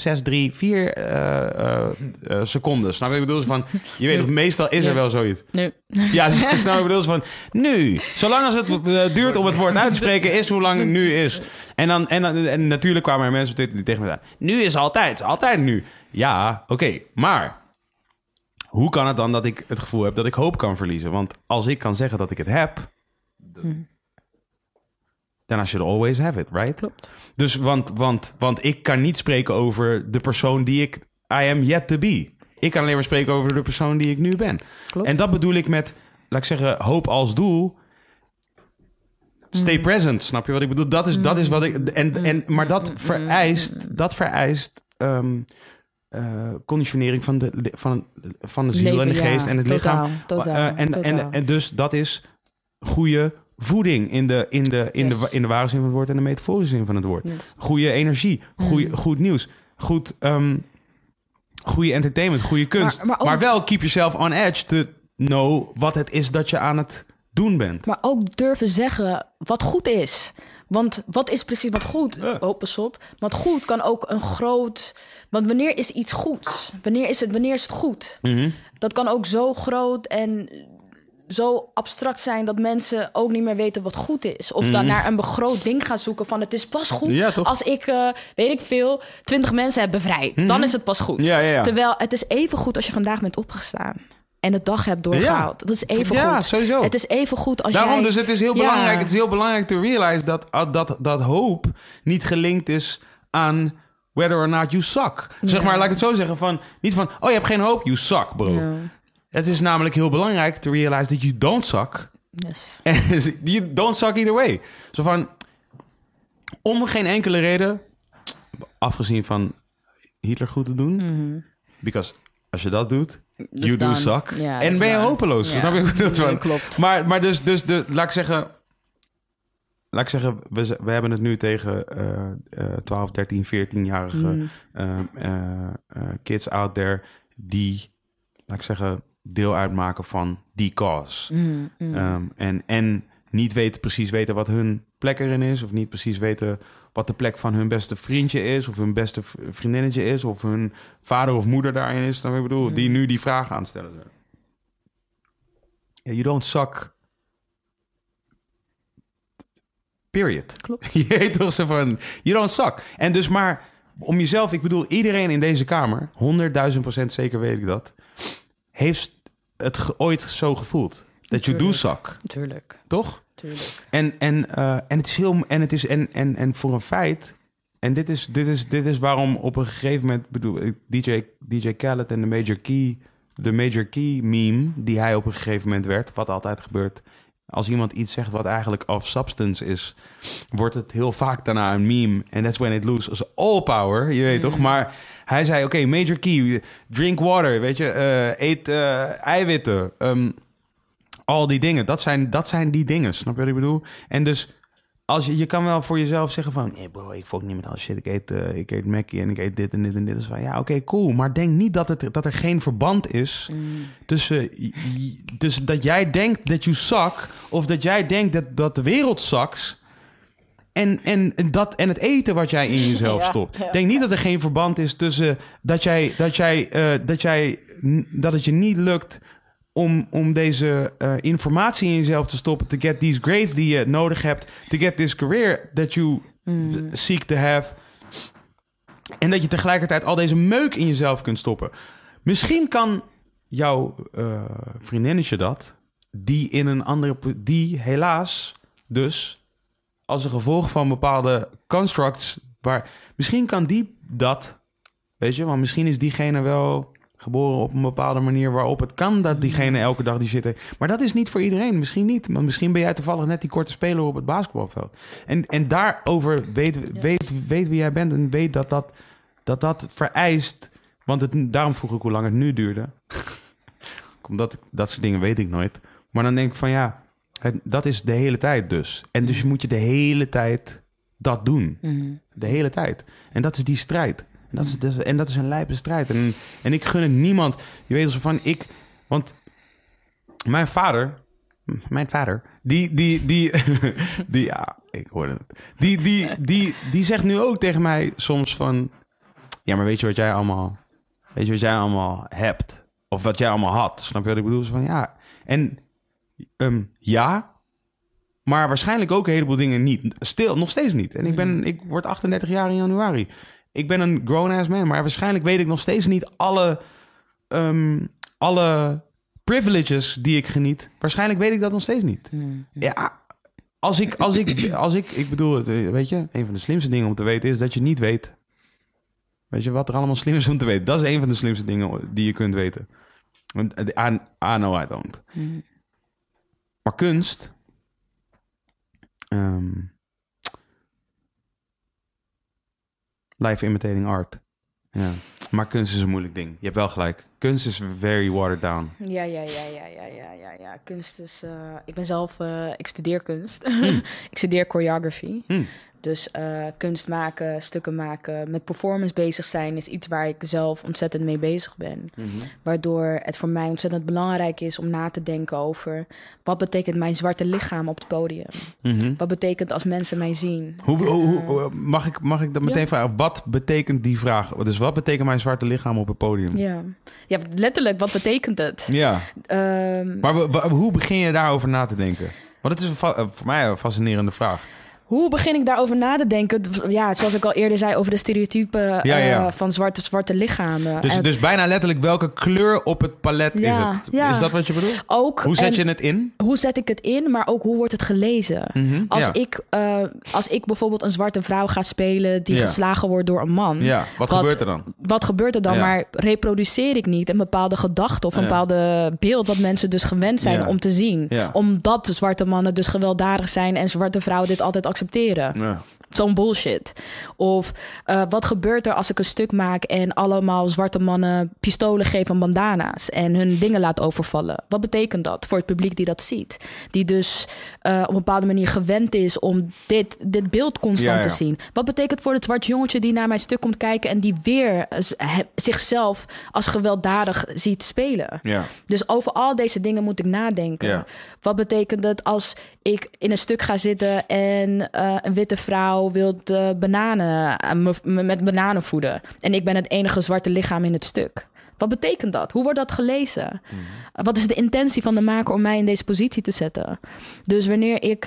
2,634 seconden. Snap je? Ik bedoel van... je weet, meestal is er wel zoiets. Nee. Ja, snap ik bedoel van... nu, zolang als het duurt om het woord uit te spreken... is hoe lang het nu is. En natuurlijk kwamen er mensen op Twitter die tegen me zeiden... nu is altijd nu. Ja, oké, maar... hoe kan het dan dat ik het gevoel heb dat ik hoop kan verliezen? Want als ik kan zeggen dat ik het heb... then I should always have it, right? Klopt. Dus want ik kan niet spreken over de persoon die I am yet to be. Ik kan alleen maar spreken over de persoon die ik nu ben. Klopt. En dat bedoel ik met, laat ik zeggen, hoop als doel... Stay present, snap je wat ik bedoel? Dat is wat ik... Maar dat vereist conditionering van de ziel Leven, en de geest en het lichaam. Totaal. En dus dat is goede voeding in de ware zin van het woord en de metaforische zin van het woord. Yes. Goede energie, goed nieuws, goede entertainment, goede kunst. Maar wel keep yourself on edge to know wat het is dat je aan het doen bent. Maar ook durven zeggen wat goed is. Want wat is precies wat goed? Oh, pas op. Want goed kan ook een groot... Want wanneer is iets goed? Wanneer is het goed? Dat kan ook zo groot en zo abstract zijn... dat mensen ook niet meer weten wat goed is. Of dan naar een begroot ding gaan zoeken van... het is pas goed als ik, weet ik veel... 20 mensen heb bevrijd. Dan is het pas goed. Ja. Terwijl het is even goed als je vandaag bent opgestaan... en de dag hebt doorgehaald. Dat is even goed. Ja, sowieso. Het is even goed als Daarom, jij... dus het is heel belangrijk. Het is heel belangrijk te realize dat hoop niet gelinkt is aan whether or not you suck. Zeg maar, laat ik het zo zeggen. Niet van, oh, je hebt geen hoop, you suck, bro. Ja. Het is namelijk heel belangrijk te realize that you don't suck. Yes. En you don't suck either way. Zo van, om geen enkele reden, afgezien van Hitler goed te doen. Because als je dat doet... you do suck. Ja, en ben je waar. hopeloos. Ja. Snap je? Ja, klopt. Maar dus laat ik zeggen... we hebben het nu tegen 12, 13, 14-jarige kids out there... die, laat ik zeggen, deel uitmaken van die cause. En niet precies weten wat hun plek erin is... of niet precies weten wat de plek van hun beste vriendje is... of hun beste vriendinnetje is... of hun vader of moeder daarin is. Dan ik bedoel, die nu die vragen aan het stellen zijn. You don't suck. Period. Klopt. Je weet toch zo van, you don't suck. En dus maar om jezelf... Ik bedoel, iedereen in deze kamer... 100.000% zeker weet ik dat... heeft het ooit zo gevoeld. Dat you do suck. Tuurlijk. Toch? Tuurlijk. En het is heel... En voor een feit... En dit is waarom op een gegeven moment... bedoel, DJ Khaled en de Major Key meme... die hij op een gegeven moment werd... wat altijd gebeurt... als iemand iets zegt wat eigenlijk off substance is... wordt het heel vaak daarna een meme... and that's when it loses all power, je weet toch? Maar Hij zei, oké, major key, drink water, weet je, eet eiwitten. Al die dingen, dat zijn die dingen, snap je wat ik bedoel? En dus, als je kan wel voor jezelf zeggen van... Hey bro, ik fok niet met al shit, ik eet Mackie en ik eet dit en dit en dit. Dus van, ja, oké, cool. Maar denk niet dat er geen verband is tussen dat jij denkt dat you suck... of dat jij denkt dat de wereld sucks... En het eten wat jij in jezelf stopt. Denk niet dat er geen verband is tussen dat het je niet lukt... Om deze informatie in jezelf te stoppen... to get these grades die je nodig hebt... to get this career that you seek to have... en dat je tegelijkertijd al deze meuk in jezelf kunt stoppen. Misschien kan jouw vriendinnetje dat... die helaas dus... als een gevolg van bepaalde constructs... misschien kan die dat... weet je, want misschien is diegene wel... geboren op een bepaalde manier waarop het kan dat diegene elke dag die zit. Maar dat is niet voor iedereen. Misschien niet. Want misschien ben jij toevallig net die korte speler op het basketbalveld. En daarover weet wie jij bent en weet dat vereist. Want daarom vroeg ik hoe lang het nu duurde. Omdat dat soort dingen weet ik nooit. Maar dan denk ik van ja, dat is de hele tijd dus. En dus moet je de hele tijd dat doen. De hele tijd. En dat is die strijd. En dat is een lijpe strijd. En ik gun het niemand. Je weet als van want mijn vader, die ja, ik hoorde het. Die zegt nu ook tegen mij soms van, ja, maar weet je wat jij allemaal hebt? Of wat jij allemaal had? Snap je wat ik bedoel? Van ja. En ja, maar waarschijnlijk ook een heleboel dingen niet. Nog steeds niet. En ik word 38 jaar in januari. Ik ben een grown-ass man, maar waarschijnlijk weet ik nog steeds niet alle privileges die ik geniet. Waarschijnlijk weet ik dat nog steeds niet. Ja, als ik bedoel, het, weet je, een van de slimste dingen om te weten is dat je niet weet. Weet je wat er allemaal slim is om te weten? Dat is een van de slimste dingen die je kunt weten. I know I don't. Maar kunst... life imitating art. Ja. Maar kunst is een moeilijk ding. Je hebt wel gelijk. Kunst is very watered down. Ja. Kunst is... ik ben zelf... ik studeer kunst. Ik studeer choreography. Dus kunst maken, stukken maken, met performance bezig zijn... is iets waar ik zelf ontzettend mee bezig ben. Waardoor het voor mij ontzettend belangrijk is om na te denken over... wat betekent mijn zwarte lichaam op het podium? Wat betekent als mensen mij zien? Mag ik dat meteen vragen? Wat betekent die vraag? Dus wat betekent mijn zwarte lichaam op het podium? Ja, letterlijk, wat betekent het? Ja. Maar hoe begin je daarover na te denken? Want het is voor mij een fascinerende vraag. Hoe begin ik daarover na te denken? Ja, zoals ik al eerder zei over de stereotypen van zwarte lichamen. Dus bijna letterlijk welke kleur op het palet is het? Ja. Is dat wat je bedoelt? Ook, hoe zet je het in? Hoe zet ik het in, maar ook hoe wordt het gelezen? Als ik bijvoorbeeld een zwarte vrouw ga spelen die geslagen wordt door een man. Ja, wat gebeurt er dan? Wat gebeurt er dan? Maar reproduceer ik niet een bepaalde gedachte of een bepaalde beeld wat mensen dus gewend zijn om te zien. Ja. Omdat de zwarte mannen dus gewelddadig zijn en zwarte vrouwen dit altijd accepteren. Ja. Zo'n bullshit. Of wat gebeurt er als ik een stuk maak en allemaal zwarte mannen pistolen geven en bandana's en hun dingen laat overvallen? Wat betekent dat voor het publiek die dat ziet? Die dus op een bepaalde manier gewend is om dit beeld constant te zien. Wat betekent het voor het zwart jongetje die naar mijn stuk komt kijken en die weer zichzelf als gewelddadig ziet spelen? Ja. Dus over al deze dingen moet ik nadenken. Ja. Wat betekent het als ik in een stuk ga zitten en een witte vrouw wil met bananen voeden en ik ben het enige zwarte lichaam in het stuk? Wat betekent dat? Hoe wordt dat gelezen? Wat is de intentie van de maker om mij in deze positie te zetten? Dus wanneer ik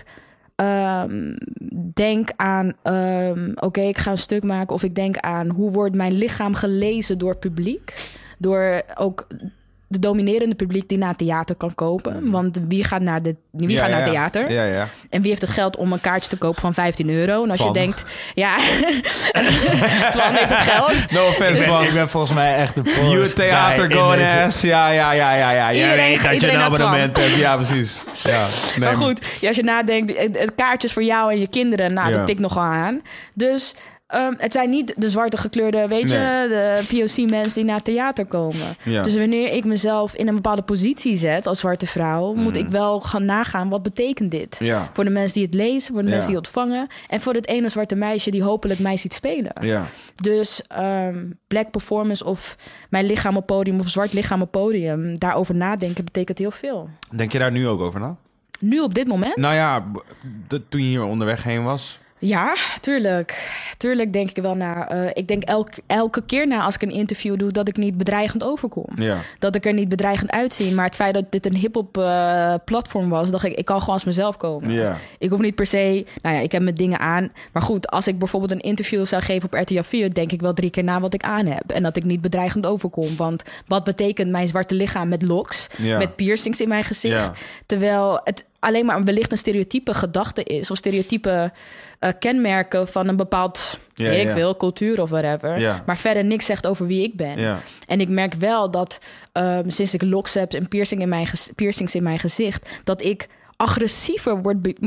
denk aan ik ga een stuk maken, of ik denk aan hoe wordt mijn lichaam gelezen door het publiek, door ook de dominerende publiek die naar theater kan kopen. Want wie gaat naar theater? Ja. En wie heeft het geld om een kaartje te kopen van €15? En als je denkt... Ja, Twan heeft het geld. No offense, Twan. Ik ben volgens mij echt de post. You theater going ass. Ja. Iedereen gaat je een abonnement hebben. Ja, precies. Ja, nee. Maar goed, als je nadenkt... Het kaartjes voor jou en je kinderen... Nou, dat tikt nogal aan. Dus... Het zijn niet de zwarte gekleurde, weet je, de POC-mensen die naar het theater komen. Ja. Dus wanneer ik mezelf in een bepaalde positie zet als zwarte vrouw, moet ik wel gaan nagaan, wat betekent dit? Ja. Voor de mensen die het lezen, voor de mensen die het ontvangen en voor het ene zwarte meisje die hopelijk mij ziet spelen. Ja. Dus black performance of mijn lichaam op podium of zwart lichaam op podium, daarover nadenken betekent heel veel. Denk je daar nu ook over na? Nu op dit moment? Nou ja, toen je hier onderweg heen was. Ja, tuurlijk. Tuurlijk denk ik wel na. Ik denk elke keer na als ik een interview doe, dat ik niet bedreigend overkom. Ja. Dat ik er niet bedreigend uitzie. Maar het feit dat dit een hip-hop platform was, dacht ik kan gewoon als mezelf komen. Ja. Ik hoef niet per se, ik heb mijn dingen aan. Maar goed, als ik bijvoorbeeld een interview zou geven op RTL 4, denk ik wel 3 keer na wat ik aan heb. En dat ik niet bedreigend overkom. Want wat betekent mijn zwarte lichaam met locks, met piercings in mijn gezicht? Ja. Terwijl het alleen maar wellicht een stereotype gedachte is. Of stereotype kenmerken van een bepaald, weet ik veel, cultuur of whatever. Ja. Maar verder niks zegt over wie ik ben. Ja. En ik merk wel dat sinds ik locks heb en piercings in mijn gezicht, dat ik agressiever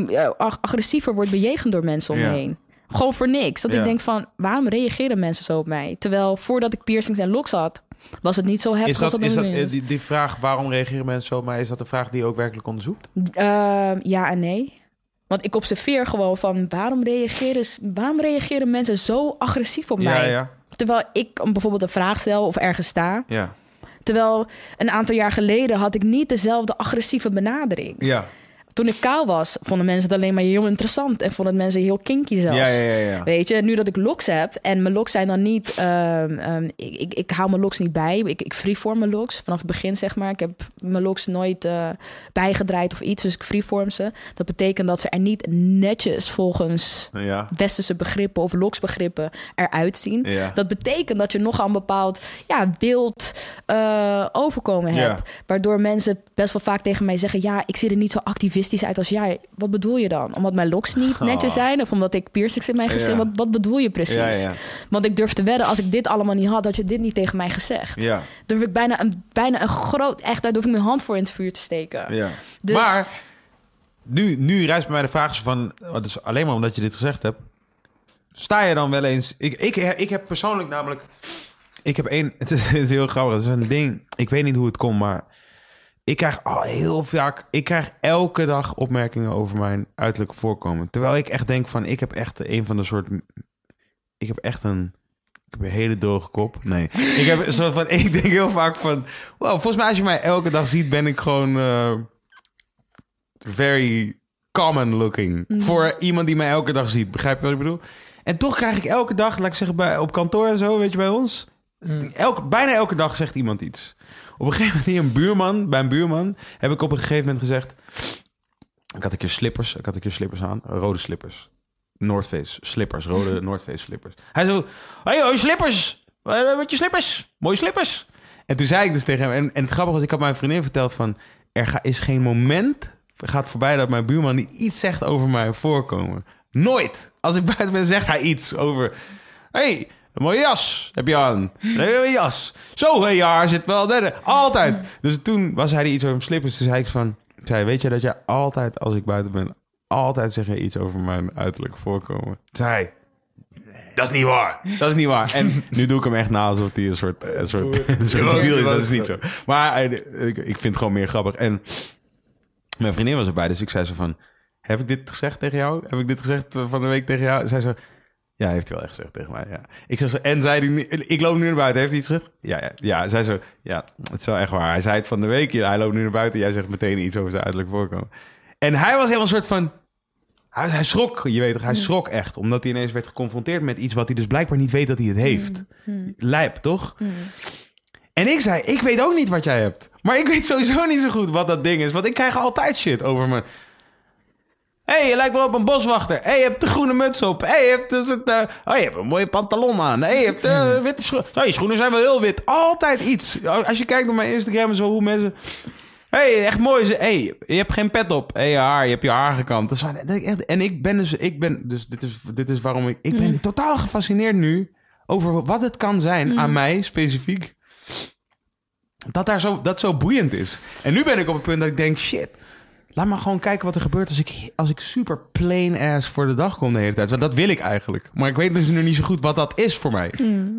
word bejegend door mensen om me heen. Gewoon voor niks. Dat ik denk van, waarom reageren mensen zo op mij? Terwijl voordat ik piercings en locks had, was het niet zo heftig is dat die vraag, waarom reageren mensen zo op mij, is dat een vraag die je ook werkelijk onderzoekt? Ja en nee. Want ik observeer gewoon van, waarom reageren mensen zo agressief op mij? Ja. Terwijl ik bijvoorbeeld een vraag stel of ergens sta. Ja. Terwijl een aantal jaar geleden had ik niet dezelfde agressieve benadering. Ja. Toen ik kaal was, vonden mensen het alleen maar heel interessant. En vonden mensen heel kinky zelfs. Ja. Weet je, nu dat ik locks heb. En mijn locks zijn dan niet... Ik hou mijn locks niet bij. Ik freeform mijn locks vanaf het begin, zeg maar. Ik heb mijn locks nooit bijgedraaid of iets. Dus ik freeform ze. Dat betekent dat ze er niet netjes volgens westerse begrippen of loksbegrippen eruit zien. Ja. Dat betekent dat je nogal een bepaald wild overkomen hebt. Waardoor mensen best wel vaak tegen mij zeggen, ja, ik zie er niet zo activistisch uit als jij. Wat bedoel je dan? Omdat mijn locks niet netjes zijn? Of omdat ik piercings in mijn gezicht? Wat bedoel je precies? Ja. Want ik durf te wedden, als ik dit allemaal niet had, had je dit niet tegen mij gezegd. Ja. Durf ik bijna een groot... Echt, daar durf ik mijn hand voor in het vuur te steken. Ja. Dus, maar nu rijst bij mij de vraag van, het is alleen maar omdat je dit gezegd hebt, sta je dan wel eens... Ik heb persoonlijk namelijk... Het is heel grappig. Het is een ding. Ik weet niet hoe het komt, maar ik krijg al heel vaak... Ik krijg elke dag opmerkingen over mijn uiterlijke voorkomen. Terwijl ik echt denk van, ik heb echt een van de soort... Ik heb een hele droge kop. Nee. Ik denk heel vaak van, wow, volgens mij als je mij elke dag ziet, ben ik gewoon very common looking. Voor iemand die mij elke dag ziet. Begrijp je wat ik bedoel? En toch krijg ik elke dag, laat ik zeggen, op kantoor en zo, weet je, bij ons. Bijna elke dag zegt iemand iets. Op een gegeven moment bij een buurman heb ik op een gegeven moment gezegd, ik had een keer slippers aan, rode slippers. North Face slippers, rode North Face slippers. Hij zo, hey slippers, wat je slippers, mooie slippers. En toen zei ik dus tegen hem, en het grappige was, ik had mijn vriendin verteld van, is geen moment gaat voorbij dat mijn buurman niet iets zegt over mijn voorkomen. Nooit. Als ik buiten ben, zegt hij iets over, hey, een mooie jas heb je aan. Een jas. Zo, je haar zit wel derde. Altijd. Dus toen was hij iets over mijn slippers. Toen zei ik weet je dat jij altijd, als ik buiten ben, altijd zeg je iets over mijn uiterlijke voorkomen. Zei, dat is niet waar. Dat is niet waar. En nu doe ik hem echt na alsof hij een soort debiel is. Dat is niet zo. Maar ik vind het gewoon meer grappig. En mijn vriendin was erbij, dus ik zei zo van, heb ik dit gezegd tegen jou? Heb ik dit gezegd van de week tegen jou? Zij zo, ja, heeft hij wel echt gezegd tegen mij, ja. Ik zeg zo, en zei hij, ik loop nu naar buiten. Heeft hij iets gezegd? Ja. Zij zo, ja, het is wel echt waar. Hij zei het van de week, hij loopt nu naar buiten. Jij zegt meteen iets over zijn uiterlijk voorkomen. En hij was helemaal een soort van, hij schrok, je weet toch, hij schrok echt. Omdat hij ineens werd geconfronteerd met iets wat hij dus blijkbaar niet weet dat hij het heeft. Lijp, toch? En ik zei, ik weet ook niet wat jij hebt. Maar ik weet sowieso niet zo goed wat dat ding is. Want ik krijg altijd shit over me. Je lijkt wel op een boswachter. Je hebt de groene muts op. Je hebt een soort, je hebt een mooie pantalon aan. Je hebt witte schoenen. Je schoenen zijn wel heel wit. Altijd iets. Als je kijkt op mijn Instagram en zo, hoe mensen... echt mooi. Je hebt geen pet op. Je hebt je haar gekamd. En ik ben dus dit is waarom ik ben totaal gefascineerd nu over wat het kan zijn aan mij specifiek. Dat zo boeiend is. En nu ben ik op het punt dat ik denk, shit, Laat maar gewoon kijken wat er gebeurt als ik super plain ass voor de dag kom de hele tijd. Want dat wil ik eigenlijk. Maar ik weet dus nu niet zo goed wat dat is voor mij.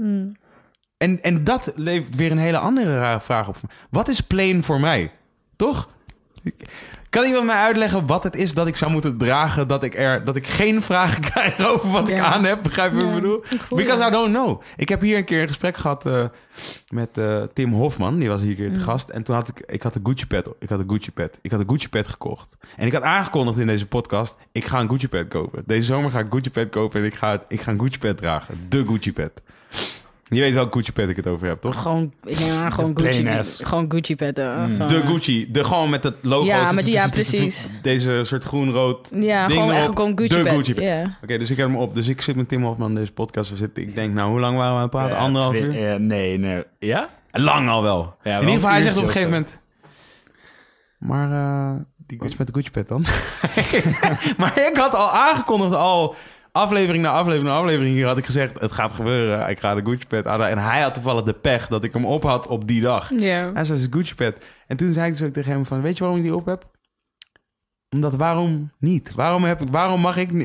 En dat levert weer een hele andere rare vraag op. Wat is plain voor mij? Toch? Kan iemand mij uitleggen wat het is dat ik zou moeten dragen... dat ik geen vragen krijg over wat ik aan heb? Begrijp je wat ik bedoel? Because I don't know. Ik heb hier een keer een gesprek gehad met Tim Hofman. Die was hier een keer te gast. En toen had ik had een Gucci pet. Ik had een Gucci pet gekocht. En ik had aangekondigd in deze podcast... ik ga een Gucci pet kopen. Deze zomer ga ik Gucci pet kopen... en ik ga een Gucci pet dragen. De Gucci pet. Je weet welke Gucci pet ik het over heb, toch? Gewoon Gucci. Gewoon Gucci petten. De Gucci. Gewoon met het logo. Ja, precies. Deze soort groen-rood ja, ding gewoon erop. echt gewoon Gucci de pet. Gucci pet. Yeah. Oké, dus ik heb hem op. Dus ik zit met Tim Hofman deze podcast. Ik denk, nou, hoe lang waren we aan het praten? 1,5 uur? Nee. Ja? Lang al wel. Ja, in ieder geval, hij zegt op een gegeven moment... moment... Maar, wat is met de Gucci pet dan? Maar ik had al aangekondigd, aflevering na aflevering hier had ik gezegd... het gaat gebeuren, ik ga de Gucci pet aan. En hij had toevallig de pech dat ik hem op had op die dag. Yeah. Hij zei, het is Gucci pet. En toen zei ik dus ook tegen hem van... weet je waarom ik die op heb? Omdat waarom niet? Waarom mag ik niet?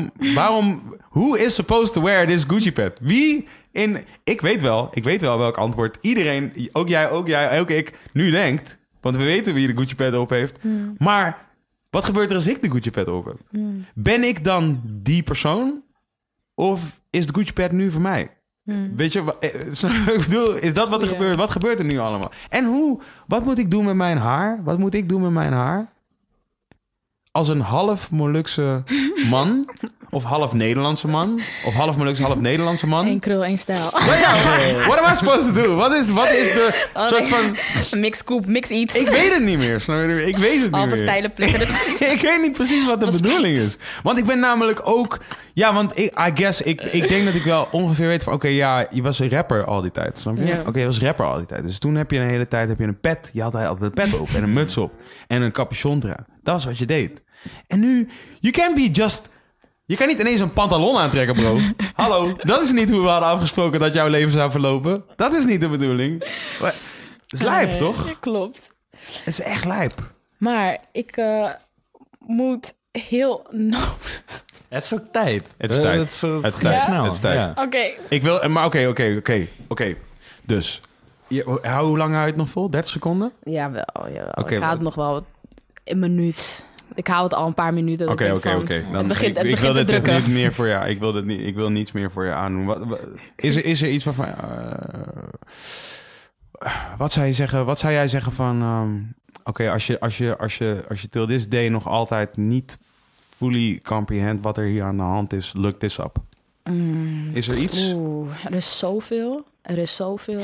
Who is supposed to wear this Gucci pet? Ik weet wel welk antwoord iedereen... ook jij, ook ik, nu denkt... want we weten wie de Gucci pet op heeft. Maar... wat gebeurt er als ik de Gucci pet op heb? Ben ik dan die persoon? Of is de Gucci pet nu voor mij? Weet je, ik bedoel, is dat wat er gebeurt? Wat gebeurt er nu allemaal? En wat moet ik doen met mijn haar? Als een half Molukse man... of half Nederlandse man... of half Molukse, half Nederlandse man... Eén krul, één stijl. What am I supposed to do? Wat is de soort van... Mix scoop, mix iets. Ik weet het niet meer, snap je? Ik weet het niet Halve meer. stijlen plikken. Ik weet niet precies wat de bedoeling is. Want ik ben namelijk ook... Ja, want ik denk dat ik wel ongeveer weet van... Oké, je was een rapper al die tijd, snap je? Ja. Oké, je was rapper al die tijd. Dus toen heb je een hele tijd een pet. Je had altijd een pet op en een muts op. En een capuchon eraan. Dat is wat je deed. En nu, you can't be just... Je kan niet ineens een pantalon aantrekken, bro. Hallo, dat is niet hoe we hadden afgesproken dat jouw leven zou verlopen. Dat is niet de bedoeling. Het is lijp, toch? Klopt. Het is echt lijp. Maar ik moet heel... Het is ook tijd. Het is tijd. Het is tijd. Snel. Het is tijd. Ja. Oké. Ik wil... Maar oké. Dus, hoe lang hou je het nog vol? 30 seconden? Jawel. Okay, ik haal het nog wel een minuut. Ik hou het al een paar minuten. Oké. Het begint Ik wil te dit drukken. niet meer voor jou. Ik wil niets meer voor je aandoen. Is er iets waarvan... wat zou jij zeggen van... Oké, als je till this day nog altijd niet fully comprehend wat er hier aan de hand is, look this up. Is er iets? Er is zoveel.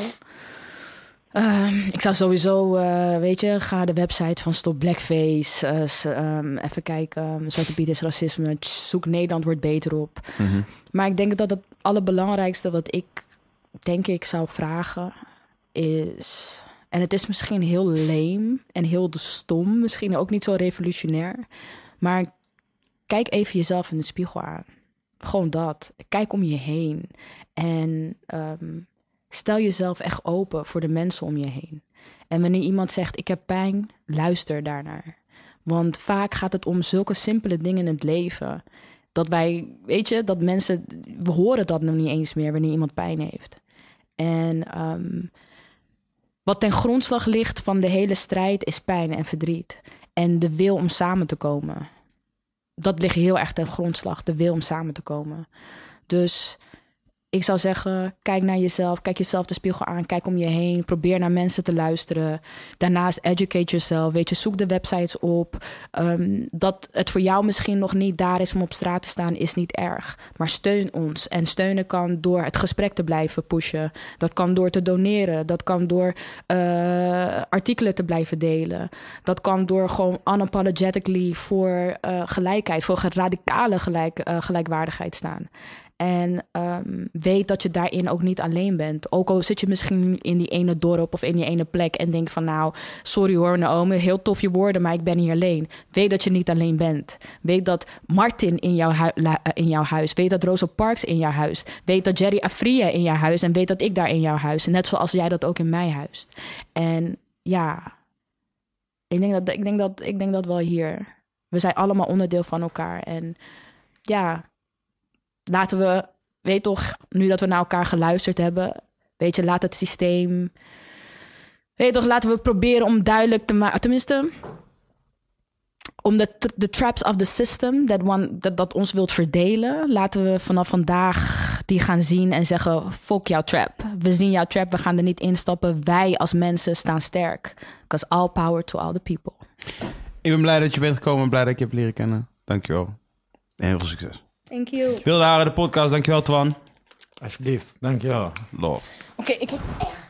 Ik zou sowieso, ga de website van Stop Blackface. Even kijken, Zwarte Piet is racisme. Zoek Nederland wordt beter op. Mm-hmm. Maar ik denk dat het allerbelangrijkste wat ik denk ik zou vragen is... En het is misschien heel lame en heel stom. Misschien ook niet zo revolutionair. Maar kijk even jezelf in de spiegel aan. Gewoon dat. Kijk om je heen. En stel jezelf echt open voor de mensen om je heen. En wanneer iemand zegt, ik heb pijn, luister daarnaar. Want vaak gaat het om zulke simpele dingen in het leven. Dat wij, dat mensen... We horen dat nog niet eens meer wanneer iemand pijn heeft. En wat ten grondslag ligt van de hele strijd is pijn en verdriet. En de wil om samen te komen. Dat ligt heel erg ten grondslag, de wil om samen te komen. Dus ik zou zeggen, kijk naar jezelf, kijk jezelf de spiegel aan, kijk om je heen, probeer naar mensen te luisteren. Daarnaast educate yourself, zoek de websites op. Dat het voor jou misschien nog niet daar is om op straat te staan, is niet erg. Maar steun ons. En steunen kan door het gesprek te blijven pushen. Dat kan door te doneren. Dat kan door artikelen te blijven delen. Dat kan door gewoon unapologetically voor gelijkheid, voor radicale gelijkwaardigheid staan. En weet dat je daarin ook niet alleen bent. Ook al zit je misschien in die ene dorp of in die ene plek en denkt van nou, sorry hoor Naomi, heel tof je woorden, maar ik ben hier alleen. Weet dat je niet alleen bent. Weet dat Martin in jouw huis. Weet dat Rosa Parks in jouw huis. Weet dat Jerry Afriya in jouw huis. En weet dat ik daar in jouw huis. Net zoals jij dat ook in mijn huis. En ja, Ik denk dat wel hier. We zijn allemaal onderdeel van elkaar. En ja, laten we, weet toch, nu dat we naar elkaar geluisterd hebben, weet je, laat het systeem, weet toch, laten we proberen om duidelijk te maken, tenminste, om de traps of the system dat ons wilt verdelen, laten we vanaf vandaag die gaan zien en zeggen, fuck jouw trap. We zien jouw trap, we gaan er niet instappen. Wij als mensen staan sterk. Because all power to all the people. Ik ben blij dat je bent gekomen en blij dat ik je hebt leren kennen. Dankjewel. En heel veel succes. Thank you. Wilde Haren, de podcast. Dankjewel, Twan. Alsjeblieft, dankjewel. Love. Oké, ik moet...